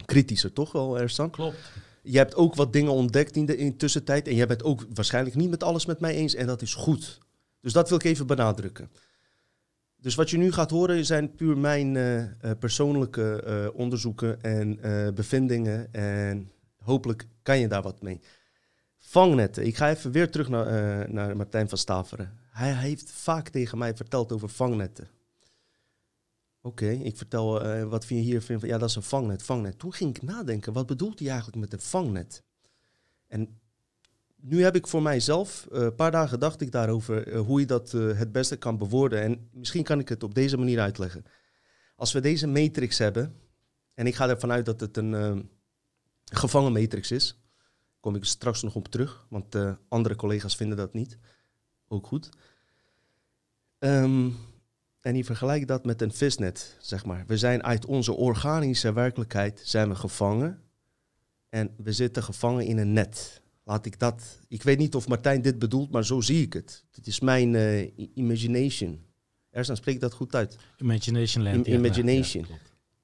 kritischer, toch wel, Ersan? Klopt. Je hebt ook wat dingen ontdekt in de in tussentijd. En jij bent ook waarschijnlijk niet met alles met mij eens. En dat is goed. Dus dat wil ik even benadrukken. Dus wat je nu gaat horen zijn puur mijn uh, uh, persoonlijke uh, onderzoeken en uh, bevindingen. En hopelijk kan je daar wat mee. Vangnetten. Ik ga even weer terug naar, uh, naar Martijn van Staveren. Hij heeft vaak tegen mij verteld over vangnetten. Oké, okay, ik vertel uh, wat je hier vindt. Ja, dat is een vangnet, vangnet. Toen ging ik nadenken, wat bedoelt hij eigenlijk met een vangnet? En nu heb ik voor mijzelf, een uh, paar dagen dacht ik daarover, uh, hoe je dat uh, het beste kan bewoorden. En misschien kan ik het op deze manier uitleggen. Als we deze matrix hebben, en ik ga ervan uit dat het een uh, gevangen matrix is, kom ik straks nog op terug, want uh, andere collega's vinden dat niet. Ook goed. Um, en die vergelijkt dat met een visnet, zeg maar. We zijn uit onze organische werkelijkheid zijn we gevangen. En we zitten gevangen in een net. Laat ik dat... Ik weet niet of Martijn dit bedoelt, maar zo zie ik het. Het is mijn uh, imagination. Ersan, spreek dat goed uit. Imagination land. I- imagination. Ja,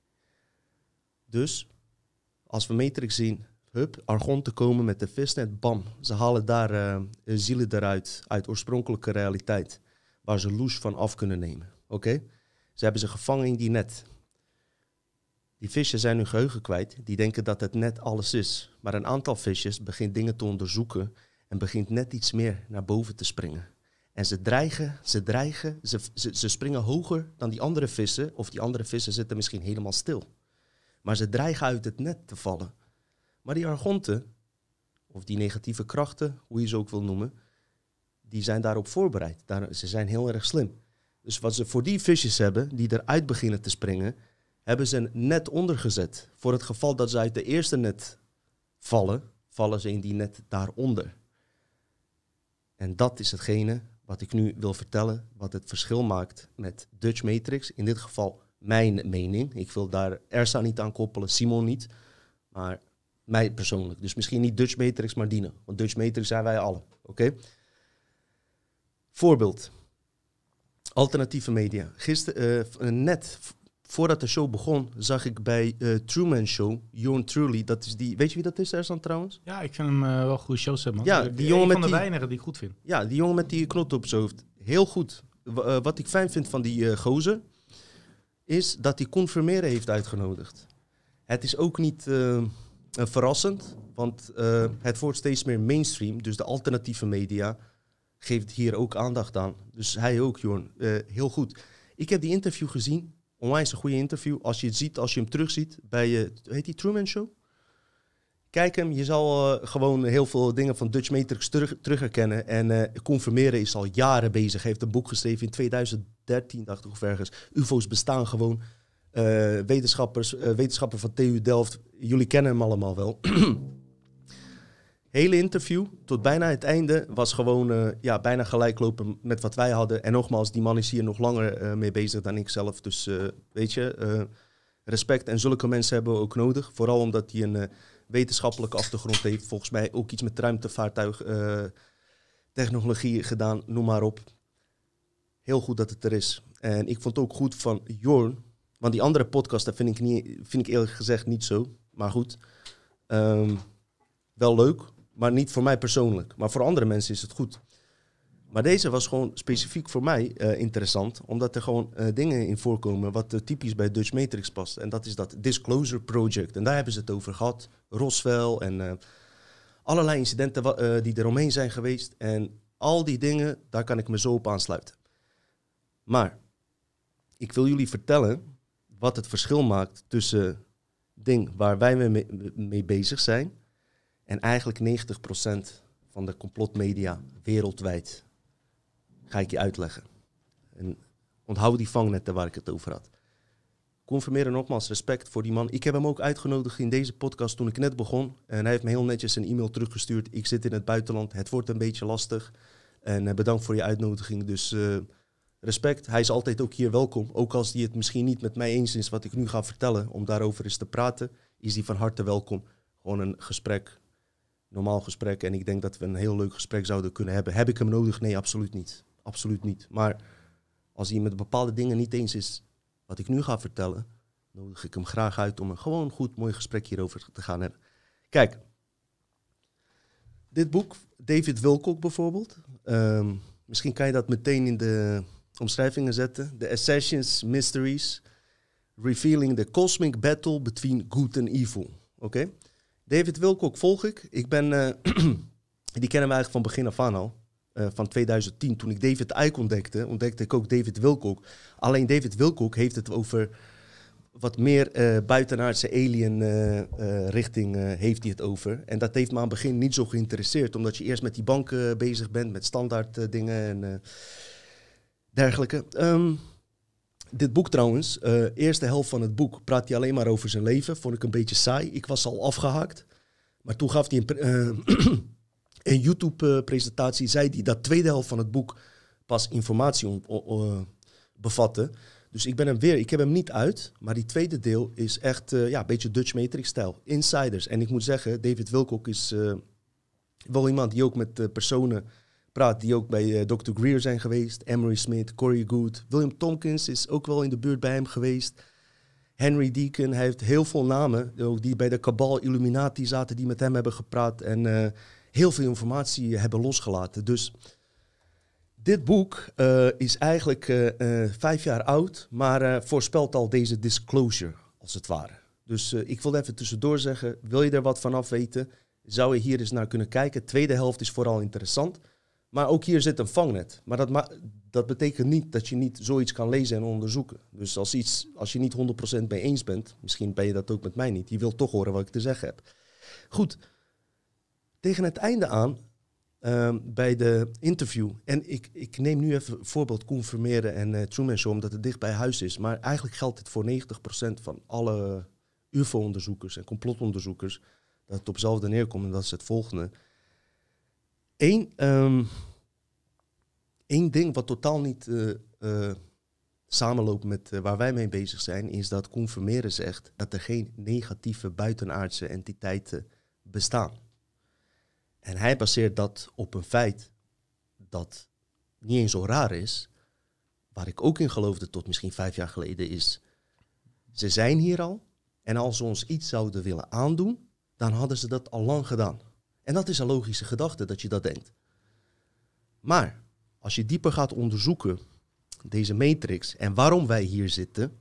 dus, als we Matrix zien, hup, Argon te komen met de visnet, bam. Ze halen daar uh, zielen eruit, uit oorspronkelijke realiteit. Waar ze loes van af kunnen nemen. Oké? Okay? Ze hebben ze gevangen in die net. Die visjes zijn hun geheugen kwijt. Die denken dat het net alles is. Maar een aantal visjes begint dingen te onderzoeken en begint net iets meer naar boven te springen. En ze dreigen, ze dreigen, ze, ze, ze springen hoger dan die andere vissen. Of die andere vissen zitten misschien helemaal stil. Maar ze dreigen uit het net te vallen. Maar die argonten, of die negatieve krachten, hoe je ze ook wil noemen, die zijn daarop voorbereid. Daar, ze zijn heel erg slim. Dus wat ze voor die visjes hebben, die eruit beginnen te springen, hebben ze een net ondergezet. Voor het geval dat ze uit de eerste net vallen, vallen ze in die net daaronder. En dat is hetgene wat ik nu wil vertellen, wat het verschil maakt met Dutch Matrix. In dit geval mijn mening. Ik wil daar Ersan niet aan koppelen, Simon niet, maar mij persoonlijk. Dus misschien niet Dutch Matrix, maar Dine. Want Dutch Matrix zijn wij allen. Oké? Okay? Voorbeeld. Alternatieve media. Gisteren, uh, net voordat de show begon, zag ik bij uh, Truman Show, Young Truly, dat is die, weet je wie dat is, Ersan, trouwens? Ja, ik vind hem uh, wel goede shows hebben, man. Ja, die jongen een met van de die, weinigen die ik goed vind. Ja, die jongen met die knot op zijn hoofd. Heel goed. W- uh, wat ik fijn vind van die uh, gozer, is dat hij Confirmeren heeft uitgenodigd. Het is ook niet uh, uh, verrassend, want uh, het wordt steeds meer mainstream, dus de alternatieve media geeft hier ook aandacht aan. Dus hij ook, Jorn. Uh, heel goed. Ik heb die interview gezien. Onwijs een goede interview. Als je het ziet, als je hem terugziet bij, uh, heet die Truman Show? Kijk hem, je zal uh, gewoon heel veel dingen van Dutch Matrix terug, terug herkennen. En uh, Confirmeren is al jaren bezig. Hij heeft een boek geschreven in tweeduizend dertien, dacht ik, of ergens. U F O's bestaan gewoon. Uh, wetenschappers, uh, wetenschapper van T U Delft. Jullie kennen hem allemaal wel. Hele interview, tot bijna het einde, was gewoon uh, ja, bijna gelijklopen met wat wij hadden. En nogmaals, die man is hier nog langer uh, mee bezig dan ik zelf. Dus uh, weet je, uh, respect. En zulke mensen hebben we ook nodig. Vooral omdat hij een uh, wetenschappelijke achtergrond heeft. Volgens mij ook iets met ruimtevaartuig, uh, technologie gedaan, noem maar op. Heel goed dat het er is. En ik vond het ook goed van Jorn. Want die andere podcast, dat vind ik, niet, vind ik eerlijk gezegd niet zo. Maar goed, um, wel leuk. Maar niet voor mij persoonlijk. Maar voor andere mensen is het goed. Maar deze was gewoon specifiek voor mij uh, interessant. Omdat er gewoon uh, dingen in voorkomen wat uh, typisch bij Dutch Matrix past. En dat is dat Disclosure Project. En daar hebben ze het over gehad. Roswell en uh, allerlei incidenten wa- uh, die eromheen zijn geweest. En al die dingen, daar kan ik me zo op aansluiten. Maar ik wil jullie vertellen wat het verschil maakt tussen ding waar wij mee, mee bezig zijn en eigenlijk negentig procent van de complotmedia wereldwijd. Ga ik je uitleggen. En onthoud die vangnetten waar ik het over had. Confirmeren nogmaals respect voor die man. Ik heb hem ook uitgenodigd in deze podcast toen ik net begon. En hij heeft me heel netjes een e-mail teruggestuurd. Ik zit in het buitenland, het wordt een beetje lastig. En uh, bedankt voor je uitnodiging. Dus uh, respect. Hij is altijd ook hier welkom. Ook als hij het misschien niet met mij eens is wat ik nu ga vertellen, om daarover eens te praten, is hij van harte welkom. Gewoon een gesprek. Normaal gesprek. En ik denk dat we een heel leuk gesprek zouden kunnen hebben. Heb ik hem nodig? Nee, absoluut niet. Absoluut niet. Maar als hij met bepaalde dingen niet eens is wat ik nu ga vertellen, nodig ik hem graag uit om een gewoon goed, mooi gesprek hierover te gaan hebben. Kijk, dit boek, David Wilcock bijvoorbeeld. Um, misschien kan je dat meteen in de omschrijvingen zetten. The Ascensions Mysteries, Revealing the Cosmic Battle Between Good and Evil. Oké? Okay? David Wilcock volg ik. Ik ben, uh, die kennen we eigenlijk van begin af aan al. Uh, van tweeduizend tien, toen ik David Icke ontdekte, ontdekte ik ook David Wilcock. Alleen David Wilcock heeft het over wat meer uh, buitenaardse alien uh, uh, richting uh, heeft hij het over. En dat heeft me aan het begin niet zo geïnteresseerd, omdat je eerst met die banken uh, bezig bent, met standaard uh, dingen en uh, dergelijke. Um, dit boek trouwens, uh, eerste helft van het boek praat hij alleen maar over zijn leven. Vond ik een beetje saai. Ik was al afgehaakt. Maar toen gaf hij een, uh, een YouTube-presentatie, zei hij dat tweede helft van het boek pas informatie om, uh, bevatte. Dus ik ben hem weer, ik heb hem niet uit, maar die tweede deel is echt uh, ja, een beetje Dutch Matrix-stijl. Insiders. En ik moet zeggen, David Wilcock is uh, wel iemand die ook met uh, personen praat die ook bij uh, dokter Greer zijn geweest. Emery Smith, Corey Goode. William Tompkins is ook wel in de buurt bij hem geweest. Henry Deacon, hij heeft heel veel namen ook die bij de Cabal Illuminati zaten, die met hem hebben gepraat en uh, heel veel informatie hebben losgelaten. Dus dit boek uh, is eigenlijk uh, uh, vijf jaar oud, maar uh, voorspelt al deze disclosure, als het ware. Dus uh, ik wil even tussendoor zeggen, wil je er wat vanaf weten, zou je hier eens naar kunnen kijken. De tweede helft is vooral interessant, maar ook hier zit een vangnet. Maar dat, ma- dat betekent niet dat je niet zoiets kan lezen en onderzoeken. Dus als, iets, als je niet honderd procent mee eens bent, misschien ben je dat ook met mij niet, je wilt toch horen wat ik te zeggen heb. Goed, tegen het einde aan, Uh, bij de interview. En ik, ik neem nu even voorbeeld Confirmeren en uh, Truman Show, omdat het dicht bij huis is. Maar eigenlijk geldt het voor negentig procent van alle U F O-onderzoekers en complotonderzoekers, dat het op hetzelfde neerkomt en dat is het volgende. Eén, um, één ding wat totaal niet uh, uh, samenloopt met uh, waar wij mee bezig zijn, is dat Confirmeren zegt dat er geen negatieve buitenaardse entiteiten bestaan. En hij baseert dat op een feit dat niet eens zo raar is, waar ik ook in geloofde tot misschien vijf jaar geleden, is, ze zijn hier al en als ze ons iets zouden willen aandoen, dan hadden ze dat al lang gedaan. En dat is een logische gedachte dat je dat denkt. Maar als je dieper gaat onderzoeken, deze matrix en waarom wij hier zitten,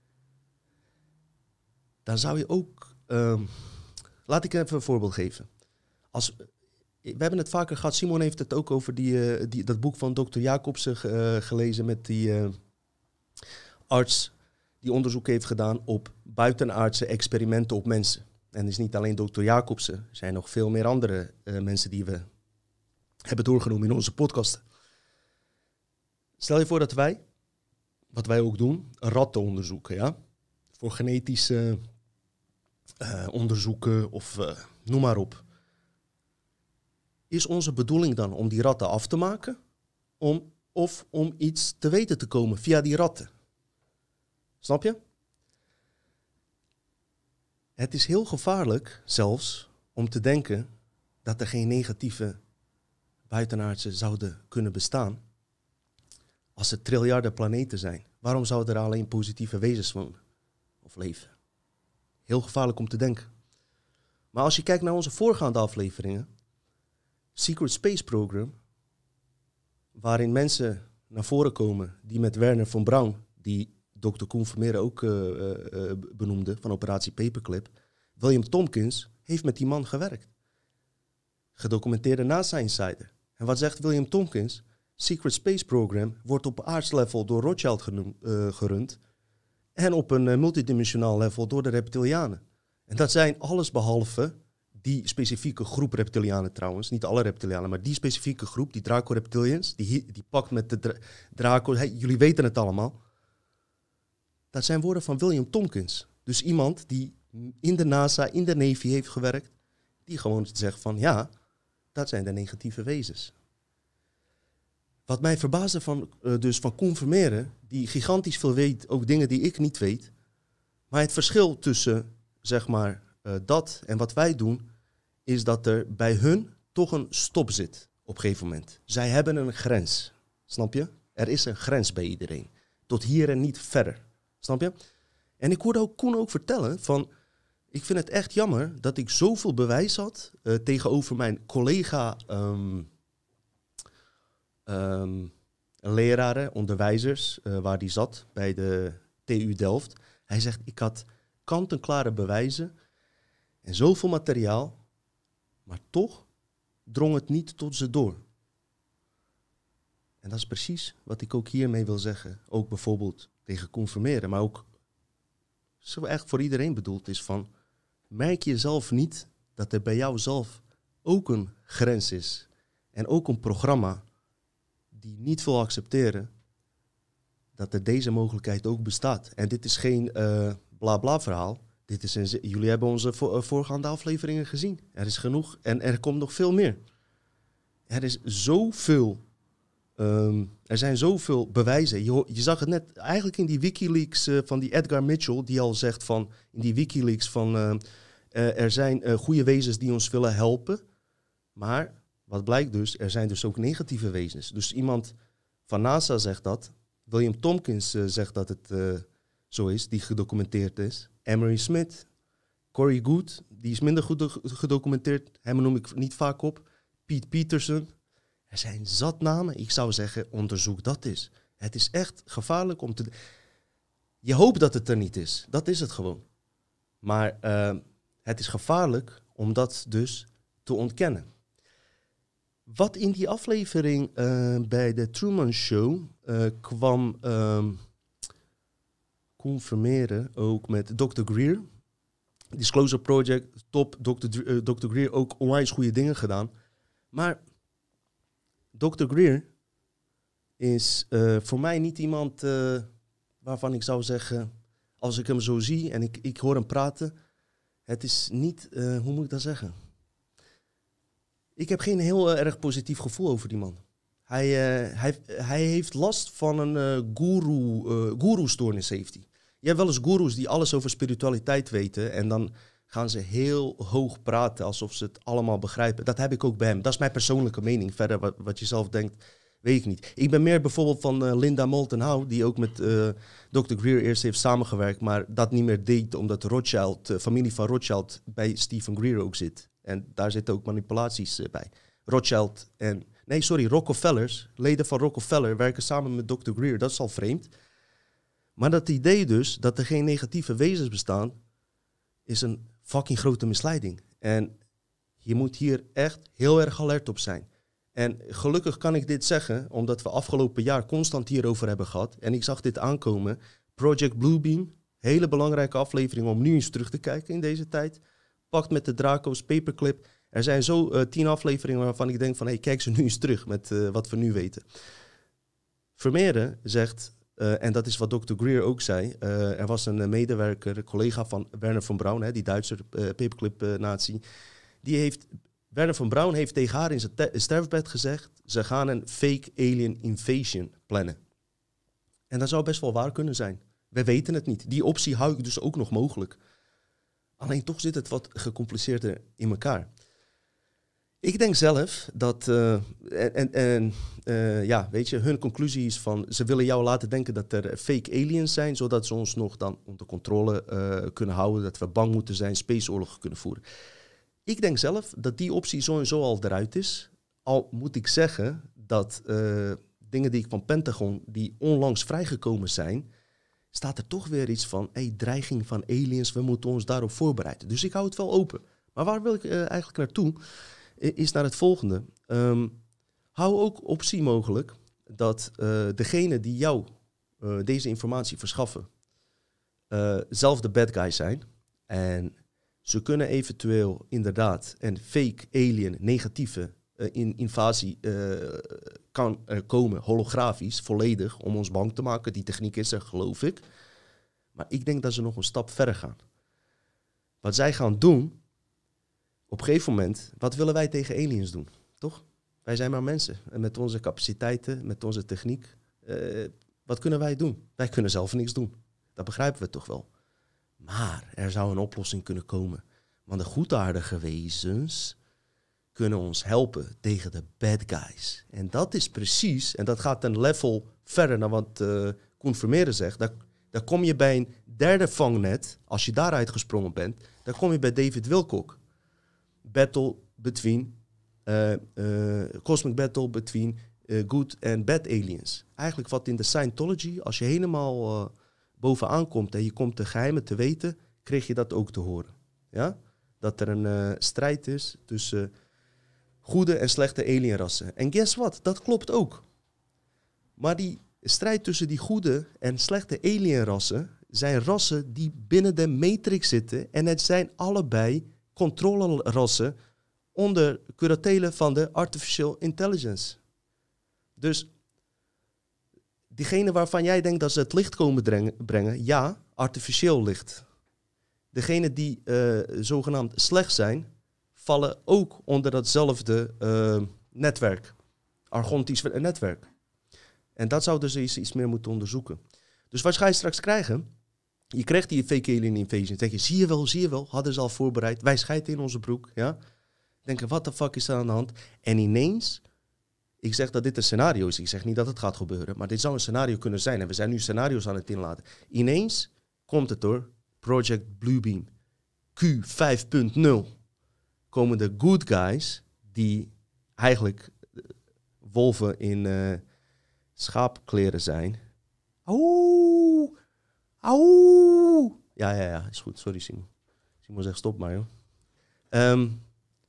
dan zou je ook, um, laat ik even een voorbeeld geven. Als We hebben het vaker gehad, Simon heeft het ook over die, uh, die, dat boek van dokter Jacobsen uh, gelezen met die uh, arts die onderzoek heeft gedaan op buitenaardse experimenten op mensen. En het is niet alleen dokter Jacobsen, er zijn nog veel meer andere uh, mensen die we hebben doorgenomen in onze podcast. Stel je voor dat wij, wat wij ook doen, ratten onderzoeken, ja? Voor genetische uh, onderzoeken of uh, noem maar op. Is onze bedoeling dan om die ratten af te maken? Om, of om iets te weten te komen via die ratten? Snap je? Het is heel gevaarlijk zelfs om te denken dat er geen negatieve buitenaardse zouden kunnen bestaan als er triljarden planeten zijn. Waarom zouden er alleen positieve wezens wonen of leven? Heel gevaarlijk om te denken. Maar als je kijkt naar onze voorgaande afleveringen, Secret Space Program, waarin mensen naar voren komen die met Werner von Braun, die dokter Koen Vermeer ook uh, uh, benoemde, van operatie Paperclip, William Tompkins heeft met die man gewerkt. Gedocumenteerde NASA Insider. En wat zegt William Tompkins? Secret Space Program wordt op aardslevel door Rothschild genoem, uh, gerund en op een uh, multidimensionaal level door de reptilianen. En dat zijn allesbehalve die specifieke groep reptilianen trouwens, niet alle reptilianen, maar die specifieke groep, die Draco-reptilians, die, die pakt met de dra- Draco, hey, jullie weten het allemaal. Dat zijn woorden van William Tompkins. Dus iemand die in de NASA, in de Navy heeft gewerkt, die gewoon zegt van ja, dat zijn de negatieve wezens. Wat mij verbaasde van, uh, dus van Koen Vermeeren, die gigantisch veel weet, ook dingen die ik niet weet, maar het verschil tussen, zeg maar, uh, dat en wat wij doen, is dat er bij hun toch een stop zit op een gegeven moment. Zij hebben een grens, snap je? Er is een grens bij iedereen. Tot hier en niet verder, snap je? En ik hoorde ook Koen ook vertellen van... Ik vind het echt jammer dat ik zoveel bewijs had uh, tegenover mijn collega... Um, um, leraren, onderwijzers, uh, waar die zat bij de T U Delft. Hij zegt, ik had kant-en-klare bewijzen en zoveel materiaal, maar toch drong het niet tot ze door. En dat is precies wat ik ook hiermee wil zeggen. Ook bijvoorbeeld tegen conformeren, maar ook zo echt voor iedereen bedoeld is van, merk je zelf niet dat er bij jou zelf ook een grens is en ook een programma die niet wil accepteren dat er deze mogelijkheid ook bestaat. En dit is geen uh, bla bla verhaal. Dit is een, jullie hebben onze vo- voorgaande afleveringen gezien. Er is genoeg en er komt nog veel meer. Er is zoveel, um, er zijn zoveel bewijzen. Je, je zag het net eigenlijk in die WikiLeaks uh, van die Edgar Mitchell, die al zegt van, in die WikiLeaks van, uh, uh, er zijn uh, goede wezens die ons willen helpen, maar wat blijkt dus, er zijn dus ook negatieve wezens. Dus iemand van NASA zegt dat. William Tompkins uh, zegt dat het uh, zo is, die gedocumenteerd is. Emery Smith, Corey Goode, die is minder goed do- gedocumenteerd. Hem noem ik niet vaak op. Pete Peterson. Er zijn zat namen. Ik zou zeggen, onderzoek dat eens. Het is echt gevaarlijk om te... Je hoopt dat het er niet is. Dat is het gewoon. Maar uh, het is gevaarlijk om dat dus te ontkennen. Wat in die aflevering uh, bij de Truman Show uh, kwam uh, confirmeren, ook met dokter Greer. Disclosure Project, top. dokter Uh, dokter Greer ook onwijs goede dingen gedaan. Maar dokter Greer is uh, voor mij niet iemand uh, waarvan ik zou zeggen, als ik hem zo zie en ik, ik hoor hem praten, het is niet, uh, hoe moet ik dat zeggen? Ik heb geen heel uh, erg positief gevoel over die man. Hij, uh, hij, hij heeft last van een uh, guru, uh, guru-stoornis heeft hij. Je hebt wel eens gurus die alles over spiritualiteit weten en dan gaan ze heel hoog praten alsof ze het allemaal begrijpen. Dat heb ik ook bij hem. Dat is mijn persoonlijke mening. Verder wat, wat je zelf denkt, weet ik niet. Ik ben meer bijvoorbeeld van uh, Linda Moulton Howe, die ook met uh, dokter Greer eerst heeft samengewerkt, maar dat niet meer deed omdat de Rothschild, uh, familie van Rothschild bij Stephen Greer ook zit. En daar zitten ook manipulaties uh, bij. Rothschild en... Nee, sorry, Rockefellers, leden van Rockefeller, werken samen met dokter Greer. Dat is al vreemd. Maar dat idee dus, dat er geen negatieve wezens bestaan, is een fucking grote misleiding. En je moet hier echt heel erg alert op zijn. En gelukkig kan ik dit zeggen, omdat we afgelopen jaar constant hierover hebben gehad. En ik zag dit aankomen. Project Bluebeam, hele belangrijke aflevering om nu eens terug te kijken in deze tijd. Pakt met de Draco's, Paperclip. Er zijn zo uh, tien afleveringen waarvan ik denk van, hey, kijk ze nu eens terug met uh, wat we nu weten. Vermeeren zegt, uh, en dat is wat dokter Greer ook zei, uh, er was een medewerker, een collega van Werner von Braun, hè, die Duitse uh, Paperclip-natie, die heeft, Werner von Braun heeft tegen haar in zijn te- sterfbed gezegd, ze gaan een fake alien invasion plannen. En dat zou best wel waar kunnen zijn. We weten het niet. Die optie hou ik dus ook nog mogelijk. Alleen toch zit het wat gecompliceerder in elkaar. Ik denk zelf dat, uh, en, en, en uh, ja, weet je, hun conclusie is van, ze willen jou laten denken dat er fake aliens zijn, zodat ze ons nog dan onder controle uh, kunnen houden, dat we bang moeten zijn, spaceoorlog kunnen voeren. Ik denk zelf dat die optie zo en zo al eruit is. Al moet ik zeggen dat uh, dingen die ik van Pentagon, die onlangs vrijgekomen zijn, staat er toch weer iets van, hey, dreiging van aliens, we moeten ons daarop voorbereiden. Dus ik hou het wel open. Maar waar wil ik uh, eigenlijk naartoe? Is naar het volgende. Um, hou ook optie mogelijk dat uh, degene die jou uh, deze informatie verschaffen, uh, zelf de bad guys zijn. En ze kunnen eventueel inderdaad een fake alien negatieve uh, in, invasie uh, kan er komen, holografisch, volledig, om ons bang te maken. Die techniek is er, geloof ik. Maar ik denk dat ze nog een stap verder gaan. Wat zij gaan doen, op een gegeven moment, wat willen wij tegen aliens doen, toch? Wij zijn maar mensen. En met onze capaciteiten, met onze techniek, uh, wat kunnen wij doen? Wij kunnen zelf niks doen. Dat begrijpen we toch wel. Maar er zou een oplossing kunnen komen. Want de goedaardige wezens kunnen ons helpen tegen de bad guys. En dat is precies, en dat gaat een level verder dan wat uh, Koen Vermeeren zegt. Daar, daar kom je bij een derde vangnet, als je daaruit gesprongen bent, dan kom je bij David Wilcock. Battle between, uh, uh, Cosmic Battle between uh, good and bad aliens. Eigenlijk wat in de Scientology, als je helemaal uh, bovenaan komt en je komt de geheimen te weten, kreeg je dat ook te horen. Ja? Dat er een uh, strijd is tussen uh, goede en slechte alienrassen. En guess what? Dat klopt ook. Maar die strijd tussen die goede en slechte alienrassen zijn rassen die binnen de matrix zitten. En het zijn allebei controlerassen onder curatele van de artificial intelligence. Dus diegene waarvan jij denkt dat ze het licht komen brengen, brengen ja, artificieel licht. Degenen die uh, zogenaamd slecht zijn, vallen ook onder datzelfde uh, netwerk. Argontisch netwerk. En dat zou dus iets, iets meer moeten onderzoeken. Dus wat ga je straks krijgen? Je krijgt die fake alien invasion. Dan denk je, zie je wel, zie je wel. Hadden ze al voorbereid. Wij schijten in onze broek. Ja? Denken, wat de fuck is er aan de hand? En ineens, ik zeg dat dit een scenario is. Ik zeg niet dat het gaat gebeuren. Maar dit zou een scenario kunnen zijn. En we zijn nu scenario's aan het inlaten. Ineens komt het door Project Bluebeam. Q vijf punt nul. Komen de good guys, die eigenlijk wolven in uh, schaapkleren zijn. Auw! Auw! Ja, ja, ja, is goed. Sorry, Simon. Simon zegt stop maar, joh. Um,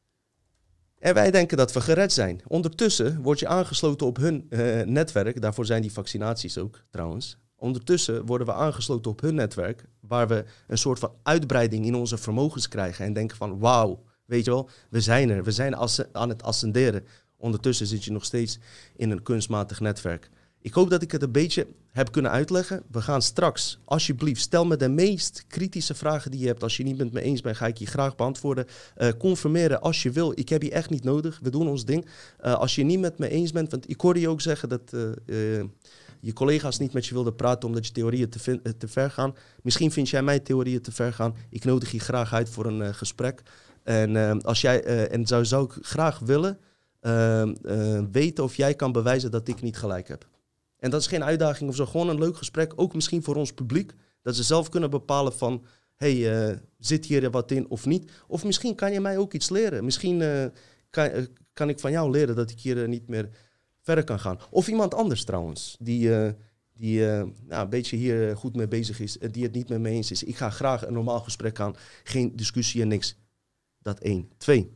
en wij denken dat we gered zijn. Ondertussen word je aangesloten op hun uh, netwerk. Daarvoor zijn die vaccinaties ook, trouwens. Ondertussen worden we aangesloten op hun netwerk, waar we een soort van uitbreiding in onze vermogens krijgen en denken van, wauw, weet je wel, we zijn er, we zijn aan het ascenderen. Ondertussen zit je nog steeds in een kunstmatig netwerk. Ik hoop dat ik het een beetje heb kunnen uitleggen. We gaan straks, alsjeblieft, stel me de meest kritische vragen die je hebt. Als je niet met me eens bent, ga ik je graag beantwoorden. Uh, confirmeren als je wil. Ik heb je echt niet nodig. We doen ons ding. Uh, als je niet met me eens bent, want ik hoorde je ook zeggen dat uh, uh, je collega's niet met je wilden praten omdat je theorieën te, vin- te ver gaan. Misschien vind jij mijn theorieën te ver gaan. Ik nodig je graag uit voor een uh, gesprek. En, uh, als jij, uh, en zou, zou ik graag willen uh, uh, weten of jij kan bewijzen dat ik niet gelijk heb. En dat is geen uitdaging of zo, gewoon een leuk gesprek. Ook misschien voor ons publiek. Dat ze zelf kunnen bepalen van, hey, uh, zit hier wat in of niet? Of misschien kan je mij ook iets leren. Misschien uh, kan, uh, kan ik van jou leren dat ik hier uh, niet meer verder kan gaan. Of iemand anders trouwens, die, uh, die uh, nou, een beetje hier goed mee bezig is. En die het niet met me eens is. Ik ga graag een normaal gesprek aan. Geen discussie en niks. Dat één. Twee.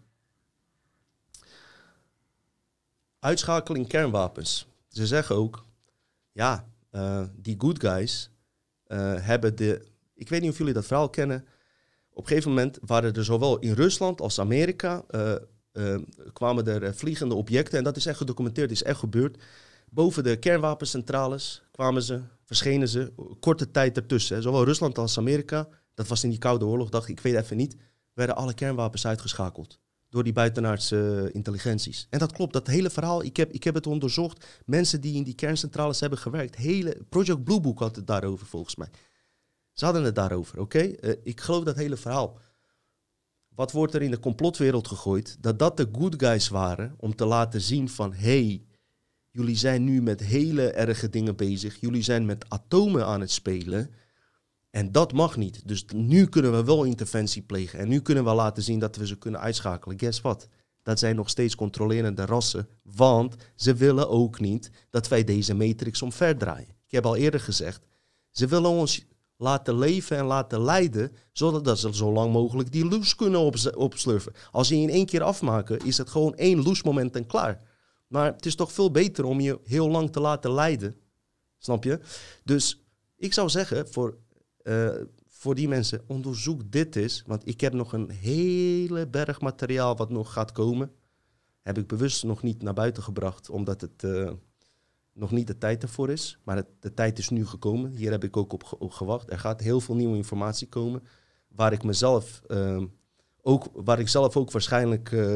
Uitschakeling kernwapens. Ze zeggen ook, ja, uh, die good guys uh, hebben de... Ik weet niet of jullie dat verhaal kennen. Op een gegeven moment waren er zowel in Rusland als Amerika... Uh, uh, kwamen er uh, vliegende objecten. En dat is echt gedocumenteerd, is echt gebeurd. Boven de kernwapencentrales kwamen ze, verschenen ze. Korte tijd ertussen. Hè. Zowel Rusland als Amerika. Dat was in die Koude Oorlog, dacht ik, ik weet even niet. Werden alle kernwapens uitgeschakeld. Door die buitenaardse uh, intelligenties. En dat klopt, dat hele verhaal, ik heb, ik heb het onderzocht. Mensen die in die kerncentrales hebben gewerkt. Hele, Project Blue Book had het daarover volgens mij. Ze hadden het daarover, oké? Okay? Uh, ik geloof dat hele verhaal. Wat wordt er in de complotwereld gegooid? Dat dat de good guys waren om te laten zien van... hey, jullie zijn nu met hele erge dingen bezig. Jullie zijn met atomen aan het spelen... En dat mag niet. Dus nu kunnen we wel interventie plegen. En nu kunnen we laten zien dat we ze kunnen uitschakelen. Guess what? Dat zijn nog steeds controlerende rassen. Want ze willen ook niet dat wij deze matrix omverdraaien. Ik heb al eerder gezegd. Ze willen ons laten leven en laten leiden. Zodat ze zo lang mogelijk die loes kunnen op- opslurven. Als ze je in één keer afmaken, is het gewoon één loesmoment en klaar. Maar het is toch veel beter om je heel lang te laten leiden. Snap je? Dus ik zou zeggen... voor Uh, voor die mensen, onderzoek dit eens. Want ik heb nog een hele berg materiaal wat nog gaat komen. Heb ik bewust nog niet naar buiten gebracht, omdat het uh, nog niet de tijd ervoor is. Maar het, de tijd is nu gekomen. Hier heb ik ook op, ge- op gewacht. Er gaat heel veel nieuwe informatie komen. Waar ik mezelf uh, ook, waar ik zelf ook waarschijnlijk uh,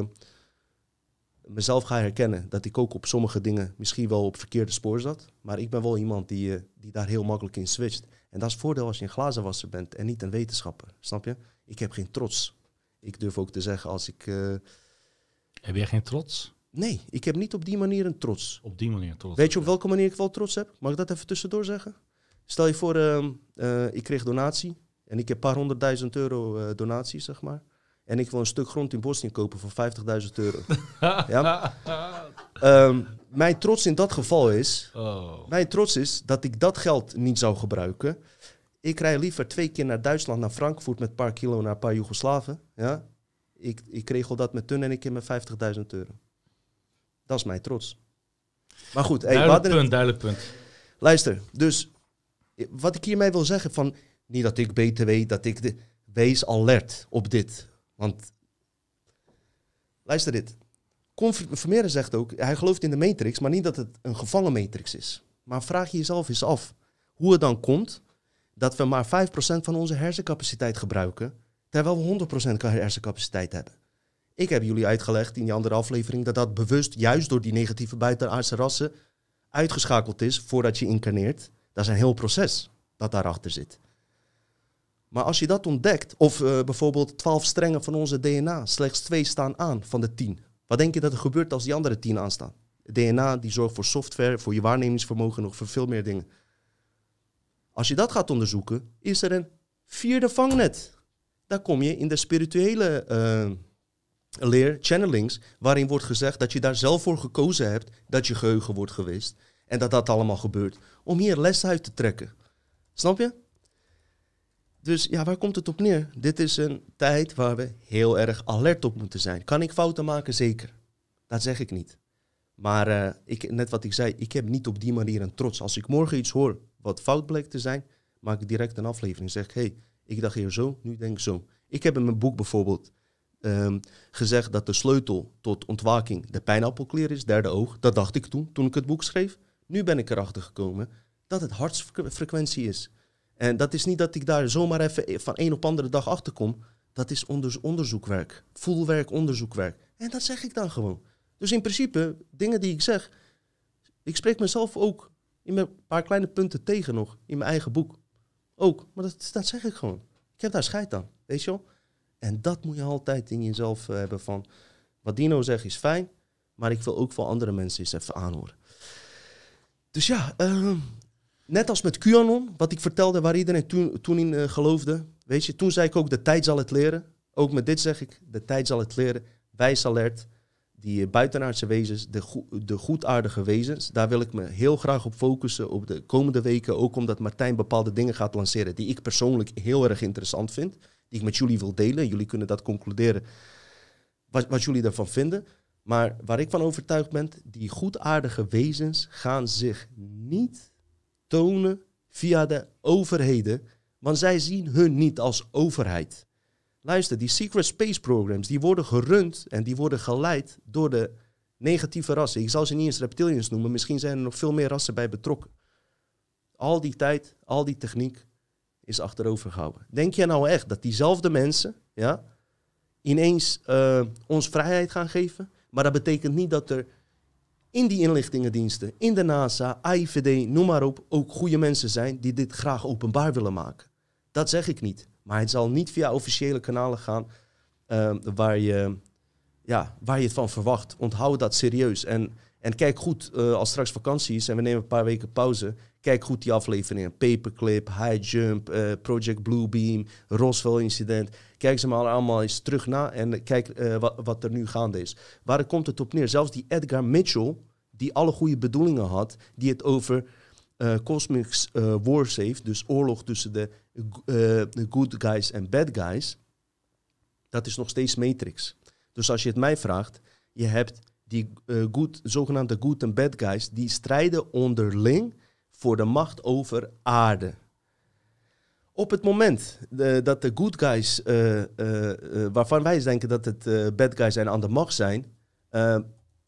mezelf ga herkennen. Dat ik ook op sommige dingen misschien wel op verkeerde spoor zat. Maar ik ben wel iemand die, uh, die daar heel makkelijk in switcht. En dat is het voordeel als je een glazenwasser bent en niet een wetenschapper. Snap je? Ik heb geen trots. Ik durf ook te zeggen als ik... Uh... Heb jij geen trots? Nee, ik heb niet op die manier een trots. Op die manier trots. Weet je op welke manier ik wel trots heb? Mag ik dat even tussendoor zeggen? Stel je voor, uh, uh, ik kreeg donatie en ik heb een paar honderdduizend euro uh, donatie, zeg maar. En ik wil een stuk grond in Bosnië kopen voor vijftigduizend euro. ja? um, mijn trots in dat geval is, oh. mijn trots is dat ik dat geld niet zou gebruiken. Ik rij liever twee keer naar Duitsland, naar Frankfurt met een paar kilo naar een paar Joegoslaven. Ja? Ik, ik regel dat met hun en ik heb met vijftigduizend euro. Dat is mijn trots. Maar goed. Hey, duidelijk punt, het... duidelijk punt. Luister, dus wat ik hiermee wil zeggen van, niet dat ik beter weet, dat ik de, wees alert op dit. Want, luister dit. Con Vermeeren zegt ook, hij gelooft in de matrix, maar niet dat het een gevangen matrix is. Maar vraag je jezelf eens af hoe het dan komt dat we maar vijf procent van onze hersencapaciteit gebruiken, terwijl we honderd procent hersencapaciteit hebben. Ik heb jullie uitgelegd in die andere aflevering dat dat bewust juist door die negatieve buitenaardse rassen uitgeschakeld is voordat je incarneert. Dat is een heel proces dat daarachter zit. Maar als je dat ontdekt, of uh, bijvoorbeeld twaalf strengen van onze D N A, slechts twee staan aan van de tien. Wat denk je dat er gebeurt als die andere tien aanstaan? D N A die zorgt voor software, voor je waarnemingsvermogen, nog voor veel meer dingen. Als je dat gaat onderzoeken, is er een vierde vangnet. Daar kom je in de spirituele uh, leer, channelings, waarin wordt gezegd dat je daar zelf voor gekozen hebt, dat je geheugen wordt geweest. En dat dat allemaal gebeurt. Om hier les uit te trekken. Snap je? Dus ja, waar komt het op neer? Dit is een tijd waar we heel erg alert op moeten zijn. Kan ik fouten maken? Zeker. Dat zeg ik niet. Maar uh, ik, net wat ik zei, ik heb niet op die manier een trots. Als ik morgen iets hoor wat fout bleek te zijn, maak ik direct een aflevering. Zeg, hé, hey, ik dacht hier zo, nu denk ik zo. Ik heb in mijn boek bijvoorbeeld um, gezegd dat de sleutel tot ontwaking de pijnappelklier is, derde oog. Dat dacht ik toen, toen ik het boek schreef. Nu ben ik erachter gekomen dat het hartsfrequentie is. En dat is niet dat ik daar zomaar even van een op andere dag achter kom. Dat is onder, onderzoekwerk. Voelwerk, onderzoekwerk. En dat zeg ik dan gewoon. Dus in principe, dingen die ik zeg, ik spreek mezelf ook in een paar kleine punten tegen nog, in mijn eigen boek. Ook, maar dat, dat zeg ik gewoon. Ik heb daar scheid aan, weet je wel? En dat moet je altijd in jezelf uh, hebben van, wat Dino zegt is fijn, maar ik wil ook voor andere mensen eens even aanhoren. Dus ja, uh, net als met QAnon, wat ik vertelde, waar iedereen toen, toen in uh, geloofde. Weet je, toen zei ik ook, de tijd zal het leren. Ook met dit zeg ik, de tijd zal het leren. Wijs alert, die uh, buitenaardse wezens, de, go de goedaardige wezens. Daar wil ik me heel graag op focussen op de komende weken. Ook omdat Martijn bepaalde dingen gaat lanceren die ik persoonlijk heel erg interessant vind. Die ik met jullie wil delen. Jullie kunnen dat concluderen wat, wat jullie daarvan vinden. Maar waar ik van overtuigd ben, die goedaardige wezens gaan zich niet tonen via de overheden, want zij zien hun niet als overheid. Luister, die secret space programs, die worden gerund en die worden geleid door de negatieve rassen. Ik zal ze niet eens reptilians noemen, misschien zijn er nog veel meer rassen bij betrokken. Al die tijd, al die techniek is achterover gehouden. Denk je nou echt dat diezelfde mensen, ja, ineens uh, ons vrijheid gaan geven? Maar dat betekent niet dat er in die inlichtingendiensten, in de NASA, A I V D, noem maar op, ook goede mensen zijn die dit graag openbaar willen maken. Dat zeg ik niet. Maar het zal niet via officiële kanalen gaan uh, waar, je, ja, waar je het van verwacht. Onthoud dat serieus. En, en kijk goed, uh, als straks vakantie is en we nemen een paar weken pauze, kijk goed die afleveringen. Paperclip, High Jump, uh, Project Bluebeam, Roswell Incident. Kijk ze maar allemaal eens terug na en kijk uh, wat, wat er nu gaande is. Waar komt het op neer? Zelfs die Edgar Mitchell, die alle goede bedoelingen had, die het over uh, cosmic uh, wars heeft, dus oorlog tussen de, uh, de good guys en bad guys, dat is nog steeds Matrix. Dus als je het mij vraagt, je hebt die uh, good, zogenaamde good en bad guys, die strijden onderling voor de macht over aarde. Op het moment uh, dat de good guys, uh, uh, uh, waarvan wij denken dat het uh, bad guys zijn, aan de macht zijn, uh,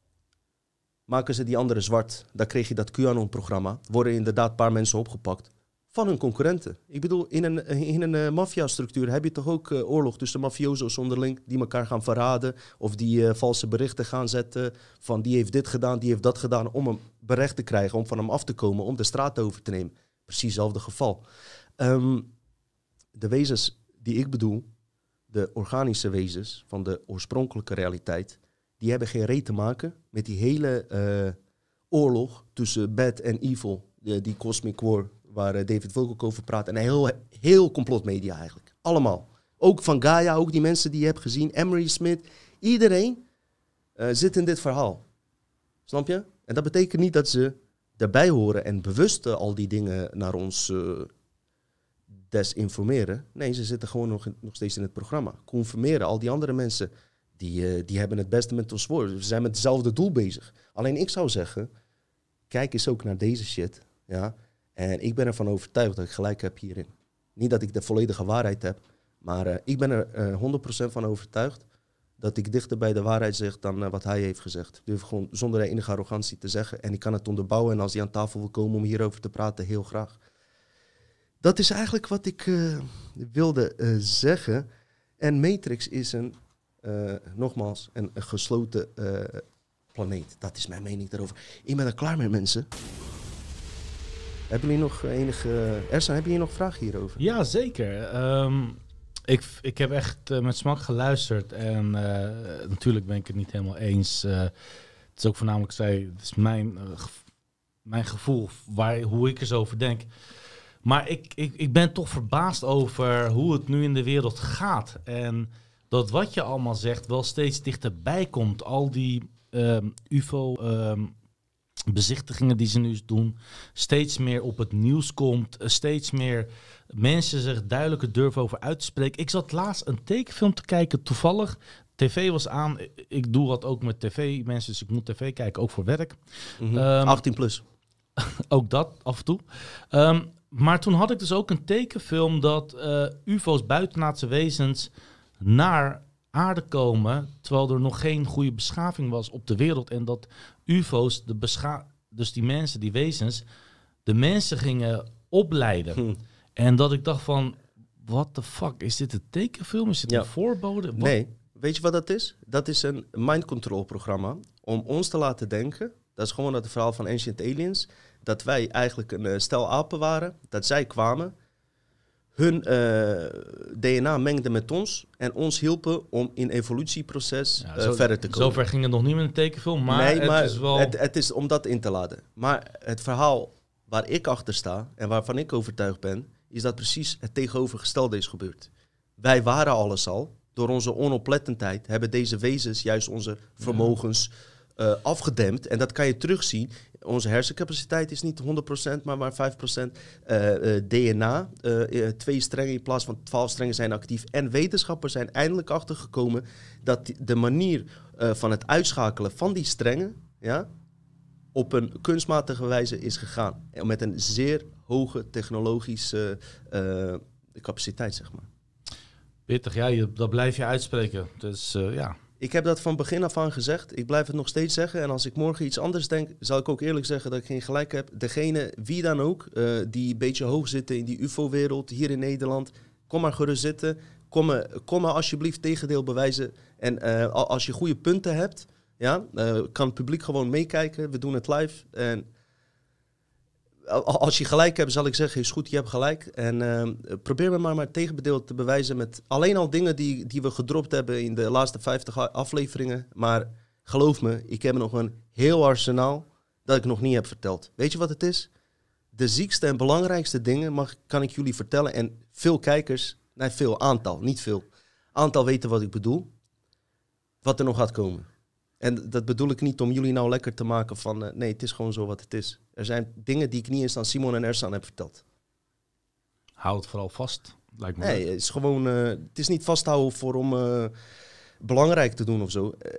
maken ze die anderen zwart. Dan kreeg je dat QAnon-programma. Worden inderdaad een paar mensen opgepakt van hun concurrenten. Ik bedoel, in een, in een uh, maffia-structuur heb je toch ook uh, oorlog tussen mafioso's onderling die elkaar gaan verraden of die uh, valse berichten gaan zetten van die heeft dit gedaan, die heeft dat gedaan om hem berecht te krijgen, om van hem af te komen, om de straat over te nemen. Precies hetzelfde geval. Um, de wezens die ik bedoel, de organische wezens van de oorspronkelijke realiteit, die hebben geen reet te maken met die hele uh, oorlog tussen bad en evil, die, die cosmic war waar uh, David Vogel over praat. En heel, heel complotmedia eigenlijk. Allemaal. Ook van Gaia, ook die mensen die je hebt gezien. Emery Smith. Iedereen uh, zit in dit verhaal. Snap je? En dat betekent niet dat ze erbij horen en bewust uh, al die dingen naar ons uh, desinformeren. Nee, ze zitten gewoon nog, in, nog steeds in het programma. Confirmeren. Al die andere mensen, die, uh, die hebben het beste met ons voor. Ze zijn met hetzelfde doel bezig. Alleen ik zou zeggen, kijk eens ook naar deze shit. Ja? En ik ben ervan overtuigd dat ik gelijk heb hierin. Niet dat ik de volledige waarheid heb, maar uh, ik ben er uh, honderd procent van overtuigd dat ik dichter bij de waarheid zeg dan uh, wat hij heeft gezegd. Ik durf gewoon zonder enige arrogantie te zeggen. En ik kan het onderbouwen en als hij aan tafel wil komen om hierover te praten, heel graag. Dat is eigenlijk wat ik uh, wilde uh, zeggen. En Matrix is een, uh, nogmaals, een, een gesloten uh, planeet. Dat is mijn mening daarover. Ik ben er klaar mee, mensen. Hebben jullie nog enige... Uh, Ersan, heb je hier nog vragen hierover? Ja, zeker. Um, ik, ik heb echt uh, met smak geluisterd. En uh, natuurlijk ben ik het niet helemaal eens. Uh, het is ook voornamelijk, zei, het is mijn, uh, gev- mijn gevoel, waar, hoe ik er zo over denk. Maar ik, ik, ik ben toch verbaasd over hoe het nu in de wereld gaat. En dat wat je allemaal zegt wel steeds dichterbij komt. Al die um, U F O... Um, bezichtigingen die ze nu doen, steeds meer op het nieuws komt, steeds meer mensen zich duidelijker durven over uit te spreken. Ik zat laatst een tekenfilm te kijken, toevallig. tv was aan, ik doe wat ook met tv, mensen, dus ik moet tv kijken, ook voor werk. Mm-hmm. Um, achttien plus. Ook dat, af en toe. Um, maar toen had ik dus ook een tekenfilm dat uh, U F O's, buitenaardse wezens, naar aarde komen, terwijl er nog geen goede beschaving was op de wereld. En dat U F O's, de bescha- dus die mensen, die wezens, de mensen gingen opleiden. Hm. En dat ik dacht van, what the fuck, is dit een tekenfilm? Is dit ja. een voorbode? Wat? Nee, weet je wat dat is? Dat is een mind control programma om ons te laten denken. Dat is gewoon het verhaal van Ancient Aliens. Dat wij eigenlijk een uh, stel apen waren. Dat zij kwamen. Hun uh, D N A mengden met ons en ons hielpen om in evolutieproces ja, zo, uh, verder te komen. Zover ging het nog niet met een tekenfilm, maar, nee, het, maar is wel... het, het is om dat in te laden. Maar het verhaal waar ik achter sta en waarvan ik overtuigd ben, is dat precies het tegenovergestelde is gebeurd. Wij waren alles al. Door onze onoplettendheid hebben deze wezens juist onze vermogens uh, afgedempt. En dat kan je terugzien. Onze hersencapaciteit is niet honderd procent, maar maar vijf procent. Uh, uh, D N A, uh, uh, twee strengen in plaats van twaalf strengen zijn actief. En wetenschappers zijn eindelijk achtergekomen dat die, de manier uh, van het uitschakelen van die strengen, ja, op een kunstmatige wijze is gegaan. En met een zeer hoge technologische uh, capaciteit, zeg maar. Pittig, ja, je, dat blijf je uitspreken. Dus uh, ja... Ik heb dat van begin af aan gezegd. Ik blijf het nog steeds zeggen. En als ik morgen iets anders denk, zal ik ook eerlijk zeggen dat ik geen gelijk heb. Degene, wie dan ook, uh, die een beetje hoog zitten in die U F O-wereld hier in Nederland, kom maar gerust zitten. Kom maar, kom maar alsjeblieft tegendeel bewijzen. En uh, als je goede punten hebt, ja, uh, kan het publiek gewoon meekijken. We doen het live. En als je gelijk hebt, zal ik zeggen, is goed, je hebt gelijk. En uh, probeer me maar maar tegenbedeeld te bewijzen met alleen al dingen die, die we gedropt hebben in de laatste vijftig afleveringen. Maar geloof me, ik heb nog een heel arsenaal dat ik nog niet heb verteld. Weet je wat het is? De ziekste en belangrijkste dingen mag, kan ik jullie vertellen. En veel kijkers, nee, veel, aantal, niet veel. Aantal weten wat ik bedoel. Wat er nog gaat komen. En dat bedoel ik niet om jullie nou lekker te maken van... Uh, nee, het is gewoon zo wat het is. Er zijn dingen die ik niet eens aan Simon en Ersan heb verteld. Hou het vooral vast, lijkt me. Nee, het is gewoon... Uh, het is niet vasthouden voor om uh, belangrijk te doen of zo. Uh,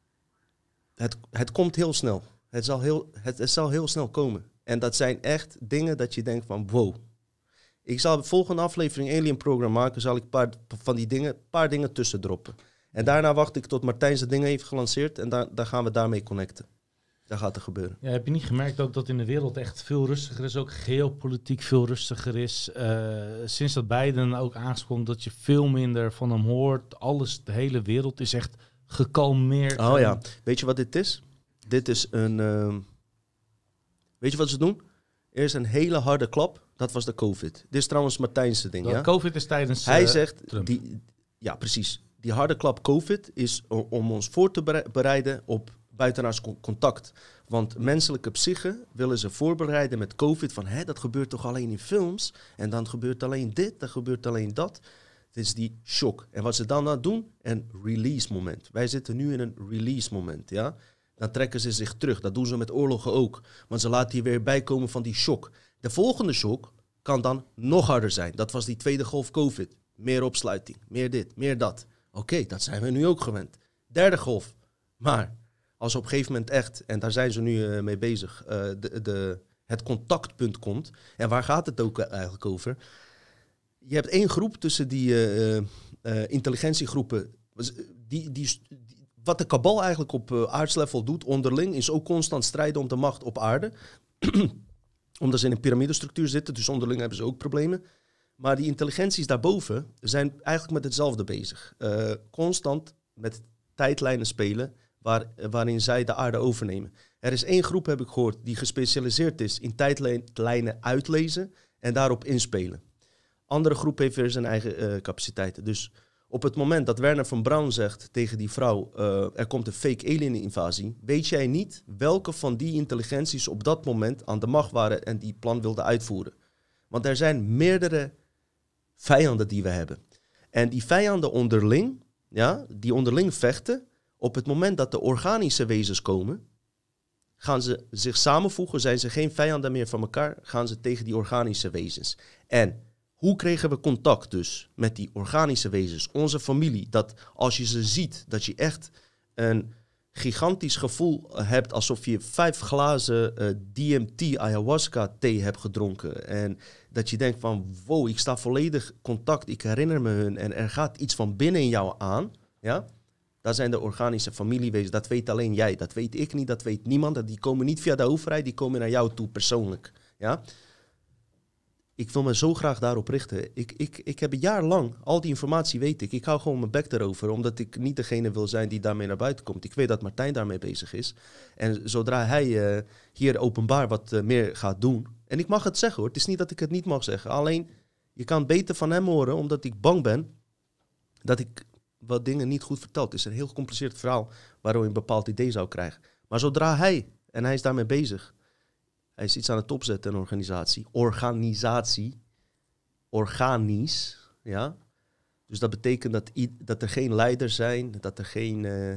het, het komt heel snel. Het zal heel, het, het zal heel snel komen. En dat zijn echt dingen dat je denkt van wow. Ik zal de volgende aflevering Alien Program maken. Zal ik een paar van die dingen, paar dingen tussen droppen. En daarna wacht ik tot Martijn zijn dingen heeft gelanceerd. En daar, daar gaan we daarmee connecten. Dat gaat er gebeuren. Ja, heb je niet gemerkt ook dat in de wereld echt veel rustiger is? Ook geopolitiek veel rustiger is. Uh, sinds dat Biden ook aangesproken dat je veel minder van hem hoort. Alles, de hele wereld is echt gekalmeerd. Oh ja, weet je wat dit is? Dit is een... Uh... Weet je wat ze doen? Eerst een hele harde klap. Dat was de COVID. Dit is trouwens Martijn's ding. Dat ja? COVID is tijdens Hij uh, zegt... Trump. Die, ja, precies. Die harde klap COVID is om ons voor te bereiden op buitenaards contact. Want menselijke psyche willen ze voorbereiden met COVID. Van, hè, dat gebeurt toch alleen in films? En dan gebeurt alleen dit, dan gebeurt alleen dat. Het is die shock. En wat ze dan aan doen? Een release moment. Wij zitten nu in een release moment, ja. Dan trekken ze zich terug. Dat doen ze met oorlogen ook. Want ze laten hier weer bijkomen van die shock. De volgende shock kan dan nog harder zijn. Dat was die tweede golf COVID. Meer opsluiting, meer dit, meer dat. Oké, okay, dat zijn we nu ook gewend. Derde golf. Maar als op een gegeven moment echt, en daar zijn ze nu uh, mee bezig, uh, de, de, het contactpunt komt. En waar gaat het ook eigenlijk over? Je hebt één groep tussen die uh, uh, intelligentiegroepen. Die, die, die, wat de kabal eigenlijk op uh, aardslevel doet onderling, is ook constant strijden om de macht op aarde. Omdat ze in een piramidestructuur zitten, dus onderling hebben ze ook problemen. Maar die intelligenties daarboven zijn eigenlijk met hetzelfde bezig. Uh, constant met tijdlijnen spelen waar, waarin zij de aarde overnemen. Er is één groep, heb ik gehoord, die gespecialiseerd is in tijdlijnen uitlezen en daarop inspelen. Andere groep heeft weer zijn eigen uh, capaciteiten. Dus op het moment dat Werner von Braun zegt tegen die vrouw, uh, er komt een fake alien-invasie, weet jij niet welke van die intelligenties op dat moment aan de macht waren en die plan wilden uitvoeren. Want er zijn meerdere vijanden die we hebben. En die vijanden onderling, ja, die onderling vechten, op het moment dat de organische wezens komen, gaan ze zich samenvoegen, zijn ze geen vijanden meer van elkaar, gaan ze tegen die organische wezens. En hoe kregen we contact dus met die organische wezens, onze familie, dat als je ze ziet, dat je echt een gigantisch gevoel hebt alsof je vijf glazen uh, D M T, ayahuasca thee hebt gedronken. En dat je denkt van, wow, ik sta volledig contact, ik herinner me hun en er gaat iets van binnen in jou aan. Ja? Dat zijn de organische familiewezens, dat weet alleen jij, dat weet ik niet, dat weet niemand. Die komen niet via de overheid, die komen naar jou toe persoonlijk. Ja? Ik wil me zo graag daarop richten. Ik, ik, ik heb jarenlang, al die informatie weet ik. Ik hou gewoon mijn bek erover, omdat ik niet degene wil zijn die daarmee naar buiten komt. Ik weet dat Martijn daarmee bezig is. En zodra hij uh, hier openbaar wat uh, meer gaat doen. En ik mag het zeggen hoor, het is niet dat ik het niet mag zeggen. Alleen, je kan beter van hem horen, omdat ik bang ben dat ik wat dingen niet goed vertel. Het is een heel gecompliceerd verhaal, waardoor je een bepaald idee zou krijgen. Maar zodra hij, en hij is daarmee bezig, hij is iets aan het opzetten, een organisatie. Organisatie. Organisch. Ja. Dus dat betekent dat, i- dat er geen leiders zijn, dat er geen uh,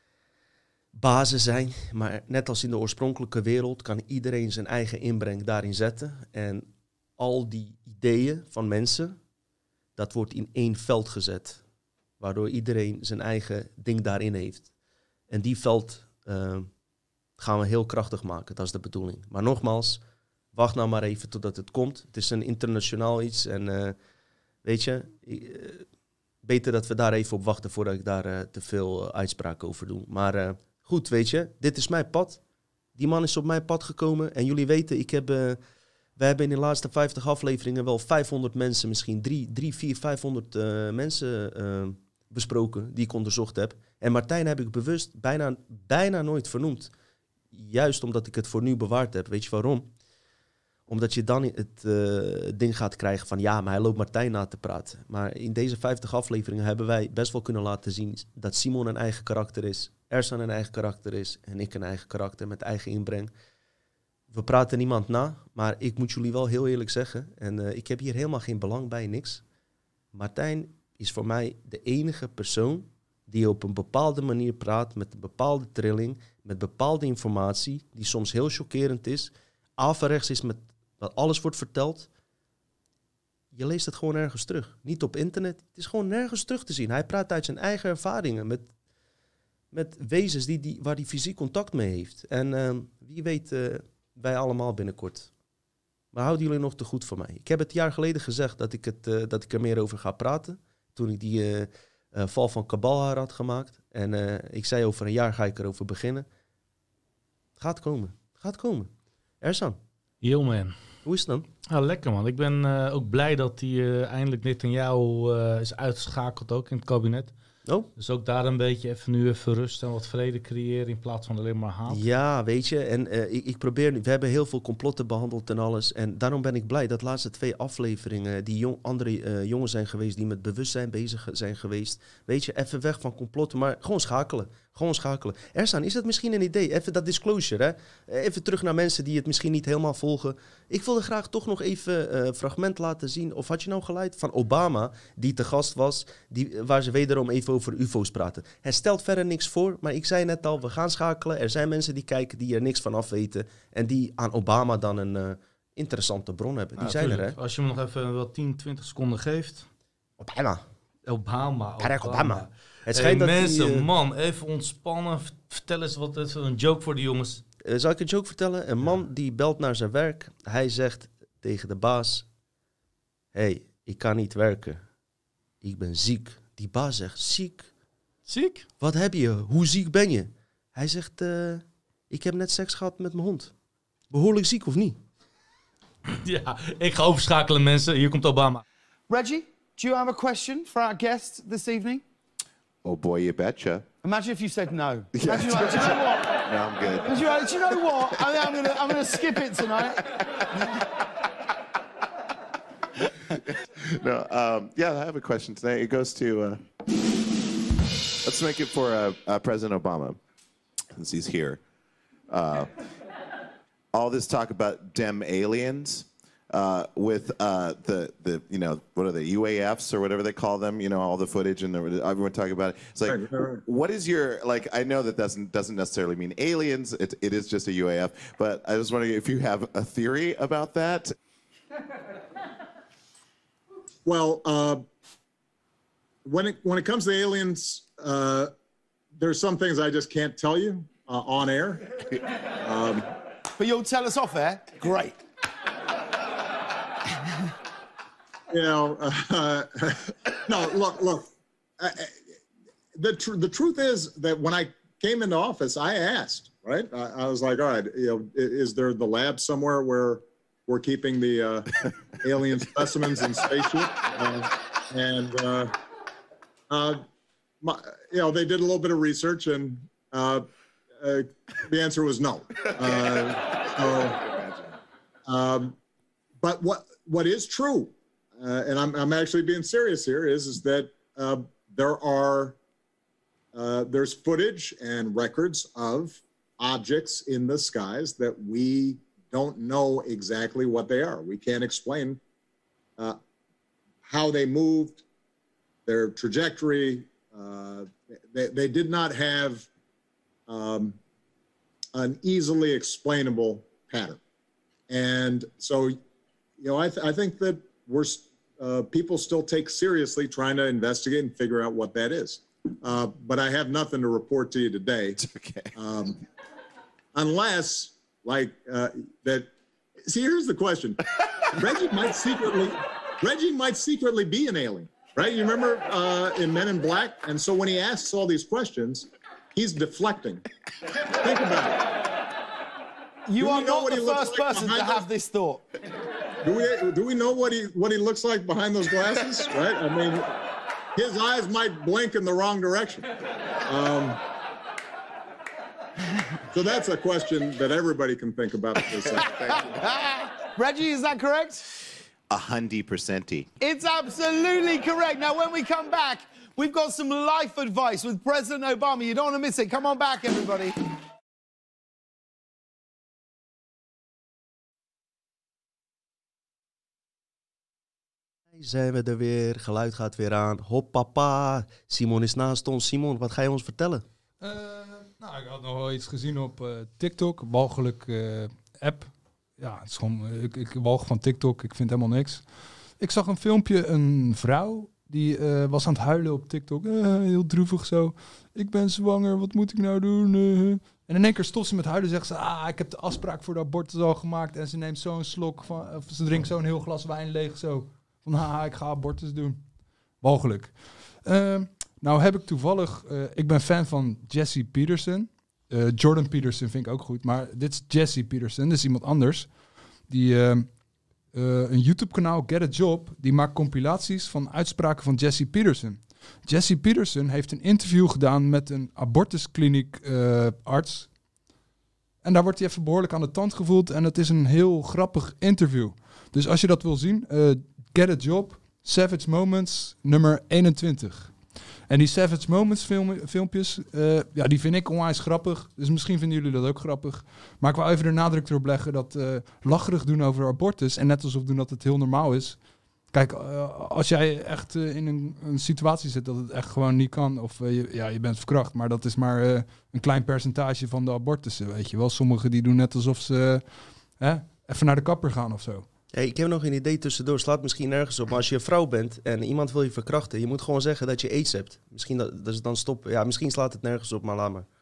bazen zijn. Maar net als in de oorspronkelijke wereld kan iedereen zijn eigen inbreng daarin zetten. En al die ideeën van mensen, dat wordt in één veld gezet. Waardoor iedereen zijn eigen ding daarin heeft. En die veld Uh, gaan we heel krachtig maken, dat is de bedoeling. Maar nogmaals, wacht nou maar even totdat het komt. Het is een internationaal iets en uh, weet je, uh, beter dat we daar even op wachten voordat ik daar uh, te veel uh, uitspraken over doe. Maar uh, goed, weet je, dit is mijn pad. Die man is op mijn pad gekomen en jullie weten, ik heb, uh, we hebben in de laatste vijftig afleveringen wel vijfhonderd mensen, misschien drie, drie vier, vijfhonderd uh, mensen uh, besproken die ik onderzocht heb. En Martijn heb ik bewust bijna, bijna nooit vernoemd. Juist omdat ik het voor nu bewaard heb. Weet je waarom? Omdat je dan het uh, ding gaat krijgen van ja, maar hij loopt Martijn na te praten. Maar in deze vijftig afleveringen hebben wij best wel kunnen laten zien dat Simon een eigen karakter is, Ersan een eigen karakter is en ik een eigen karakter met eigen inbreng. We praten niemand na, maar ik moet jullie wel heel eerlijk zeggen, en uh, ik heb hier helemaal geen belang bij, niks. Martijn is voor mij de enige persoon die op een bepaalde manier praat, met een bepaalde trilling, met bepaalde informatie, die soms heel chockerend is, averechts is met wat alles wordt verteld. Je leest het gewoon nergens terug. Niet op internet, het is gewoon nergens terug te zien. Hij praat uit zijn eigen ervaringen met, met wezens die, die, waar hij fysiek contact mee heeft. En uh, wie weet, uh, wij allemaal binnenkort. Maar houden jullie nog te goed voor mij? Ik heb het een jaar geleden gezegd dat ik, het, uh, dat ik er meer over ga praten, toen ik die Uh, Uh, val van Kabalhar had gemaakt. En uh, ik zei over een jaar ga ik erover beginnen. Gaat komen. Gaat komen. Ersan. Yo man. Hoe is het dan? Ah, lekker man. Ik ben uh, ook blij dat hij uh, eindelijk Netanyahu uh, is uitgeschakeld ook in het kabinet. Oh. Dus ook daar een beetje even nu even rust en wat vrede creëren in plaats van alleen maar haat. Ja, weet je. En uh, ik, ik probeer nu. We hebben heel veel complotten behandeld en alles. En daarom ben ik blij dat de laatste twee afleveringen die jong, andere uh, jongens zijn geweest die met bewustzijn bezig zijn geweest. Weet je, even weg van complotten, maar gewoon schakelen. Gewoon schakelen. Ersan, is dat misschien een idee? Even dat disclosure, hè? Even terug naar mensen die het misschien niet helemaal volgen. Ik wilde graag toch nog even een uh, fragment laten zien. Of had je nou geleid? Van Obama, die te gast was. Die, waar ze wederom even over U F O's praten. Hij stelt verder niks voor. Maar ik zei net al, we gaan schakelen. Er zijn mensen die kijken, die er niks van af weten. En die aan Obama dan een uh, interessante bron hebben. Die ja, zijn tuurlijk. er, hè? Als je me nog even wat tien, twintig seconden geeft. Obama. Obama. Barack Obama. Obama. Het hey, dat mensen, die, uh, man, even ontspannen. Vertel eens wat, even een joke voor de jongens. Uh, zal ik een joke vertellen? Een man ja. die belt naar zijn werk. Hij zegt tegen de baas: hey, ik kan niet werken. Ik ben ziek. Die baas zegt: ziek? Ziek? Wat heb je? Hoe ziek ben je? Hij zegt: uh, ik heb net seks gehad met mijn hond. Behoorlijk ziek of niet? Ja, ik ga overschakelen, mensen. Hier komt Obama. Reggie, do you have a question for our guest this evening? Oh boy, you betcha. Imagine if you said no. Imagine you like, do you know what? No, I'm good. Do you, do you know what? I mean, I'm gonna, I'm gonna skip it tonight. no, um, yeah, I have a question today. It goes to. Uh, let's make it for uh, uh, President Obama, since he's here. Uh, all this talk about dem aliens. Uh, with uh, the, the, you know, what are they, U A Fs or whatever they call them, you know, all the footage and the, everyone talking about it. It's like, what is your, like, I know that doesn't doesn't necessarily mean aliens, it, it is just a U A F, but I was wondering if you have a theory about that? Well, uh, when, it, when it comes to aliens, uh, there's some things I just can't tell you uh, on air. um, but you'll tell us off air? Great. You know, uh, no, look, look. Uh, the tr- the truth is that when I came into office, I asked, right? I, I was like, all right, you know, is there the lab somewhere where we're keeping the uh, alien specimens in spaceship? Uh, and uh, uh, my, you know, they did a little bit of research, and uh, uh, the answer was no. Uh, so, um, but what what is true? Uh, and I'm, I'm actually being serious here, is, is that uh, there are, uh, there's footage and records of objects in the skies that we don't know exactly what they are. We can't explain uh, how they moved, their trajectory. Uh, they, they did not have um, an easily explainable pattern. And so, you know, I, th- I think that we're Uh, people still take seriously trying to investigate and figure out what that is. Uh, but I have nothing to report to you today. Okay. Um, unless, like, uh, that. See, here's the question. Reggie might secretly, Reggie might secretly be an alien, right? You remember uh, in Men in Black? And so when he asks all these questions, he's deflecting. Think about it. You Do are we know not what the he looks first like person to behind have this thought. Do we do we know what he what he looks like behind those glasses? Right? I mean, his eyes might blink in the wrong direction. Um, so that's a question that everybody can think about for a second. Reggie, is that correct? A hundred percenty. It's absolutely correct. Now, when we come back, we've got some life advice with President Obama. You don't want to miss it. Come on back, everybody. Zijn we er weer, geluid gaat weer aan. Hoppapa, Simon is naast ons. Simon, wat ga je ons vertellen? Uh, nou, ik had nog wel iets gezien op uh, TikTok, walgelijk uh, app. Ja, het is gewoon, uh, ik, ik walg van TikTok, ik vind helemaal niks. Ik zag een filmpje, een vrouw, die uh, was aan het huilen op TikTok. Uh, heel droevig zo. Ik ben zwanger, wat moet ik nou doen? Uh. En in één keer stopt ze met huilen, zegt ze, ah, ik heb de afspraak voor de abortus al gemaakt. En ze neemt zo'n slok, van, of ze drinkt zo'n heel glas wijn leeg zo. Van, haha, ik ga abortus doen. Walgelijk. Uh, nou heb ik toevallig... Uh, ik ben fan van Jesse Peterson. Uh, Jordan Peterson vind ik ook goed. Maar dit is Jesse Peterson. Dit is iemand anders. Die uh, uh, een YouTube-kanaal, Get a Job... die maakt compilaties van uitspraken van Jesse Peterson. Jesse Peterson heeft een interview gedaan... met een abortuskliniek uh, arts. En daar wordt hij even behoorlijk aan de tand gevoeld. En het is een heel grappig interview. Dus als je dat wil zien... Uh, Get a Job, Savage Moments, nummer eenentwintig. En die Savage Moments film, filmpjes, uh, ja, die vind ik onwijs grappig. Dus misschien vinden jullie dat ook grappig. Maar ik wil even de nadruk erop leggen dat uh, lacherig doen over abortus en net alsof doen dat het heel normaal is. Kijk, uh, als jij echt uh, in een, een situatie zit dat het echt gewoon niet kan, of uh, je, ja, je bent verkracht, maar dat is maar uh, een klein percentage van de abortussen, weet je wel. Sommigen die doen net alsof ze uh, uh, even naar de kapper gaan of zo. Hey, ik heb nog een idee tussendoor, slaat misschien nergens op. Maar als je een vrouw bent en iemand wil je verkrachten, je moet gewoon zeggen dat je aids hebt. Misschien dat, dat is dan stoppen. Ja, misschien slaat het nergens op, maar laat maar.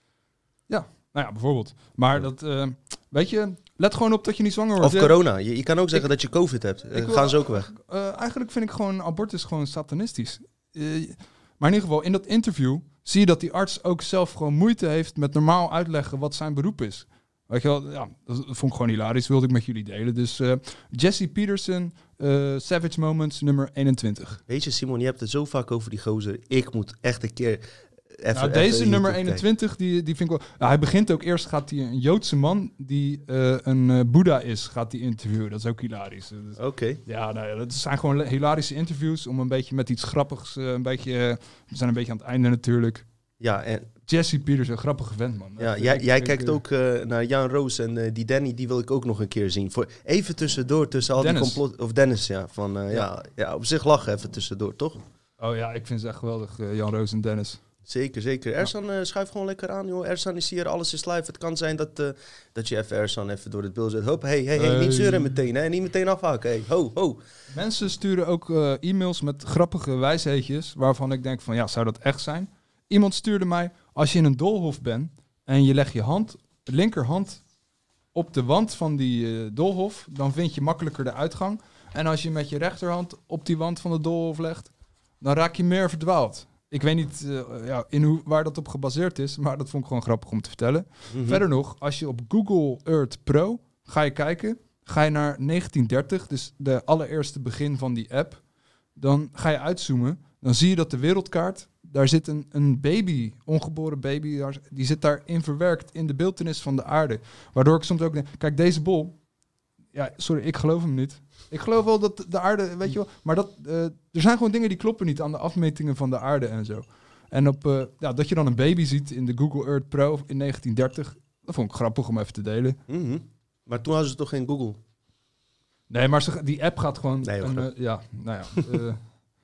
Ja, nou ja, bijvoorbeeld. Maar ja. dat, uh, weet je, let gewoon op dat je niet zwanger wordt. Of corona. Je, je kan ook zeggen ik, dat je covid hebt. Uh, wil, gaan ze ook weg. Uh, eigenlijk vind ik gewoon abortus gewoon satanistisch. Uh, maar in ieder geval, in dat interview zie je dat die arts ook zelf gewoon moeite heeft met normaal uitleggen wat zijn beroep is. Weet je wel, ja, dat vond ik gewoon hilarisch, wilde ik met jullie delen. Dus uh, Jesse Peterson, uh, Savage Moments, nummer eenentwintig. Weet je, Simon, je hebt het zo vaak over die gozer. Ik moet echt een keer even... Nou, deze even nummer eenentwintig, die, die vind ik wel... Nou, hij begint ook eerst, gaat hij een Joodse man die uh, een uh, Boeddha is, gaat hij interviewen. Dat is ook hilarisch. Dus, Oké. Okay. Ja, nou ja, dat zijn gewoon hilarische interviews om een beetje met iets grappigs, uh, een beetje... Uh, we zijn een beetje aan het einde natuurlijk. Ja, en... Jesse Peterson, een grappige vent, man. Ja, jij, jij kijkt ik, ook uh, naar Jan Roos en uh, die Danny, die wil ik ook nog een keer zien. Voor even tussendoor, tussen al Dennis. die complot... Of Dennis, ja. Van, uh, ja. Ja, ja, op zich lachen even tussendoor, toch? Oh ja, ik vind ze echt geweldig, uh, Jan Roos en Dennis. Zeker, zeker. Ersan, ja. uh, schuif gewoon lekker aan, joh. Ersan is hier, alles is live. Het kan zijn dat, uh, dat je even Ersan even door het beeld zet. Hop, hey, hey, hey, hey. Niet zeuren meteen, hè. Niet meteen afhaken, hey. Ho, ho. Mensen sturen ook uh, e-mails met grappige wijsheidjes, waarvan ik denk van, ja, zou dat echt zijn? Iemand stuurde mij, als je in een doolhof bent en je legt je hand, linkerhand op de wand van die uh, doolhof, dan vind je makkelijker de uitgang. En als je met je rechterhand op die wand van de doolhof legt, dan raak je meer verdwaald. Ik weet niet uh, ja, in hoe, waar dat op gebaseerd is, maar dat vond ik gewoon grappig om te vertellen. Mm-hmm. Verder nog, als je op Google Earth Pro ga je kijken, ga je naar negentien dertig, dus de allereerste begin van die app, dan ga je uitzoomen, dan zie je dat de wereldkaart, daar zit een, een baby, ongeboren baby, die zit daarin verwerkt in de beeltenis van de aarde. Waardoor ik soms ook denk, kijk, deze bol, ja, sorry, ik geloof hem niet. Ik geloof wel dat de aarde, weet je wel, maar dat, uh, er zijn gewoon dingen die kloppen niet aan de afmetingen van de aarde en zo. En op, uh, ja, dat je dan een baby ziet in de Google Earth Pro in negentien dertig, dat vond ik grappig om even te delen. Mm-hmm. Maar toen hadden ze toch geen Google? Nee, maar ze, die app gaat gewoon, nee, een, uh, ja, nou ja. Oké. Uh,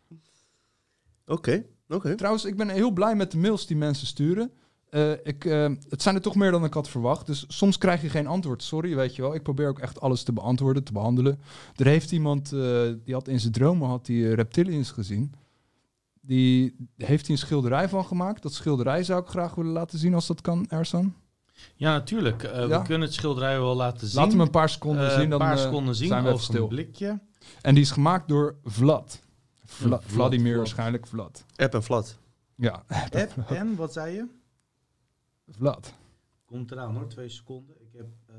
okay. Okay. Trouwens, ik ben heel blij met de mails die mensen sturen. Uh, ik, uh, het zijn er toch meer dan ik had verwacht. Dus soms krijg je geen antwoord. Sorry, weet je wel. Ik probeer ook echt alles te beantwoorden, te behandelen. Er heeft iemand, uh, die had in zijn dromen had die, uh, reptilians gezien. Die heeft hij een schilderij van gemaakt. Dat schilderij zou ik graag willen laten zien als dat kan, Ersan. Ja, natuurlijk. Uh, ja? We kunnen het schilderij wel laten zien. Laten we een paar seconden uh, zien. Dan, een paar seconden zien, zijn we over een blikje. En die is gemaakt door Vlad. Vla- Vlad Vladimir Vlad. Waarschijnlijk, Vlad. App en Vlad. Ja. App, app en, wat zei je? Vlad. Komt eraan hoor, twee seconden. Ik heb, uh...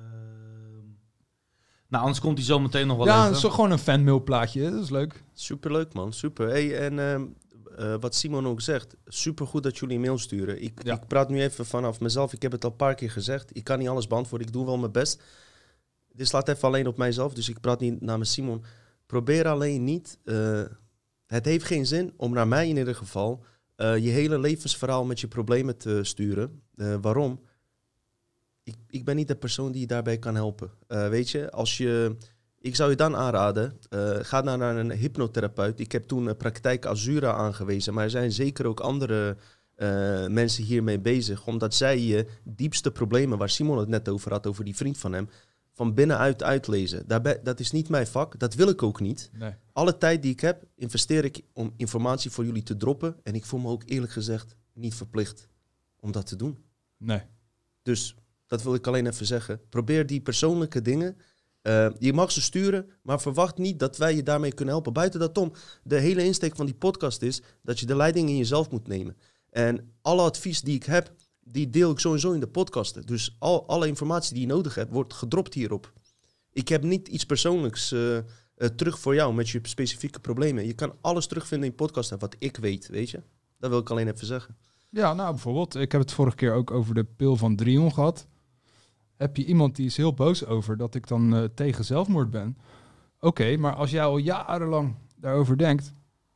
Nou, anders komt hij zo meteen nog wel ja, even. Ja, zo gewoon een fanmailplaatje, dat is leuk. Superleuk man, super. Hey, en uh, uh, wat Simon ook zegt, supergoed dat jullie mail sturen. Ik, ja. ik praat nu even vanaf mezelf, ik heb het al een paar keer gezegd. Ik kan niet alles beantwoorden, ik doe wel mijn best. Dit slaat even alleen op mijzelf, dus ik praat niet namens Simon. Probeer alleen niet... Uh, het heeft geen zin om naar mij in ieder geval... Uh, je hele levensverhaal met je problemen te sturen. Uh, waarom? Ik, ik ben niet de persoon die je daarbij kan helpen. Uh, weet je, als je... Ik zou je dan aanraden, uh, ga naar, naar een hypnotherapeut. Ik heb toen een praktijk Azura aangewezen, maar er zijn zeker ook andere uh, mensen hiermee bezig, omdat zij je diepste problemen, waar Simon het net over had, over die vriend van hem, van binnenuit uitlezen. Daarbij, dat is niet mijn vak, dat wil ik ook niet. Nee. Alle tijd die ik heb, investeer ik om informatie voor jullie te droppen. En ik voel me ook eerlijk gezegd niet verplicht om dat te doen. Nee. Dus dat wil ik alleen even zeggen. Probeer die persoonlijke dingen. Uh, je mag ze sturen, maar verwacht niet dat wij je daarmee kunnen helpen. Buiten dat om, de hele insteek van die podcast is dat je de leiding in jezelf moet nemen. En alle advies die ik heb, die deel ik sowieso in de podcasten. Dus al, alle informatie die je nodig hebt, wordt gedropt hierop. Ik heb niet iets persoonlijks uh, uh, terug voor jou met je specifieke problemen. Je kan alles terugvinden in podcasten wat ik weet, weet je. Dat wil ik alleen even zeggen. Ja, nou bijvoorbeeld, ik heb het vorige keer ook over de pil van Drion gehad. Heb je iemand die is heel boos over dat ik dan uh, tegen zelfmoord ben? Oké, okay, maar als jij al jarenlang daarover denkt,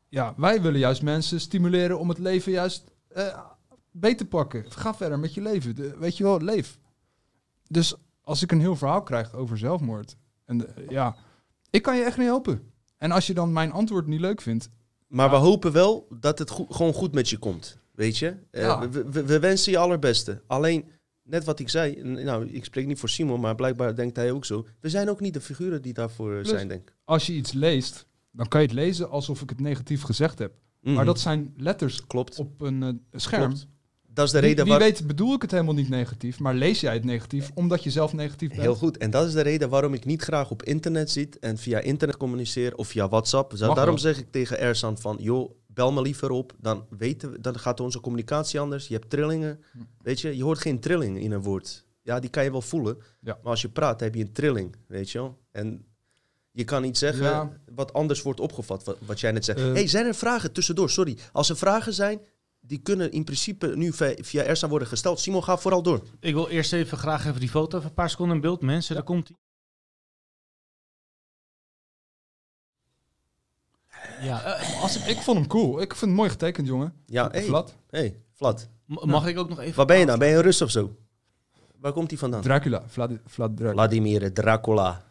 ja, wij willen juist mensen stimuleren om het leven juist uh, beter te pakken. Ga verder met je leven. De, weet je wel, leef. Dus als ik een heel verhaal krijg over zelfmoord, en uh, ja, ik kan je echt niet helpen. En als je dan mijn antwoord niet leuk vindt... Maar ja. we hopen wel dat het go- gewoon goed met je komt. Weet je? Uh, ja. we, we, we wensen je allerbeste. Alleen, net wat ik zei, nou, ik spreek niet voor Simon, maar blijkbaar denkt hij ook zo. We zijn ook niet de figuren die daarvoor Plus, zijn, denk ik. Als je iets leest, dan kan je het lezen alsof ik het negatief gezegd heb. Mm-hmm. Maar dat zijn letters Klopt. op een uh, scherm. Klopt. Dat is de reden wie, wie waar... weet bedoel ik het helemaal niet negatief, maar lees jij het negatief omdat je zelf negatief bent. Heel goed. En dat is de reden waarom ik niet graag op internet zit en via internet communiceer of via WhatsApp. Zo, daarom wel. zeg ik tegen Ersan van, joh, bel me liever op. Dan, weten we, dan gaat onze communicatie anders. Je hebt trillingen. Hm. Weet je, je hoort geen trilling in een woord. Ja, die kan je wel voelen. Ja. Maar als je praat, heb je een trilling, weet je wel. En je kan niet zeggen ja. wat anders wordt opgevat, wat, wat jij net zegt. Uh, hey, zijn er vragen tussendoor? Sorry. Als er vragen zijn... Die kunnen in principe nu via Ersan worden gesteld. Simon, ga vooral door. Ik wil eerst even graag even die foto, even een paar seconden in beeld. Mensen, ja. daar komt hij. Ja, uh, als ik, ik vond hem cool. Ik vind het mooi getekend, jongen. Ja, hey, Vlad. Hey, Vlad. M- mag ja. ik ook nog even... Waar ben je dan? Ben je in Rus of zo? Waar komt hij vandaan? Dracula. Vlad, Vlad Dracula. Vladimir Dracula.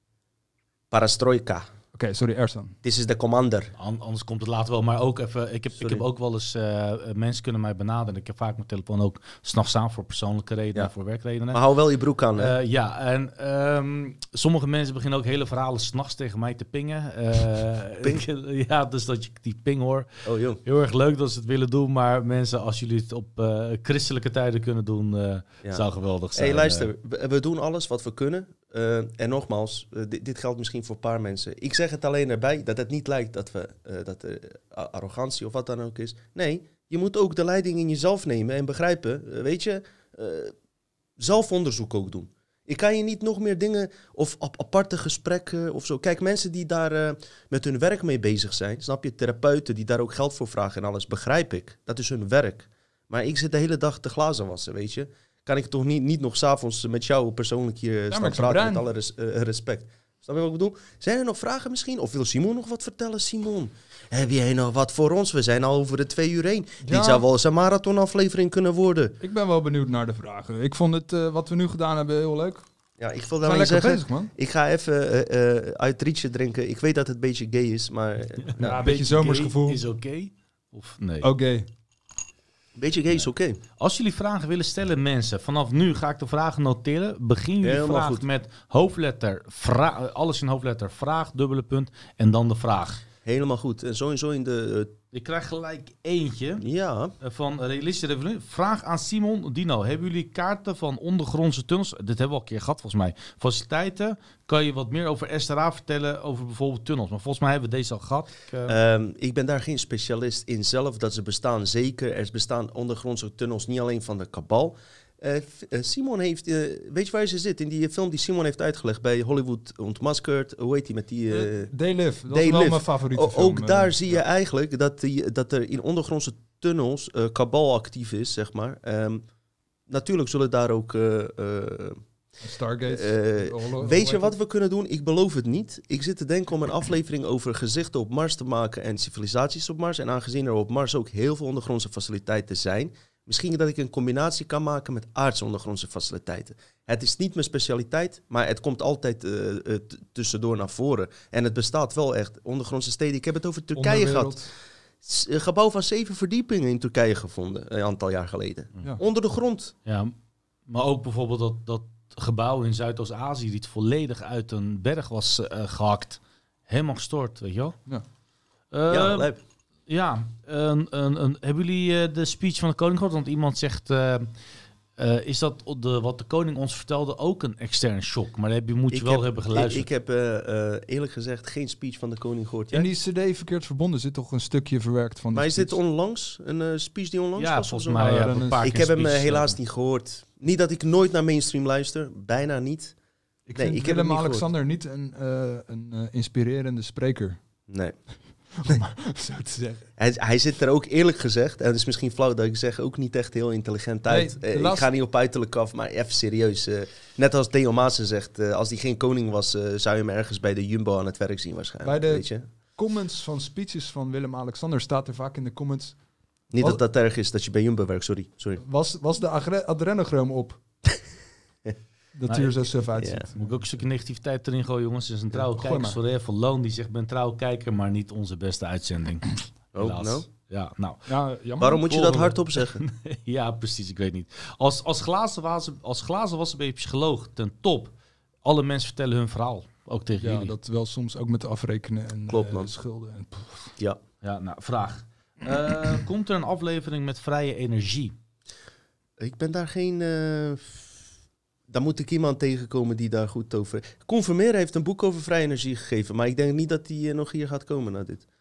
Parastrojka. Oké, okay, sorry, Ersan. This is the commander. An- anders komt het later wel. Maar ook even, ik heb, ik heb ook wel eens, uh, mensen kunnen mij benaderen. Ik heb vaak mijn telefoon ook 's nachts aan voor persoonlijke redenen, ja. voor werkredenen. Maar hou wel je broek aan, hè? Uh, ja, en um, sommige mensen beginnen ook hele verhalen 's nachts tegen mij te pingen. Uh, Ping? ik, ja, dus dat je die ping hoor. Oh, joh. Heel erg leuk dat ze het willen doen. Maar mensen, als jullie het op uh, christelijke tijden kunnen doen, uh, ja. zou geweldig zijn. Hé, hey, luister. We, we doen alles wat we kunnen. Uh, en nogmaals, uh, dit, dit geldt misschien voor een paar mensen. Ik zeg het alleen erbij dat het niet lijkt dat we uh, dat uh, arrogantie of wat dan ook is. Nee, je moet ook de leiding in jezelf nemen en begrijpen. Uh, weet je, uh, zelfonderzoek ook doen. Ik kan je niet nog meer dingen of ap- aparte gesprekken of zo. Kijk, mensen die daar uh, met hun werk mee bezig zijn, snap je, therapeuten die daar ook geld voor vragen en alles, begrijp ik. Dat is hun werk. Maar ik zit de hele dag te glazen wassen, weet je. Kan ik toch niet, niet nog 's avonds met jou persoonlijk hier ja, staan praten, met alle res, uh, respect. Snap je wat ik bedoel? Zijn er nog vragen misschien? Of wil Simon nog wat vertellen, Simon? Heb jij nog wat voor ons? We zijn al over de twee uur heen. Ja. Dit zou wel eens een marathonaflevering kunnen worden. Ik ben wel benieuwd naar de vragen. Ik vond het, uh, wat we nu gedaan hebben, heel leuk. Ja, ik wil daarmee zeggen, bezig, man. Ik ga even uh, uh, uit Rietje drinken. Ik weet dat het een beetje gay is, maar... Uh, ja, nou, een beetje zomersgevoel. Is oké? Okay? Of nee? Oké. Okay. Beetje gay is oké. Okay. Als jullie vragen willen stellen, mensen, vanaf nu ga ik de vragen noteren. Begin jullie ja, vraag goed. met hoofdletter, vra- alles in hoofdletter, vraag, dubbele punt en dan de vraag. Helemaal goed. En sowieso in de... Uh... Ik krijg gelijk eentje ja. van Realistische Revolutie. Vraag aan Simon Dino. Hebben jullie kaarten van ondergrondse tunnels? Dit hebben we al een keer gehad volgens mij. Faciliteiten. Kan je wat meer over S R A vertellen over bijvoorbeeld tunnels? Maar volgens mij hebben we deze al gehad. Ik, uh... um, ik ben daar geen specialist in zelf. Dat ze bestaan zeker. Er bestaan ondergrondse tunnels niet alleen van de kabal. Uh, Simon heeft, uh, weet je waar ze zit? In die film die Simon heeft uitgelegd bij Hollywood Ontmaskerd. Hoe heet die met die... Uh, uh, They Live, dat They is wel Live. Mijn favoriete o- film. Ook daar uh, zie je ja. eigenlijk dat, die, dat er in ondergrondse tunnels uh, kabal actief is, zeg maar. Um, natuurlijk zullen daar ook... Uh, uh, Stargate. Uh, weet je wat we kunnen doen? Ik beloof het niet. Ik zit te denken om een aflevering over gezichten op Mars te maken en civilisaties op Mars. En aangezien er op Mars ook heel veel ondergrondse faciliteiten zijn... Misschien dat ik een combinatie kan maken met aardse ondergrondse faciliteiten. Het is niet mijn specialiteit, maar het komt altijd uh, uh, t- tussendoor naar voren. En het bestaat wel echt. Ondergrondse steden. Ik heb het over Turkije gehad. Een gebouw van zeven verdiepingen in Turkije gevonden, een aantal jaar geleden. Ja. Onder de grond. Ja, maar ook bijvoorbeeld dat, dat gebouw in Zuidoost-Azië... die het volledig uit een berg was uh, gehakt. Helemaal gestort, weet je wel? Ja, uh, ja lijp. Ja, een, een, een, hebben jullie uh, de speech van de koning gehoord? Want iemand zegt, uh, uh, is dat de, wat de koning ons vertelde ook een externe shock? Maar daar moet je ik wel heb, hebben geluisterd. Ik, ik heb uh, uh, eerlijk gezegd geen speech van de koning gehoord. In die cd Verkeerd Verbonden zit toch een stukje verwerkt van. Maar is dit onlangs? Een uh, speech die onlangs ja, was? Volgens mij, ja, een paar ik heb hem uh, helaas niet gehoord. Niet dat ik nooit naar mainstream luister, bijna niet. Ik nee, vind ik Willem heb Alexander niet een, uh, een uh, inspirerende spreker. Nee. Om zo te zeggen. Hij, hij zit er ook eerlijk gezegd, en het is misschien flauw dat ik zeg, ook niet echt heel intelligent uit. Nee, uh, laatste... Ik ga niet op uiterlijk af, maar even serieus. Uh, net als Theo Maassen zegt, uh, als hij geen koning was, uh, zou je hem ergens bij de Jumbo aan het werk zien waarschijnlijk. Bij de, weet je? comments van speeches van Willem-Alexander staat er vaak in de comments. Niet was, dat dat erg is dat je bij Jumbo werkt, sorry. sorry. Was, was de agre- adrenochroom op? Dat hij er zo suf uitziet. Ja. Moet ik ook een stukje negativiteit erin gooien, jongens. Er is een trouwe Ja, kijker, maar. sorry, van Loon, die zegt, ben trouwe kijker, maar niet onze beste uitzending. Oh, Helaas. nou? Ja, nou. Ja, jammer. Waarom moet je dat hardop zeggen? Ja, precies, ik weet niet. Als, als glazen was, als glazen was een beetje psycholoog, ten top. Alle mensen vertellen hun verhaal, ook tegen Ja, jullie. dat wel soms ook met afrekenen en Klopt, uh, man. schulden. En ja. Ja, nou, vraag. Uh, komt er een aflevering met vrije energie? Ik ben daar geen... Uh, daar moet ik iemand tegenkomen die daar goed over... Koen Vermeer heeft een boek over vrije energie gegeven, maar ik denk niet dat hij uh, nog hier gaat komen na dit.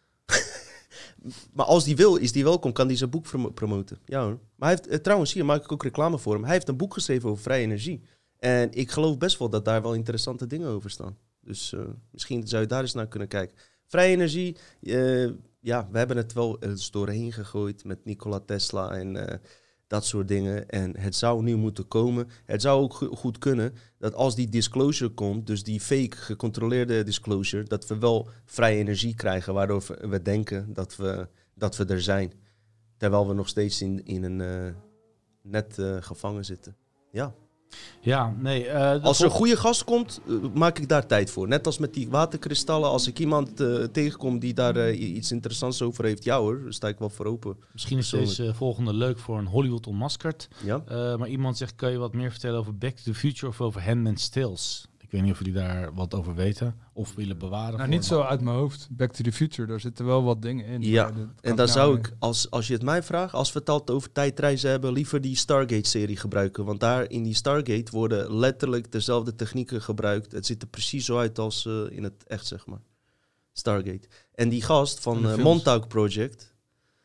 Maar als die wil, is die welkom, kan hij zijn boek prom- promoten. Ja hoor. Maar hij heeft, uh, trouwens, hier maak ik ook reclame voor hem. Hij heeft een boek geschreven over vrije energie. En ik geloof best wel dat daar wel interessante dingen over staan. Dus uh, misschien zou je daar eens naar kunnen kijken. Vrije energie, uh, ja, we hebben het wel eens doorheen gegooid met Nikola Tesla en uh, dat soort dingen. En het zou nu moeten komen. Het zou ook go- goed kunnen dat als die disclosure komt, dus die fake gecontroleerde disclosure, dat we wel vrije energie krijgen, waardoor we, we denken dat we, dat we er zijn. Terwijl we nog steeds in, in een uh, net uh, gevangen zitten. Ja. Ja, nee. Uh, als er een goede gast komt, uh, maak ik daar tijd voor. Net als met die waterkristallen. Als ik iemand uh, tegenkom die daar uh, iets interessants over heeft, ja hoor, daar sta ik wel voor open. Misschien is deze uh, volgende leuk voor een Hollywood Unmaskerd. Ja. Uh, maar iemand zegt, kan je wat meer vertellen over Back to the Future of over Handmaid's Tales? Ik weet niet of jullie daar wat over weten of willen bewaren. Nou, niet zo uit mijn hoofd. Back to the Future, daar zitten wel wat dingen in. Ja, en dan nou zou weer. ik, als, als je het mij vraagt, als we het altijd over tijdreizen hebben, liever die Stargate-serie gebruiken. Want daar in die Stargate worden letterlijk dezelfde technieken gebruikt. Het ziet er precies zo uit als uh, in het echt, zeg maar. Stargate. En die gast van uh, Montauk Project,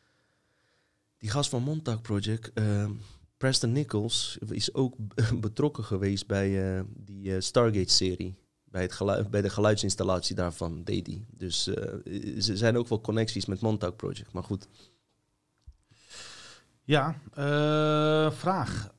die gast van Montauk Project, uh, Preston Nichols, is ook betrokken geweest bij uh, die uh, Stargate-serie. Bij, het geluid, bij de geluidsinstallatie daarvan deed hij. Dus uh, er zijn ook wel connecties met Montauk Project, maar goed. Ja, uh, vraag.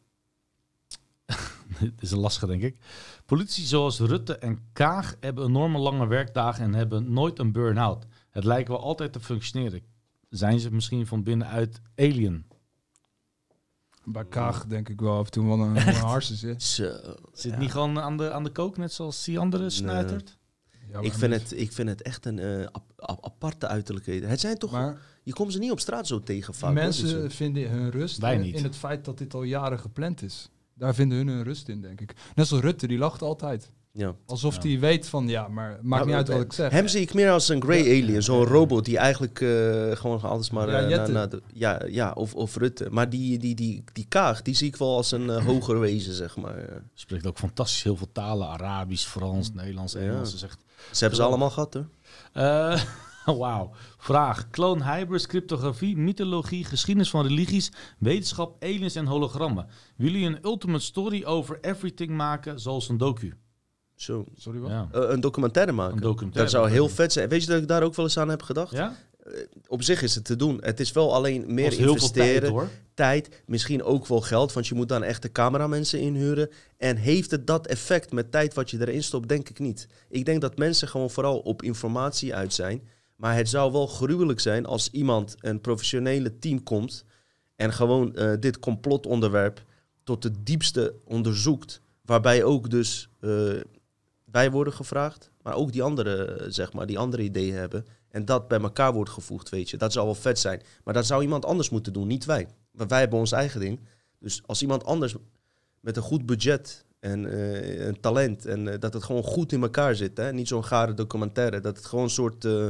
Dit is een lastige, denk ik. Politici zoals Rutte en Kaag hebben enorme lange werkdagen en hebben nooit een burn-out. Het lijkt wel altijd te functioneren. Zijn ze misschien van binnenuit alien? Bij Kaag denk ik wel af en toe wel een, een harses is. Zo, Zit ja. niet gewoon aan de, aan de kook, net zoals die andere snuitert? Nee. Ja, ik, vind het, ik vind het echt een uh, ap- ap- aparte uiterlijkheden. Het zijn toch... Maar je komt ze niet op straat zo tegen vaak. Mensen hoor, vinden hun rust Wij in, niet. in het feit dat dit al jaren gepland is. Daar vinden hun hun rust in, denk ik. Net zoals Rutte, die lacht altijd. Ja. Alsof hij ja. weet van, ja, maar maakt maar, niet uit wat ik zeg. Hem zie ik meer als een grey ja. alien, zo'n robot die eigenlijk uh, gewoon alles maar... Ja, uh, na, na de, ja, ja of, of Rutte. Maar die, die, die, die Kaag, die zie ik wel als een uh, hoger wezen, zeg maar. Spreekt ook fantastisch heel veel talen. Arabisch, Frans, Nederlands, Engels. Ja. Is echt... Ze hebben ze allemaal gehad, hoor. Uh, Wauw. Vraag. Clone hybrids, cryptografie, mythologie, geschiedenis van religies, wetenschap, aliens en hologrammen. Willen jullie een ultimate story over everything maken, zoals een docu? Zo. Sorry, wat? Ja. Uh, een documentaire maken. Een documentaire. Dat zou heel vet zijn. Weet je dat ik daar ook wel eens aan heb gedacht? Ja? Uh, op zich is het te doen. Het is wel alleen meer heel investeren. Veel tijd, hoor. tijd, misschien ook wel geld, want je moet dan echte cameramensen inhuren. En heeft het dat effect met tijd wat je erin stopt? Denk ik niet. Ik denk dat mensen gewoon vooral op informatie uit zijn. Maar het zou wel gruwelijk zijn als iemand, een professionele team komt en gewoon uh, dit complotonderwerp tot het diepste onderzoekt. Waarbij ook dus uh, wij worden gevraagd, maar ook die andere, zeg maar, die andere ideeën hebben. En dat bij elkaar wordt gevoegd, weet je. Dat zou wel vet zijn. Maar dat zou iemand anders moeten doen, niet wij. Want wij hebben ons eigen ding. Dus als iemand anders met een goed budget en uh, een talent en uh, dat het gewoon goed in elkaar zit, hè? Niet zo'n gare documentaire, dat het gewoon een soort... Uh,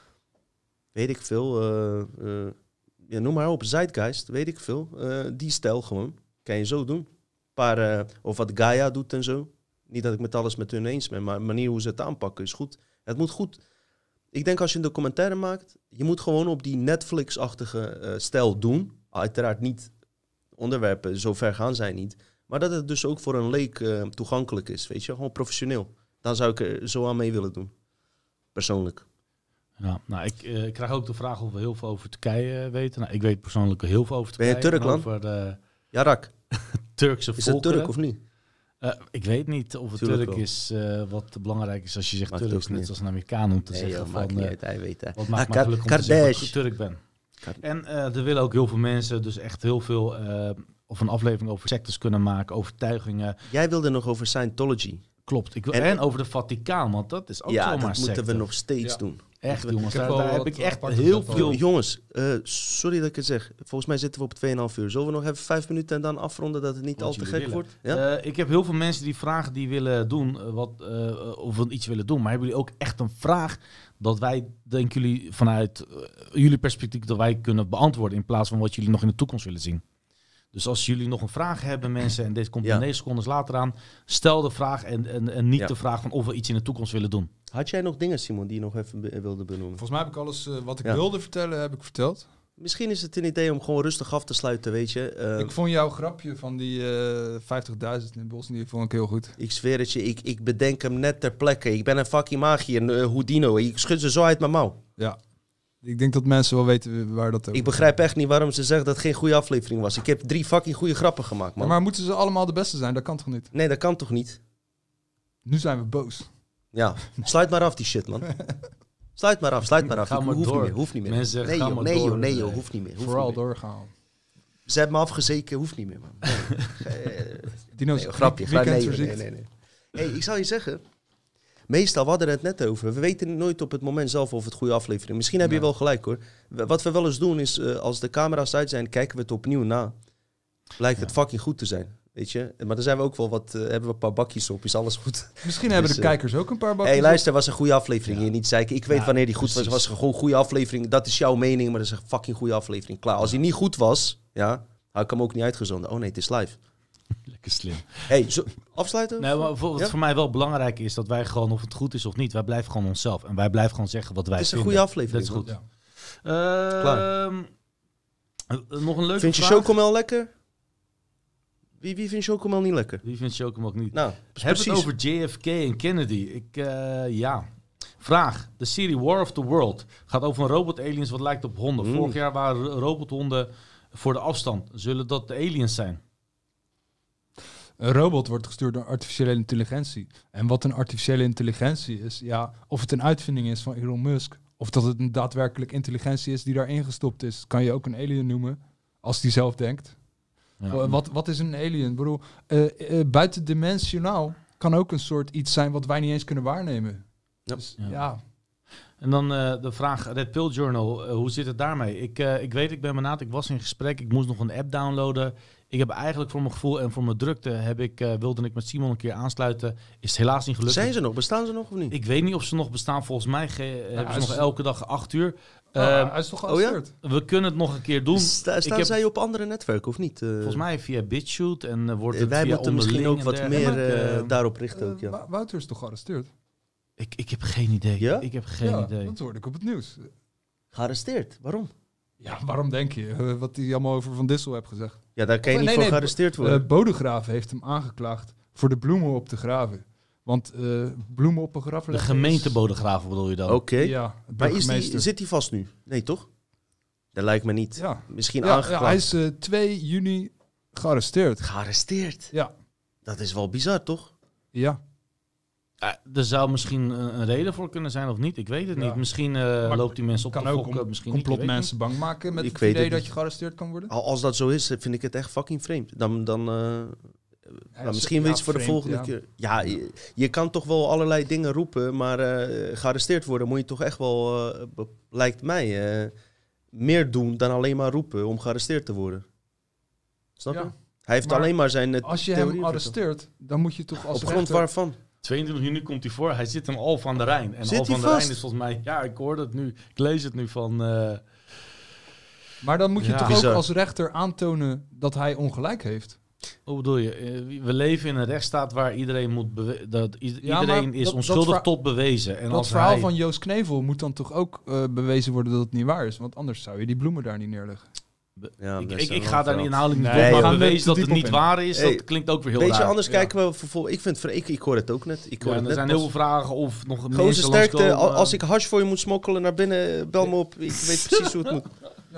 weet ik veel, uh, uh, ja, noem maar op, Zeitgeist, weet ik veel. Uh, die stijl gewoon, kan je zo doen. Paar, uh, of wat Gaia doet en zo. Niet dat ik met alles met hun eens ben, maar de manier hoe ze het aanpakken is goed. Het moet goed. Ik denk als je een documentaire maakt, je moet gewoon op die Netflix-achtige uh, stijl doen. Uiteraard niet onderwerpen, zo ver gaan zij niet. Maar dat het dus ook voor een leek uh, toegankelijk is, weet je. Gewoon professioneel. Dan zou ik er zo aan mee willen doen. Persoonlijk. Ja, nou, ik, uh, ik krijg ook de vraag of we heel veel over Turkije uh, weten. Nou, ik weet persoonlijk heel veel over Turkije. Ben je Turkland? Over de Jarak. Turkse is volkeren. het Turk of niet? Uh, ik weet niet of het Tuurlijk Turk wel. is uh, wat belangrijk is als je zegt Maakt Turk, ook net niet. zoals een Amerikaan om te Nee, zeggen joh, van... maakt niet uh, uit, hij weet, hè. Wat maakt Ah, mij gelukkig om te zeggen dat ik Turk ben. Kar- En uh, er willen ook heel veel mensen dus echt heel veel... Uh, of een aflevering over sectes kunnen maken, overtuigingen. Jij wilde nog over Scientology. Klopt. Ik wil, En- en, over de Vaticaan, want dat is ook Ja, zomaar dat moeten secte. we nog steeds Ja. doen. Echt, Moeten we- jongens. Ik heb Daar, wel daar heb wat ik echt aparte heel zetten. veel... Jongens, uh, sorry dat ik het zeg. Volgens mij zitten we op twee en een half uur. Zullen we nog even vijf minuten en dan afronden dat het niet Wat al te jullie gek willen. wordt? Ja? Uh, ik heb heel veel mensen die vragen die willen doen, uh, wat, uh, of we iets willen doen. Maar hebben jullie ook echt een vraag dat wij, denken jullie, vanuit uh, jullie perspectief, dat wij kunnen beantwoorden in plaats van wat jullie nog in de toekomst willen zien? Dus als jullie nog een vraag hebben, mensen, en deze komt Ja. negen seconden later aan, stel de vraag en, en, en niet Ja. de vraag van of we iets in de toekomst willen doen. Had jij nog dingen, Simon, die je nog even be- wilde benoemen? Volgens mij heb ik alles uh, wat ik Ja. wilde vertellen, heb ik verteld. Misschien is het een idee om gewoon rustig af te sluiten, weet je. Uh, Ik vond jouw grapje van die uh, vijftigduizend in Bosnië vond ik heel goed. Ik zweer het je, ik, ik bedenk hem net ter plekke. Ik ben een fucking magier, een uh, Houdino. Ik schud ze zo uit mijn mouw. Ja. Ik denk dat mensen wel weten waar dat over Ik begrijp echt niet waarom ze zeggen dat het geen goede aflevering was. Ik heb drie fucking goede grappen gemaakt, man. Ja, maar moeten ze allemaal de beste zijn? Dat kan toch niet? Nee, dat kan toch niet? Nu zijn we boos. Ja, sluit maar af die shit, man. Sluit maar af, sluit maar af. Ga Ik maar hoef door. niet meer, hoeft niet meer. Mensen zeggen, nee, ga joh, maar nee, door. joh, nee, joh, Nee. hoeft niet meer. Hoeft Vooral niet meer. doorgaan. Ze hebben me afgezeken, hoeft niet meer, man. Nee. Dino's Nee, joh, grapje. weekend nee, verziekt. nee, nee, nee. Hey, ik zal je zeggen, meestal, we hadden het net over. We weten nooit op het moment zelf of het goede aflevering is. Misschien heb je Nee. wel gelijk, hoor. W- Wat we wel eens doen is, uh, als de camera's uit zijn, kijken we het opnieuw na. Blijkt het fucking goed te zijn. Weet je? Maar dan zijn we ook wel wat, uh, hebben we een paar bakjes op, is alles goed. Misschien hebben Dus, de uh, kijkers ook een paar bakjes Hé, hey, op. luister, was een goede aflevering. Hier niet zeiken. Ik weet Ja, wanneer die goed was. precies. Was gewoon een goede aflevering. Dat is jouw mening, maar dat is een fucking goede aflevering. Klaar. Als hij niet goed was, ja, had ik hem ook niet uitgezonden. Oh nee, het is live. Lekker slim. Hey, zo, afsluiten? Nee, maar voor- wat Ja? voor mij wel belangrijk is, dat wij gewoon, of het goed is of niet, wij blijven gewoon onszelf. En wij blijven gewoon zeggen wat wij Het is een vinden. goede aflevering, Dat is goed. Ja. Ehm, uh, nog een leuke Vind je vraag. chocomel lekker? Wie, wie vindt chocomel niet lekker? Wie vindt chocomel ook niet? Nou, Heb precies. het over J F K en Kennedy. Ik, uh, ja. Vraag. De serie War of the World gaat over een robot-aliens wat lijkt op honden. Mm. Vorig jaar waren ro- robothonden voor de afstand. Zullen dat de aliens zijn? Een robot wordt gestuurd door artificiële intelligentie. En wat een artificiële intelligentie is, ja, of het een uitvinding is van Elon Musk, of dat het een daadwerkelijk intelligentie is die daarin gestopt is, kan je ook een alien noemen, als die zelf denkt. Ja. Wat, wat is een alien? Ik bedoel, uh, uh, buitendimensionaal kan ook een soort iets zijn wat wij niet eens kunnen waarnemen. Ja. Dus, Ja. ja. En dan uh, de vraag, Red Pill Journal, uh, hoe zit het daarmee? Ik, uh, ik weet, ik ben benaderd, ik was in gesprek, ik moest nog een app downloaden. Ik heb eigenlijk voor mijn gevoel en voor mijn drukte, heb ik, uh, wilde ik met Simon een keer aansluiten. Is het helaas niet gelukt. Zijn ze nog? Bestaan ze nog of niet? Ik weet niet of ze nog bestaan. Volgens mij ge- hebben hij ze is- nog elke dag acht uur. Uh, Uh, hij is toch oh gearresteerd? we kunnen het nog een keer doen. Sta, Ik staan heb- zij op andere netwerken of niet? Uh, Volgens mij via BitChute en uh, wordt uh, het wij via moeten misschien onderling ook en wat dergelijke. meer Maar, uh, uh, daarop richten. Ook, Uh, ja. Wa- Wouter is toch gearresteerd? ik, ik heb geen idee. Ja? Ik heb geen ja, idee. dat hoorde ik op het nieuws. Gearresteerd? Waarom? Ja, waarom denk je? Uh, wat hij allemaal over Van Dissel heeft gezegd. Ja, daar kan je Of, niet nee, voor nee, gearresteerd Uh, worden. Bodegraaf heeft hem aangeklaagd voor de bloemen op te graven. Want uh, bloemen op een graf De leggen gemeente is- Bodegraven bedoel je dan? Oké. Ja, Maar is die, burgemeester. zit hij vast nu? Nee, toch? Dat lijkt me niet. Ja. Misschien Ja, ja, aangeklaagd. hij is uh, twee juni gearresteerd. Gearresteerd? Ja. Dat is wel bizar, toch? Ja. Uh, er zou misschien een, een reden voor kunnen zijn of niet. Ik weet het Ja. niet. Misschien uh, Maar loopt die mensen op kan te ook fokken. om Misschien niet. Ik weet complotmensen bang maken met Ik het weet idee het dat niet. je gearresteerd kan worden. Al- Als dat zo is, vind ik het echt fucking vreemd. Dan, dan uh, nou, Ja, misschien ja, weer iets voor de vreemd, volgende ja. keer. Ja, je, je kan toch wel allerlei dingen roepen, maar uh, gearresteerd worden moet je toch echt wel, uh, be- lijkt mij, uh, meer doen dan alleen maar roepen om gearresteerd te worden. Snap je? Ja. Hij heeft Maar alleen maar zijn uh, Als je theorie hem arresteert, dan moet je toch als Op grond rechter... waarvan? tweeëntwintig juni komt hij voor. Hij zit in Al van der Rijn. En Zit Al hij van der vast? Rijn is volgens mij... Ja, ik hoorde het nu. Ik lees het nu van... Uh, Maar dan moet je Ja. toch Bizar. ook als rechter aantonen dat hij ongelijk heeft. hoe bedoel je? Uh, we leven in een rechtsstaat waar iedereen moet... bewe- dat i- Ja, iedereen maar is dat- onschuldig dat verha- tot bewezen. En dat als verhaal hij, van Joost Knevel moet dan toch ook uh, bewezen worden dat het niet waar is. Want anders zou je die bloemen daar niet neerleggen. Ja, Ik, best ik, wel ik ga daar niet verhaal. inhoudelijk niet Nee, op, we maar gaan bewezen er dat te het diep niet op in. waar is, Hey, dat klinkt ook weer heel Weet je, raar. anders Ja. kijken we vervolgens. Ik vind het, ik, ik hoor het ook net. Ik hoor Ja, het er net zijn pas. heel veel vragen of nog Gozer mensen sterkte, langskomen. al- als ik hash voor je moet smokkelen naar binnen, bel me op. Ik weet precies hoe het moet. Ja.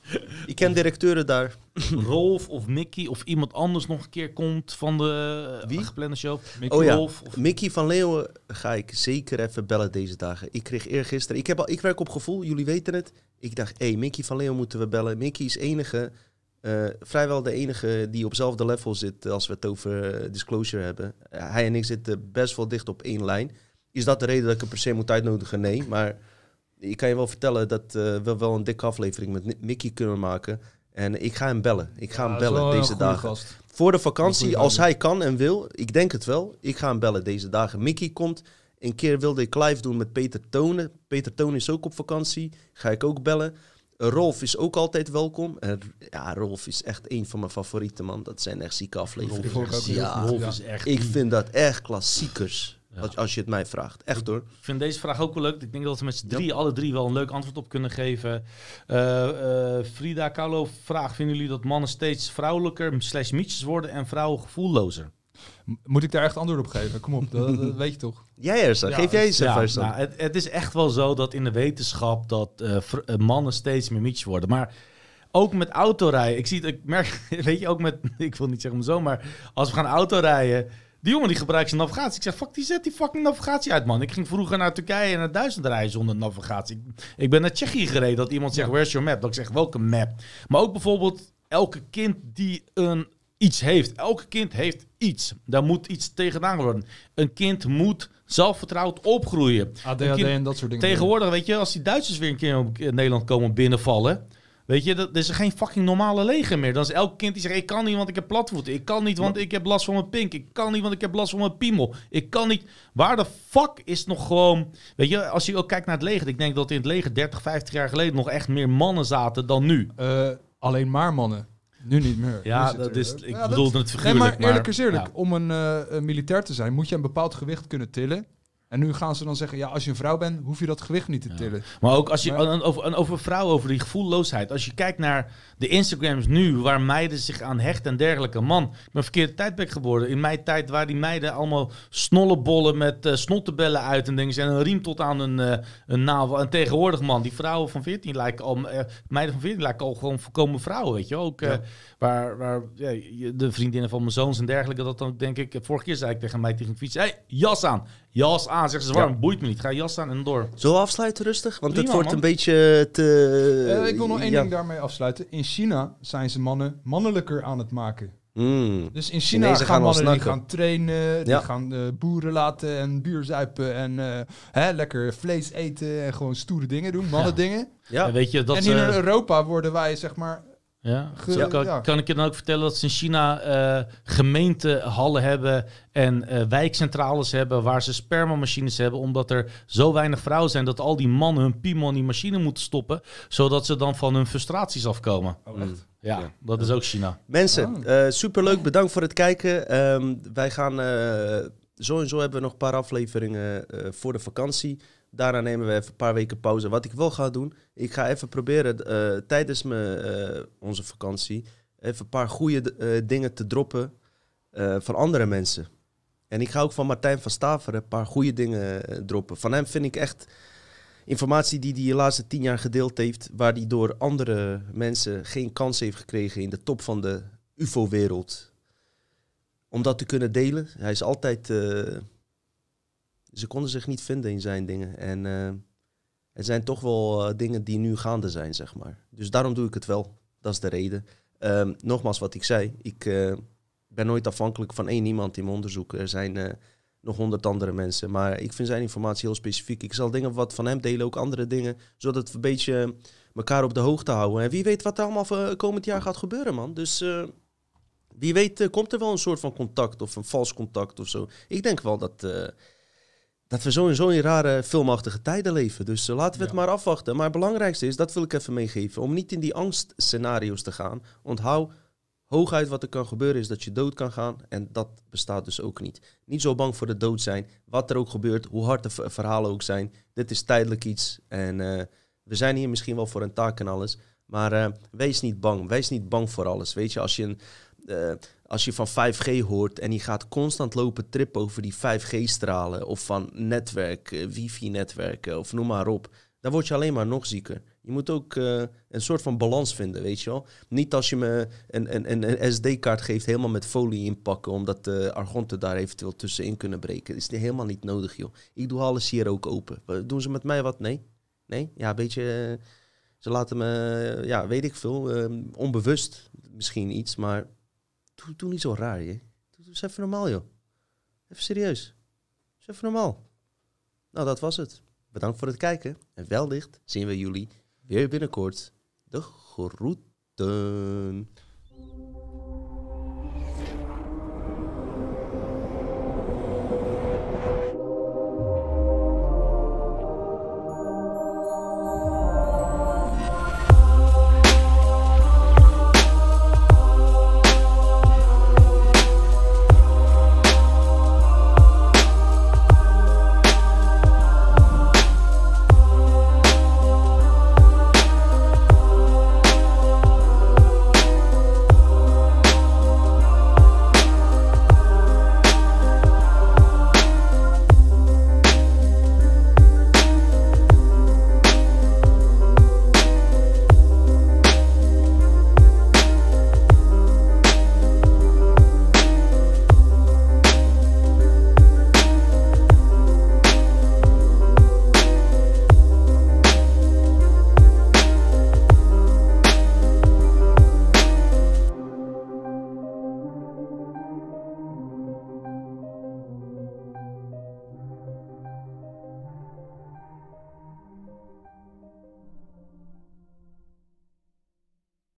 Ik ken directeuren daar. Rolf of Mickey of iemand anders nog een keer komt van de Wie? geplande show. Mickey Oh ja, Rolf of... Mickey van Leeuwen ga ik zeker even bellen deze dagen. Ik kreeg eergisteren... Ik, heb al, ik werk op gevoel, jullie weten het. Ik dacht, hé, hey, Mickey van Leeuwen moeten we bellen. Mickey is enige, uh, vrijwel de enige die op hetzelfde level zit als we het over uh, disclosure hebben. Uh, hij en ik zitten best wel dicht op één lijn. Is dat de reden dat ik hem per se moet uitnodigen? Nee, maar ik kan je wel vertellen dat uh, we wel een dikke aflevering met Mickey kunnen maken. En ik ga hem bellen. Ik ga Ja, hem dat is bellen wel een deze goede dagen. gast. Voor de Een vakantie, goede als gast. hij kan en wil, ik denk het wel, ik ga hem bellen deze dagen. Mickey komt, een keer wilde ik live doen met Peter Tonen. Peter Tonen is ook op vakantie, ga ik ook bellen. Uh, Rolf is ook altijd welkom. Uh, ja, Rolf is echt een van mijn favorieten, man. Dat zijn echt zieke afleveringen. Rolf is ook heel ja, goed. Rolf is echt ik die- vind dat echt klassiekers, Ja. als, als je het mij vraagt. Echt hoor. Ik vind deze vraag ook wel leuk. Ik denk dat we met z'n drie, alle drie wel een leuk antwoord op kunnen geven. Uh, uh, Frida Kahlo vraagt, vinden jullie dat mannen steeds vrouwelijker slash mietjes worden en vrouwen gevoellozer? Moet ik daar echt antwoord op geven? Kom op, dat, dat weet je toch? Jij eerst, ja, geef jij eens ja, even eerst. nou, het, het is echt wel zo dat in de wetenschap dat uh, vr- uh, mannen steeds meer mietjes worden. Maar ook met autorijden. Ik zie het, ik merk, weet je, ook met, ik wil niet zeggen zo, maar als we gaan autorijden, die jongen die gebruikt zijn navigatie. Ik zeg, fuck, die zet die fucking navigatie uit, man. Ik ging vroeger naar Turkije en naar Duitsland rijden zonder navigatie. Ik, ik ben naar Tsjechië gereden, dat iemand zegt, Ja. where's your map? Dat ik zeg, welke map? Maar ook bijvoorbeeld elke kind die een iets heeft. Elke kind heeft iets. Daar moet iets tegenaan worden. Een kind moet zelfvertrouwd opgroeien. A D Een H D kind- en dat soort dingen. Tegenwoordig, weet je, als die Duitsers weer een keer op Nederland komen binnenvallen, weet je, dat, dat is er geen fucking normale leger meer. Dan is elk kind die zegt, ik kan niet, want ik heb platvoeten. Ik kan niet, want ik heb last van mijn pink. Ik kan niet, want ik heb last van mijn piemel. Ik kan niet. Waar de fuck is nog gewoon... Weet je, als je ook kijkt naar het leger. Ik denk dat in het leger dertig, vijftig jaar geleden nog echt meer mannen zaten dan nu. Uh, alleen maar mannen. Nu niet meer. Ja, Nu zit dat er- is- ik Ja, bedoelde dat- het figuurlijk, Nee, maar eerlijk maar- is eerlijk. ja. Om een, uh, een militair te zijn, moet je een bepaald gewicht kunnen tillen. En nu gaan ze dan zeggen, ja, als je een vrouw bent, hoef je dat gewicht niet te tillen. Maar ook als je Maar- en over, en over vrouwen, over die gevoelloosheid. Als je kijkt naar de Instagrams nu, waar meiden zich aan hechten en dergelijke. Man, ik ben verkeerde tijdperk geboren. In mijn tijd waren die meiden allemaal snollebollen met uh, snottenbellen uit en dingen. En een riem tot aan een, uh, een navel. En tegenwoordig, man, die vrouwen van veertien lijken al, uh, meiden van veertien lijken al gewoon volkomen vrouwen, weet je. Ook uh, Ja. waar, waar ja, je- de vriendinnen van mijn zoons en dergelijke, dat dan denk ik, vorige keer zei ik tegen mij tegen een fiets, hey, jas aan. Jas aan, zeggen ze warm, Ja. boeit me niet. Ga jas aan en door. Zullen we afsluiten rustig? Want Prima, het wordt man. een beetje te... Uh, ik wil nog één ja. ding daarmee afsluiten. In China zijn ze mannen mannelijker aan het maken. Mm. Dus in China Chinezen gaan al mannen die snakken. gaan trainen, die Ja. gaan uh, boeren laten en bier zuipen en uh, hè, lekker vlees eten en gewoon stoere dingen doen, mannen dingen. Ja. En weet je, dat en ze- hier in Europa worden wij zeg maar... Ja, Ge- Zo kan, ja. kan ik je dan ook vertellen dat ze in China eh, gemeentehallen hebben en eh, wijkcentrales hebben waar ze spermamachines hebben, omdat er zo weinig vrouwen zijn dat al die mannen hun piemel in die machine moeten stoppen, zodat ze dan van hun frustraties afkomen. Oh, echt? Ja, Ja. dat is ook China. Mensen, eh, superleuk. Bedankt voor het kijken. Ehm, wij gaan... eh, zo en zo hebben we nog een paar afleveringen eh, voor de vakantie. Daarna nemen we even een paar weken pauze. Wat ik wel ga doen, ik ga even proberen eh, tijdens me, eh, onze vakantie even een paar goede eh, dingen te droppen eh, van andere mensen. En ik ga ook van Martijn van Staveren een paar goede dingen eh, droppen. Van hem vind ik echt informatie die hij de laatste tien jaar gedeeld heeft, waar hij door andere mensen geen kans heeft gekregen in de top van de U F O-wereld. Om dat te kunnen delen. Hij is altijd... eh, ze konden zich niet vinden in zijn dingen. En eh, er zijn toch wel eh, dingen die nu gaande zijn, zeg maar. Dus daarom doe ik het wel. Dat is de reden. Ehm, nogmaals wat ik zei. Ik eh, ben nooit afhankelijk van één iemand in mijn onderzoek. Er zijn eh, nog honderd andere mensen. Maar ik vind zijn informatie heel specifiek. Ik zal dingen wat van hem delen, ook andere dingen. Zodat we een beetje elkaar op de hoogte houden. En wie weet wat er allemaal uh, komend jaar gaat gebeuren, man. Dus... Uh, Wie weet uh, komt er wel een soort van contact of een vals contact of zo. Ik denk wel dat, uh, dat we zo in zo'n rare filmachtige tijden leven. Dus uh, laten we ja. het maar afwachten. Maar het belangrijkste is, dat wil ik even meegeven, om niet in die angstscenario's te gaan. Onthoud, hooguit wat er kan gebeuren is dat je dood kan gaan. En dat bestaat dus ook niet. Niet zo bang voor de dood zijn. Wat er ook gebeurt, hoe hard de v- verhalen ook zijn. Dit is tijdelijk iets. En uh, we zijn hier misschien wel voor een taak en alles. Maar uh, wees niet bang. Wees niet bang voor alles. Weet je, als je een... Uh, als je van vijf G hoort en je gaat constant lopen trippen over die vijf G-stralen of van netwerk, uh, wifi-netwerken of noem maar op, dan word je alleen maar nog zieker. Je moet ook uh, een soort van balans vinden, weet je wel. Niet als je me een, een, een, een S D-kaart geeft helemaal met folie inpakken, omdat de argonten daar eventueel tussenin kunnen breken. Dat is helemaal niet nodig, joh. Ik doe alles hier ook open. Doen ze met mij wat? Nee. Nee? Ja, een beetje... Uh, ze laten me, uh, ja, weet ik veel, uh, onbewust misschien iets, maar doe, doe niet zo raar, je. Doe eens even normaal, joh. Even serieus. Is even normaal. Nou, dat was het. Bedankt voor het kijken. En wellicht zien we jullie weer binnenkort. De groeten.